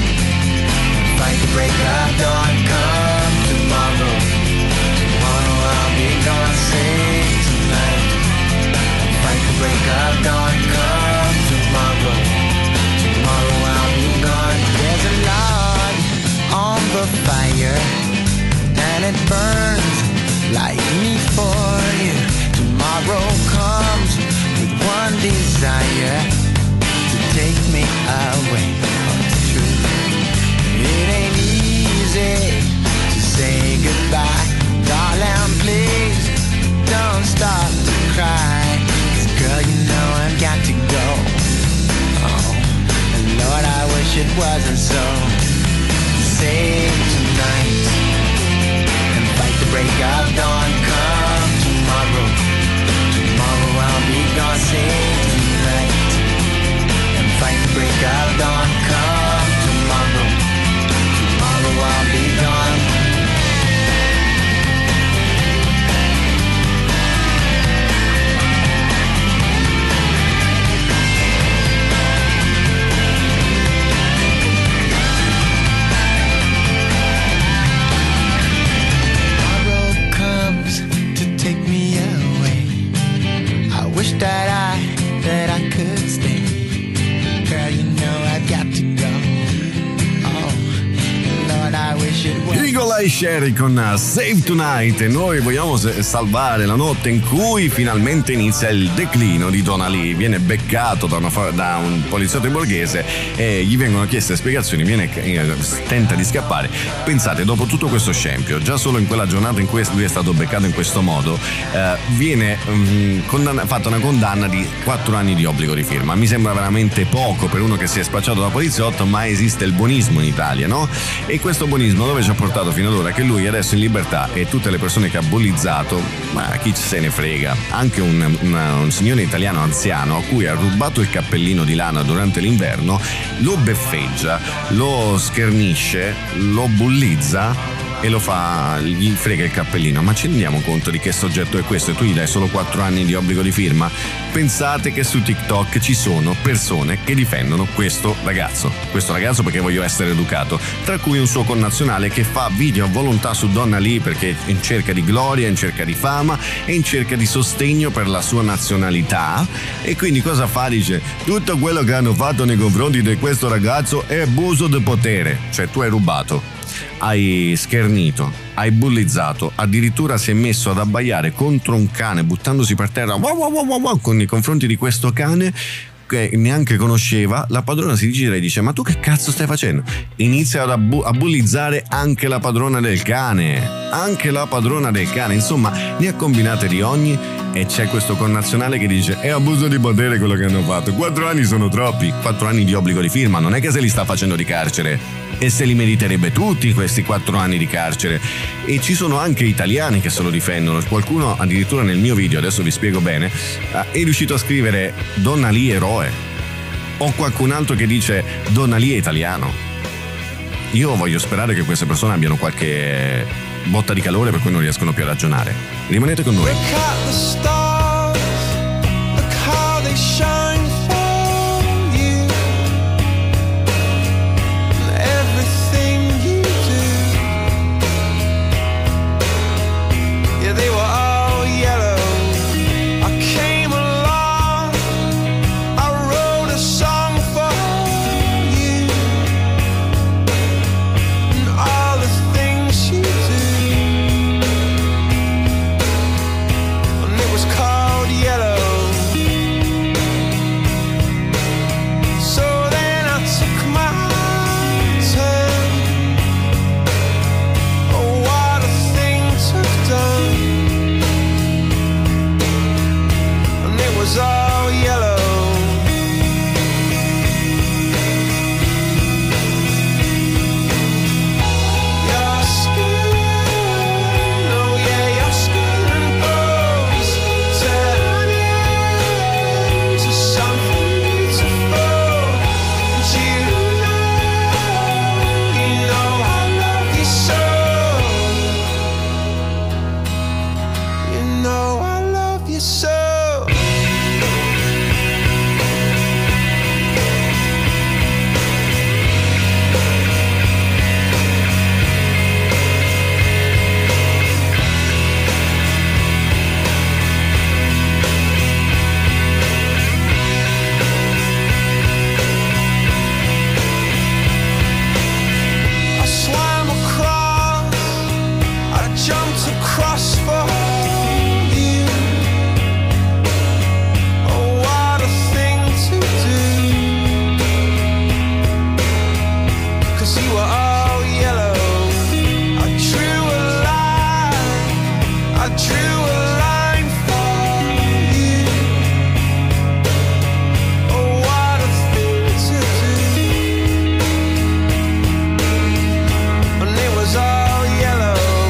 fight the break of dawn, come tomorrow. Tomorrow I'll be gone. Sing tonight, fight the break of dawn, come tomorrow. Tomorrow I'll be gone. There's a log on the fire, and it burns like me for you. Tomorrow comes with one desire, to take me away from the truth. It ain't easy to say goodbye, darling, please don't stop to cry, 'cause girl, you know I've got to go. Oh, and Lord, I wish it wasn't so. Sing tonight and fight the break of dawn, come tomorrow. Tomorrow I'll be gone. Sing tonight and fight the break of dawn, come tomorrow. Tomorrow I'll be gone. Tomorrow comes to take me away. I wish that I could stay. Girl, you know I've got to go. Oh, Lord, I wish it was. Eagle Eye Cherry con Save Tonight, e noi vogliamo salvare la notte in cui finalmente inizia il declino di Donna Lee. Viene beccato da un poliziotto borghese e gli vengono chieste spiegazioni, tenta di scappare. Pensate, dopo tutto questo scempio, già solo in quella giornata in cui lui è stato beccato in questo modo, viene fatta una condanna di 4 anni di obbligo di firma. Mi sembra veramente poco per uno che si è spacciato da poliziotto, ma esiste il buonismo in Italia, no? E questo buonismo dove ci ha portato fino allora che lui adesso in libertà e tutte le persone che ha bullizzato, ma chi se ne frega. Anche un signore italiano anziano a cui ha rubato il cappellino di lana durante l'inverno lo beffeggia, lo schernisce, lo bullizza e gli frega il cappellino. Ma ci rendiamo conto di che soggetto è questo? E tu gli dai solo 4 anni di obbligo di firma? Pensate che su TikTok ci sono persone che difendono questo ragazzo perché voglio essere educato, tra cui un suo connazionale che fa video a volontà su Donna Lee perché è in cerca di gloria, in cerca di fama e in cerca di sostegno per la sua nazionalità. E quindi cosa fa? Dice: tutto quello che hanno fatto nei confronti di questo ragazzo è abuso di potere. Cioè, tu hai rubato, hai schernito, hai bullizzato, addirittura si è messo ad abbaiare contro un cane buttandosi per terra con nei confronti di questo cane che neanche conosceva. La padrona si gira e dice: ma tu che cazzo stai facendo? Inizia a bullizzare anche la padrona del cane, insomma ne ha combinate di ogni. E c'è questo connazionale che dice: è abuso di potere quello che hanno fatto, 4 anni sono troppi, 4 anni di obbligo di firma, non è che se li sta facendo di carcere, e se li meriterebbe tutti questi 4 anni di carcere. E ci sono anche italiani che se lo difendono, qualcuno addirittura nel mio video, adesso vi spiego bene, è riuscito a scrivere Donna Lee eroe, o qualcun altro che dice Donna Lee è italiano. Io voglio sperare che queste persone abbiano qualche botta di calore per cui non riescono più a ragionare. Rimanete con noi. They were all yellow. I came along, I wrote a song for you, and all the things you do, and it was called Yellow. So then I took my turn. Oh, what a thing to done. Was all yellow. Your skin, oh yeah, your skin and bones turn into something beautiful. And you know I love you so. You know I love you so. Across for you. Oh, what a thing to do. 'Cause you were all yellow. I drew a line for you. Oh, what a thing to do. And it was all yellow.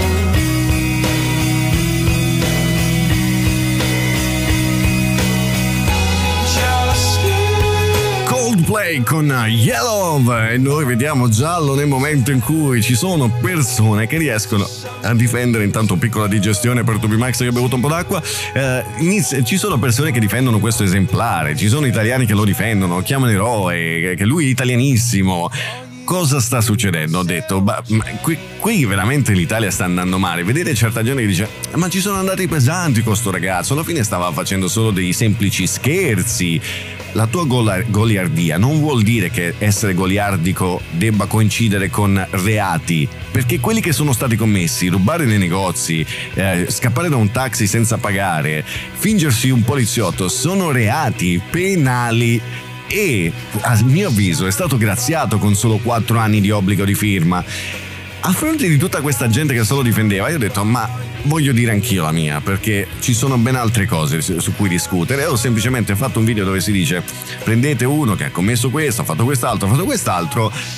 Coldplay con Yellow, e noi vediamo giallo nel momento in cui ci sono persone che riescono a difendere. Intanto piccola digestione per Toby Max che ha bevuto un po' d'acqua. Ci sono persone che difendono questo esemplare, ci sono italiani che lo difendono, lo chiamano eroe, che lui è italianissimo. Cosa sta succedendo? Ho detto, qui veramente l'Italia sta andando male. Vedete certa gente che dice: ma ci sono andati pesanti con sto ragazzo, alla fine stava facendo solo dei semplici scherzi. La tua goliardia non vuol dire che essere goliardico debba coincidere con reati, perché quelli che sono stati commessi, rubare nei negozi, scappare da un taxi senza pagare, fingersi un poliziotto, sono reati penali. E a mio avviso è stato graziato con solo 4 anni di obbligo di firma. A fronte di tutta questa gente che se lo difendeva, io ho detto: ma voglio dire anch'io la mia, perché ci sono ben altre cose su cui discutere. Ho semplicemente fatto un video dove si dice: prendete uno che ha commesso questo, ha fatto quest'altro,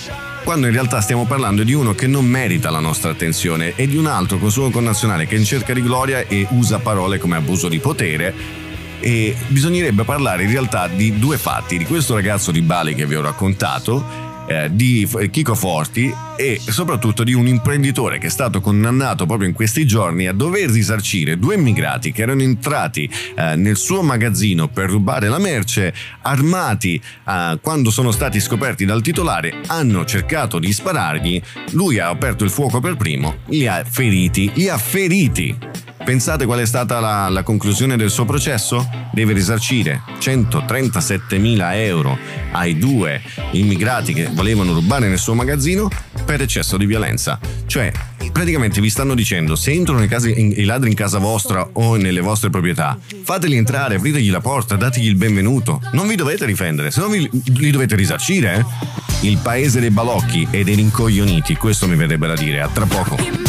quando in realtà stiamo parlando di uno che non merita la nostra attenzione e di un altro con suo connazionale che è in cerca di gloria e usa parole come abuso di potere. E bisognerebbe parlare in realtà di due fatti: di questo ragazzo di Bali che vi ho raccontato, di Chico Forti, e soprattutto di un imprenditore che è stato condannato proprio in questi giorni a dover risarcire due immigrati che erano entrati nel suo magazzino per rubare la merce, armati. Quando sono stati scoperti dal titolare hanno cercato di sparargli, lui ha aperto il fuoco per primo, li ha feriti. Pensate qual è stata la conclusione del suo processo? Deve risarcire 137.000 euro ai due immigrati che volevano rubare nel suo magazzino per eccesso di violenza. Cioè, praticamente vi stanno dicendo: se entrano i ladri in casa vostra o nelle vostre proprietà, fateli entrare, apritegli la porta, dategli il benvenuto. Non vi dovete difendere, se no li dovete risarcire, eh? Il paese dei balocchi e dei rincoglioniti, questo mi verrebbe da dire. A tra poco.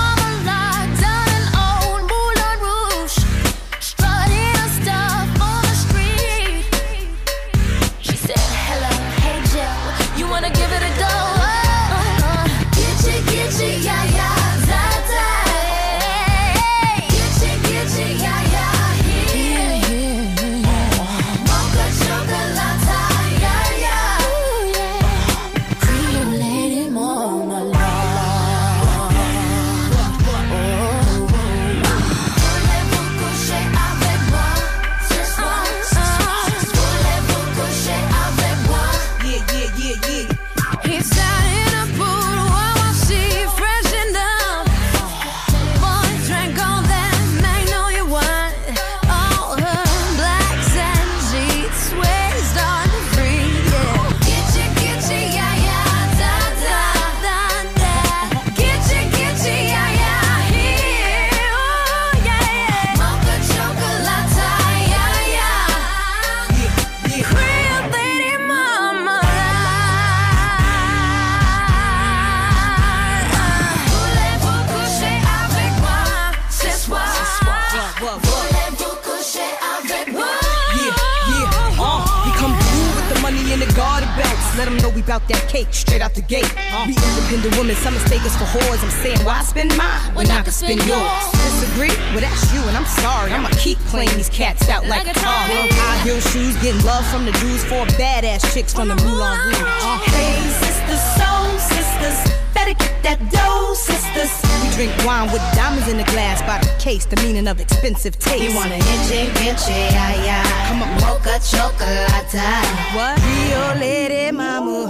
Let them know we bout that cake straight out the gate. We independent women, some mistake us for whores. I'm saying, why spend mine when I can spend yours? Disagree? Well, that's you, and I'm sorry. I'ma keep playing these cats out like a car. High heel shoes, getting love from the Jews, for badass chicks from the Moulin Rouge. Hey, sisters, soul sisters, better get that dough, sisters. We drink wine with diamonds in the glass by the case, the meaning of expensive taste. You want a inche, ay, ay. Come on, mocha chocolate. What? Rio Lady Mama.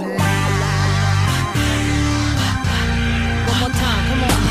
One more time, come on.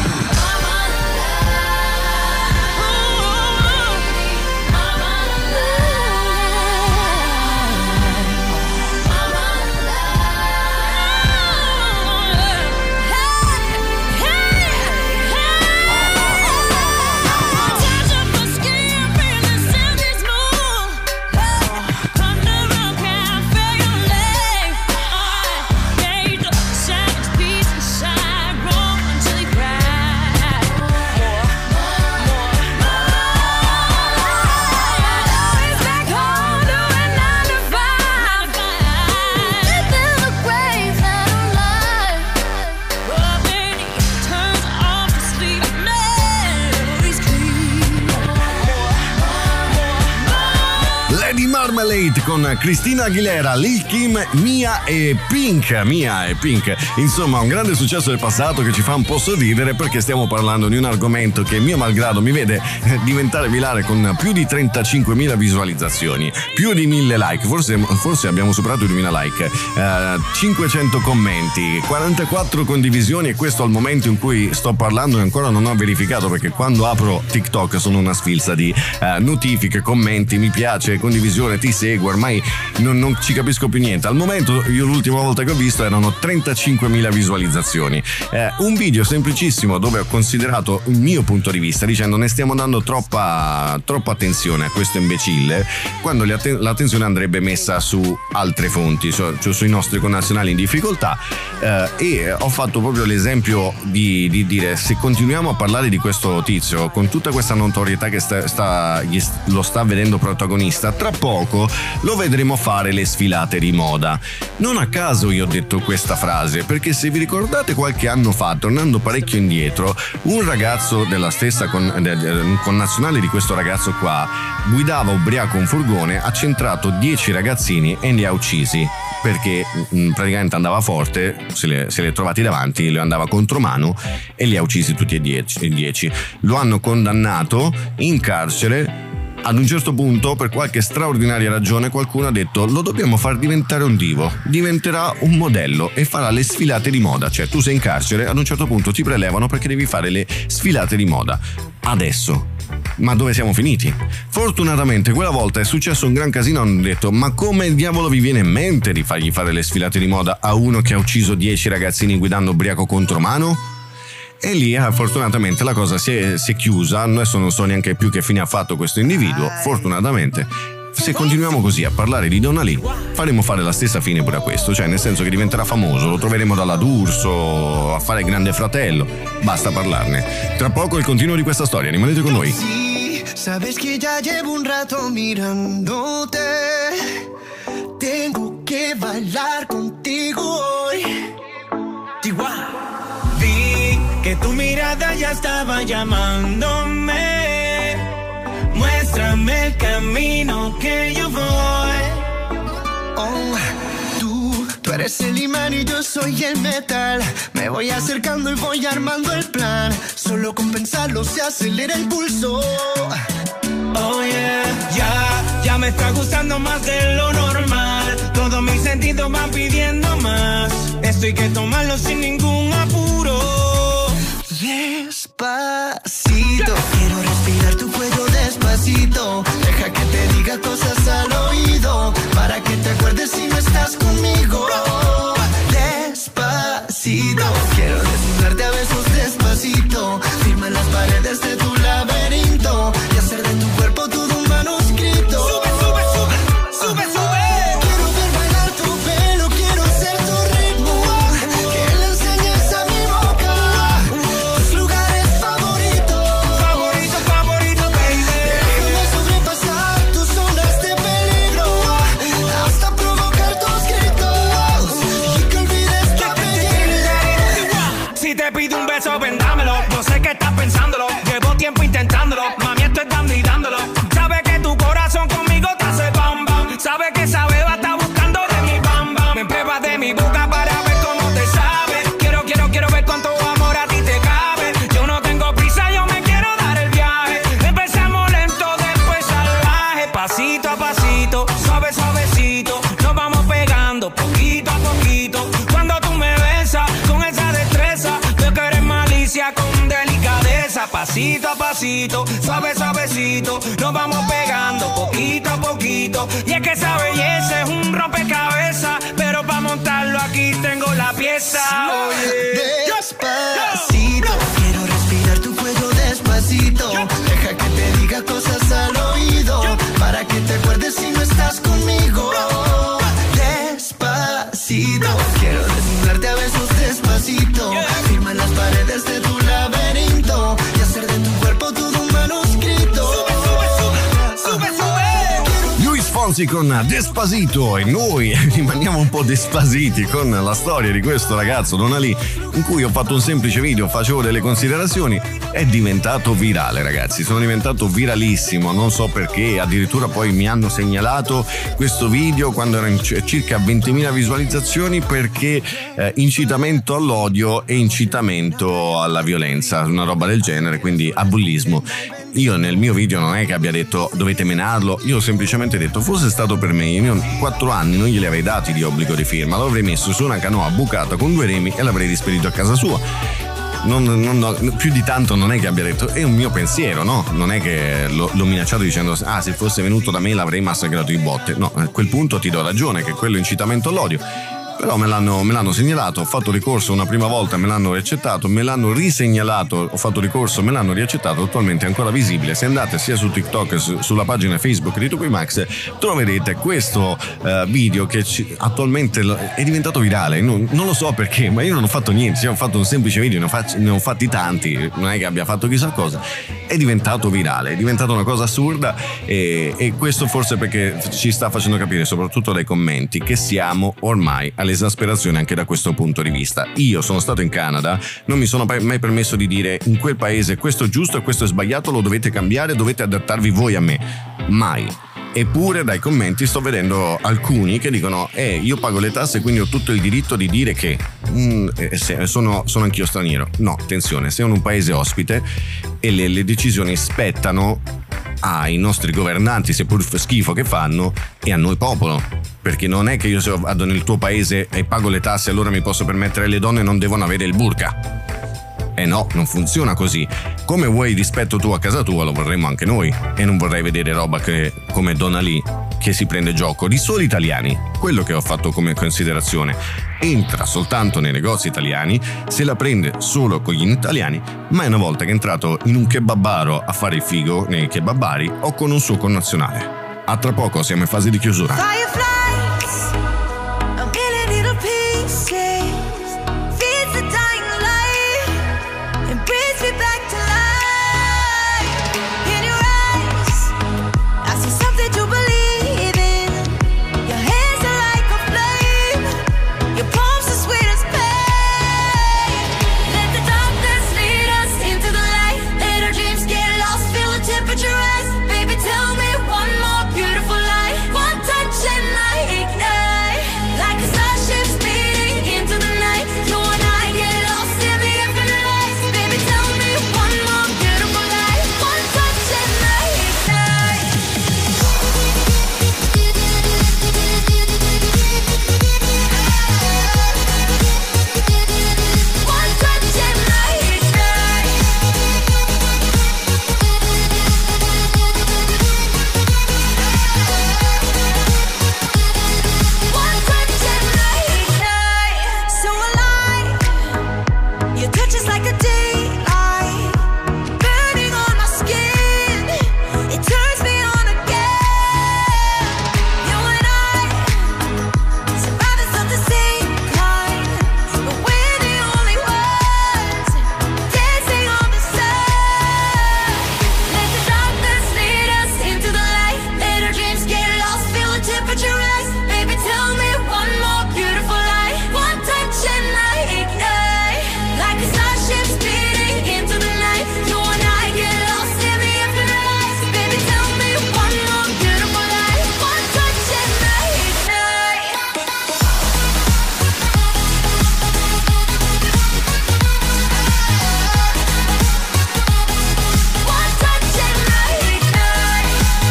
Marmalade con Christina Aguilera, Lil Kim, Mia e Pink. Insomma, un grande successo del passato che ci fa un po' sorridere, perché stiamo parlando di un argomento che mio malgrado mi vede diventare virale con più di 35.000 visualizzazioni, più di 1.000 like, forse abbiamo superato i 2.000 like, 500 commenti, 44 condivisioni, e questo al momento in cui sto parlando e ancora non ho verificato, perché quando apro TikTok sono una sfilza di notifiche, commenti, mi piace, condivisione, ti seguo, ormai non ci capisco più niente. Al momento io l'ultima volta che ho visto erano 35.000 visualizzazioni, un video semplicissimo dove ho considerato il mio punto di vista, dicendo: ne stiamo dando troppa attenzione a questo imbecille, quando l'attenzione andrebbe messa su altre fonti, cioè sui nostri connazionali in difficoltà, e ho fatto proprio l'esempio di dire: se continuiamo a parlare di questo tizio con tutta questa notorietà che lo sta vedendo protagonista, tra tra poco lo vedremo fare le sfilate di moda. Non a caso io ho detto questa frase, perché se vi ricordate qualche anno fa, tornando parecchio indietro, un ragazzo della stessa connazionale di questo ragazzo qua guidava ubriaco un furgone, ha centrato 10 ragazzini e li ha uccisi, perché praticamente andava forte, se li è trovati davanti, li andava contromano e li ha uccisi tutti e 10. Lo hanno condannato in carcere. Ad un certo punto, per qualche straordinaria ragione, qualcuno ha detto: lo dobbiamo far diventare un divo, diventerà un modello e farà le sfilate di moda. Cioè, tu sei in carcere, ad un certo punto ti prelevano perché devi fare le sfilate di moda. Adesso, ma dove siamo finiti? Fortunatamente quella volta è successo un gran casino, hanno detto: ma come diavolo vi viene in mente di fargli fare le sfilate di moda a uno che ha ucciso 10 ragazzini guidando ubriaco contromano? E lì fortunatamente la cosa si è chiusa. Adesso non so neanche più che fine ha fatto questo individuo. Fortunatamente, se continuiamo così a parlare di Donna Lee, faremo fare la stessa fine pure a questo, cioè nel senso che diventerà famoso, lo troveremo dalla D'Urso a fare il Grande Fratello. Basta parlarne. Tra poco il continuo di questa storia, rimanete con noi. Sabes que ya llevo un rato mirándote. Tengo que bailar contigo hoy. Vi que tu mirada ya estaba llamándome. Muéstrame el camino que yo voy. Oh, tú eres el imán y yo soy el metal. Me voy acercando y voy armando el plan. Solo con pensarlo se acelera el pulso. Oh yeah, ya me está gustando más de lo normal. Todos mis sentidos van pidiendo más. Esto hay que tomarlo sin ningún apuro. Despacito, quiero respirar tu cuello despacito. Deja que te diga cosas al oído, para que te acuerdes si no estás conmigo. Despacito, quiero desnudarte a besos despacito. Firma las paredes de tu laberinto y hacer de tu cuerpo todo un manuscrito. Sube, sube, sube, sube, sube. Quiero ver bailar tu pelo, quiero ser tu ritmo. Que le enseñes a mi boca tus lugares favoritos. Favorito, favorito, baby. Déjame sobrepasar tus zonas de peligro hasta provocar tus gritos y que olvides tu apellido. Si te pido un beso, vendámelo. Yo sé que estás pensándolo. Llevo tiempo intentándolo. Mami, esto es dando y dándolo. Sabe que tu corazón conmigo te hace bam bam. Sabe que esa beba está buscando de mi bam bam. Me pruebas de mi boca para ver cómo te sabe. Quiero ver cuánto amor a ti te cabe. Yo no tengo prisa, yo me quiero dar el viaje. Empezamos lento, después salvaje. Pasito a pasito, suave, suavecito. Nos vamos pegando poquito a poquito. Cuando tú me besas con esa destreza, veo que eres malicia con delicadeza. Pasito a pasito, suave, suavecito. Nos vamos pegando poquito a poquito. Y es que esa belleza es un rompecabezas, pero para montarlo aquí tengo la pieza. Oye. Despacito, quiero respirar tu cuello despacito. Deja que te diga cosas al oído, para que te acuerdes si no estás conmigo. Despacito, quiero desnudarte a besos despacito. Firma en las paredes de tu laberinto y hacer de tu cuerpo todo un manuscrito. Sube, sube. Luis Fonsi con Despacito, e noi rimaniamo un po' despasiti con la storia di questo ragazzo Donna Lee, in cui ho fatto un semplice video, facevo delle considerazioni. È diventato virale, ragazzi, sono diventato viralissimo, non so perché, addirittura poi mi hanno segnalato questo video quando erano circa 20.000 visualizzazioni, perché incitamento all'odio e incitamento alla violenza, una roba del genere, quindi a bullismo. Io nel mio video non è che abbia detto dovete menarlo, io ho semplicemente detto fosse stato per me, io 4 anni non glieli avrei dati di obbligo di firma, l'avrei messo su una canoa bucata con 2 remi e l'avrei rispedito a casa sua. Più di tanto non è che abbia detto, è un mio pensiero, no? Non è che l'ho minacciato dicendo se fosse venuto da me l'avrei massacrato di botte. No, a quel punto ti do ragione che quello è incitamento all'odio. però me l'hanno segnalato, ho fatto ricorso una prima volta, me l'hanno riaccettato, me l'hanno risegnalato, ho fatto ricorso, me l'hanno riaccettato, attualmente è ancora visibile. Se andate sia su TikTok che sulla pagina Facebook di Tupimax troverete questo video che attualmente è diventato virale. Non lo so perché, ma io non ho fatto niente, ho fatto un semplice video, ne ho fatti tanti, non è che abbia fatto chissà cosa. È diventato virale, è diventata una cosa assurda e questo forse perché ci sta facendo capire, soprattutto dai commenti, che siamo ormai all'esasperazione anche da questo punto di vista. Io sono stato in Canada, non mi sono mai permesso di dire in quel paese questo è giusto e questo è sbagliato, lo dovete cambiare, dovete adattarvi voi a me. Mai. Eppure dai commenti sto vedendo alcuni che dicono io pago le tasse quindi ho tutto il diritto di dire che sono anch'io straniero. No, attenzione, siamo in un paese ospite e le decisioni spettano ai nostri governanti, seppur schifo che fanno, e a noi popolo. Perché non è che io se vado nel tuo paese e pago le tasse allora mi posso permettere, le donne non devono avere il burqa. No, non funziona così. Come vuoi rispetto tu a casa tua, lo vorremmo anche noi. E non vorrei vedere roba come Donna Lee che si prende gioco di soli italiani. Quello che ho fatto come considerazione: entra soltanto nei negozi italiani, se la prende solo con gli italiani, ma è una volta che è entrato in un kebabaro a fare il figo nei kebabari o con un suo connazionale. A tra poco, siamo in fase di chiusura. Fireflies, a million little pieces, feeds the dying light and brings me back to life. In your eyes, I see something to believe in. Your hands are like a flame, your palms are sweet as pain. Let the darkness lead us into the light. Let our dreams get lost, feel the temperature rise. Baby, tell me one more beautiful light. One touch and I ignite, like a starship speeding into the night. You and I get lost in the infinite lights. Baby, tell me one more beautiful light. One touch and I ignite. One touch and I ignite. One touch and I ignite. So alive, your touch is like a daylight, burning on my skin. It turns me on again. You and I, survivors of the same kind, but we're the only ones dancing on the sun. Let the darkness lead us into the light. Let our dreams get lost, feel the temperature rise. Baby, tell me one more beautiful light. One touch and I ignite, like a starship speeding into the night. You and I get lost in the infinite lights. Baby, tell me one more beautiful light. One touch and I ignite. One touch and I ignite.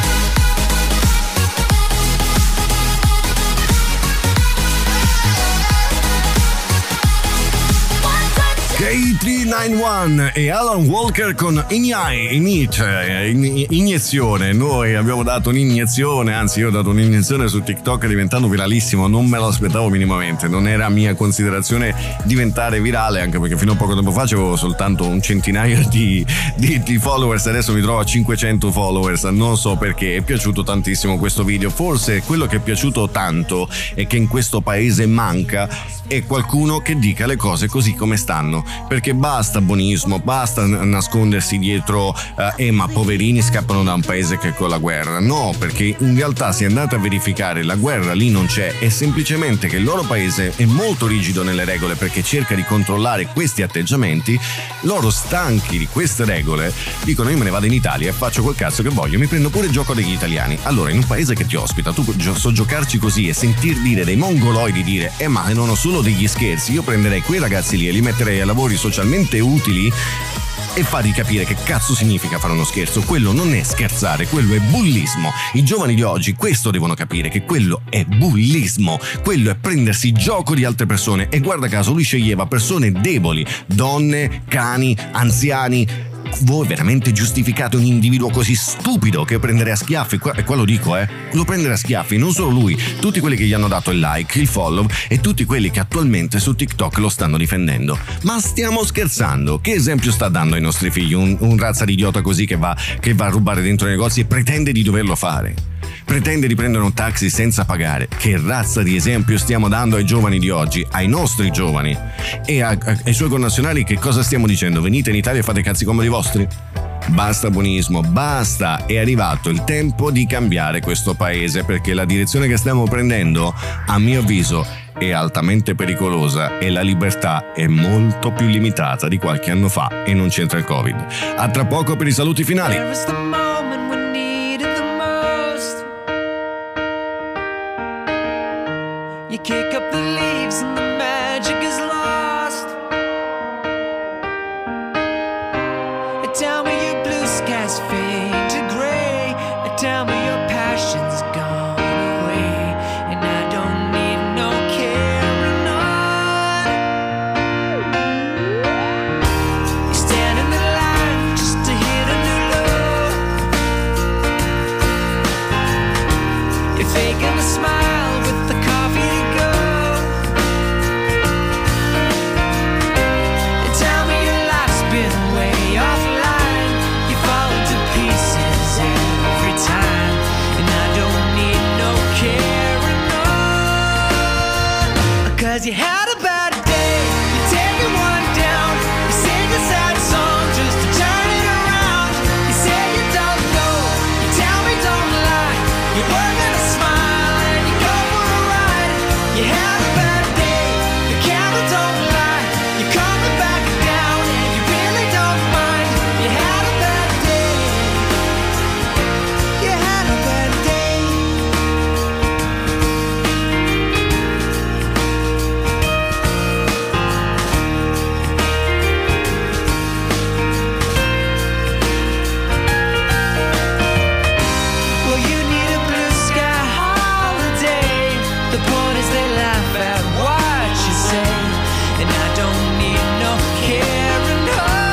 K391 e Alan Walker con iniezione. Noi abbiamo dato un'iniezione, anzi io ho dato un'iniezione su TikTok diventando viralissimo, non me lo aspettavo minimamente, non era mia considerazione diventare virale, anche perché fino a poco tempo fa avevo soltanto un centinaio di followers, adesso mi trovo a 500 followers, non so perché. È piaciuto tantissimo questo video. Forse quello che è piaciuto tanto e che in questo paese manca è qualcuno che dica le cose così come stanno, perché basta buonismo, basta nascondersi dietro ma poverini scappano da un paese che è con la guerra. No, perché in realtà se andate a verificare la guerra lì non c'è, è semplicemente che il loro paese è molto rigido nelle regole perché cerca di controllare questi atteggiamenti. Loro, stanchi di queste regole, dicono io me ne vado in Italia e faccio quel cazzo che voglio, mi prendo pure gioco degli italiani. Allora in un paese che ti ospita tu so giocarci così e sentir dire dei mongoloidi dire ma non ho solo degli scherzi, io prenderei quei ragazzi lì e li metterei a lavori socialmente utili e fargli capire che cazzo significa fare uno scherzo. Quello non è scherzare, quello è bullismo. I giovani di oggi questo devono capire, che quello è bullismo, quello è prendersi gioco di altre persone. E guarda caso lui sceglieva persone deboli, donne, cani, anziani, voi veramente giustificate un individuo così stupido che prendere a schiaffi, e qua lo dico, lo prendere a schiaffi, non solo lui, tutti quelli che gli hanno dato il like, il follow e tutti quelli che attualmente su TikTok lo stanno difendendo. Ma stiamo scherzando? Che esempio sta dando ai nostri figli un razza di idiota così che va a rubare dentro i negozi e pretende di doverlo fare? Pretende di prendere un taxi senza pagare? Che razza di esempio stiamo dando ai giovani di oggi, ai nostri giovani? E ai suoi connazionali che cosa stiamo dicendo? Venite in Italia e fate cazzi comodi vostri? Basta buonismo, basta! È arrivato il tempo di cambiare questo paese, perché la direzione che stiamo prendendo, a mio avviso, è altamente pericolosa e la libertà è molto più limitata di qualche anno fa e non c'entra il Covid. A tra poco per i saluti finali. You kick up the leaves and the magic is lost. Tell me your blue skies fade to gray. Tell me your passion's gone away. And I don't need no carrying on. You stand in the line just to hit a new low. You're faking a smile with the coffee to go. And tell me your life's been way offline. You fall to pieces every time. And I don't need no carrying on. 'Cause you had a bad day, you're taking one down. You sing a sad song just to turn it around. You say you don't know, you tell me don't lie. You work on a smile and you go for a ride. You had a bad day, the camera don't lie. You're coming back down and you really don't mind. You had a bad day. You had a bad day. Well, you need a blue sky holiday. The point is they laugh at what you say. And I don't need no carrying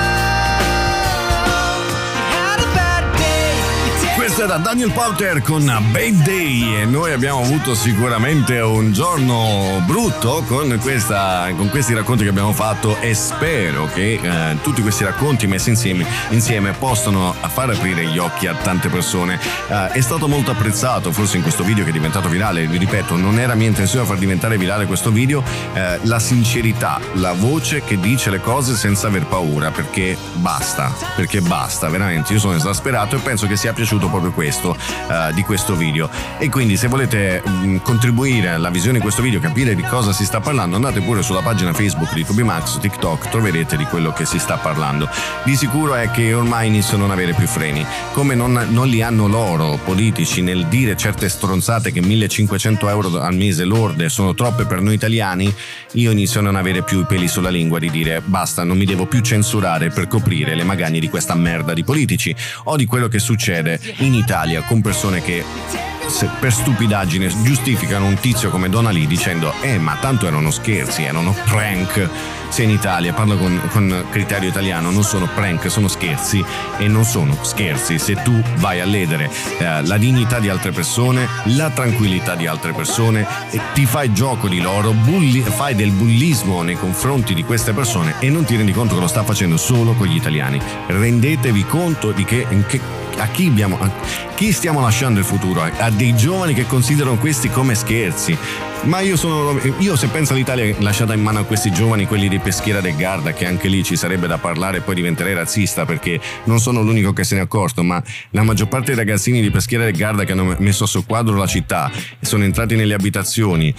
on. You had a bad day. You take Questo era Daniel Powter con Bad Day e noi abbiamo avuto sicuramente un giorno brutto con questi racconti che abbiamo fatto e spero che tutti questi racconti messi insieme possano far aprire gli occhi a tante persone. È stato molto apprezzato, forse in questo video che è diventato virale, vi ripeto, non era mia intenzione far diventare virale questo video, la sincerità, la voce che dice le cose senza aver paura, perché basta, veramente, io sono esasperato e penso che sia piaciuto proprio questo di questo video. E quindi se volete contribuire alla visione di questo video, capire di cosa si sta parlando, andate pure sulla pagina Facebook di TobyMax, su TikTok, troverete di quello che si sta parlando. Di sicuro è che ormai iniziano a non avere più freni, come non li hanno loro politici nel dire certe stronzate che 1.500 euro al mese lorde sono troppe per noi italiani. Io inizio a non avere più i peli sulla lingua di dire basta, non mi devo più censurare per coprire le magagne di questa merda di politici o di quello che succede in Italia con persone che per stupidaggine giustificano un tizio come Donna Lee dicendo ma tanto erano scherzi, erano prank. Se in Italia, parlo con criterio italiano, non sono prank, sono scherzi e non sono scherzi se tu vai a ledere la dignità di altre persone, la tranquillità di altre persone e ti fai gioco di loro, fai del bullismo nei confronti di queste persone e non ti rendi conto che lo sta facendo solo con gli italiani. Rendetevi conto di a chi stiamo lasciando il futuro, a dei giovani che considerano questi come scherzi. Ma io se penso all'Italia lasciata in mano a questi giovani, quelli di Peschiera del Garda, che anche lì ci sarebbe da parlare e poi diventerei razzista perché non sono l'unico che se ne è accorto, ma la maggior parte dei ragazzini di Peschiera del Garda che hanno messo a soqquadro la città, sono entrati nelle abitazioni,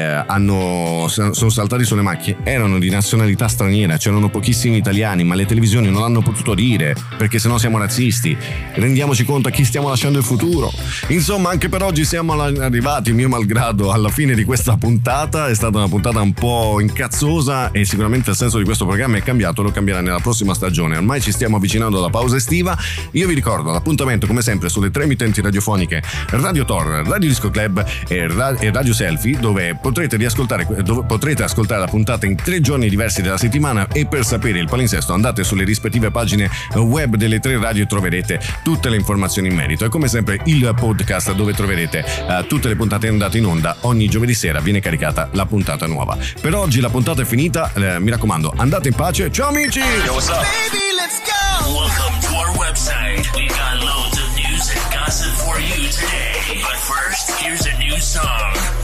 sono saltati sulle macchine, erano di nazionalità straniera, c'erano pochissimi italiani, ma le televisioni non hanno potuto dire perché sennò siamo razzisti. Rendiamoci conto a chi stiamo lasciando prevedendo il futuro. Insomma, anche per oggi siamo arrivati, mio malgrado, alla fine di questa puntata. È stata una puntata un po' incazzosa e sicuramente il senso di questo programma è cambiato, lo cambierà nella prossima stagione. Ormai ci stiamo avvicinando alla pausa estiva. Io vi ricordo l'appuntamento come sempre sulle 3 emittenti radiofoniche Radio Tor, Radio Disco Club e Radio Selfie, dove potrete ascoltare la puntata in 3 giorni diversi della settimana. E per sapere il palinsesto andate sulle rispettive pagine web delle 3 radio e troverete tutte le informazioni in merito. E come sempre il podcast, dove troverete tutte le puntate andate in onda. Ogni giovedì sera viene caricata la puntata nuova. Per oggi la puntata è finita, mi raccomando, andate in pace. Ciao amici! Yo, what's up? Baby, let's go! Welcome to our website. We got loads of news and gossip for you today. But first, here's a new song.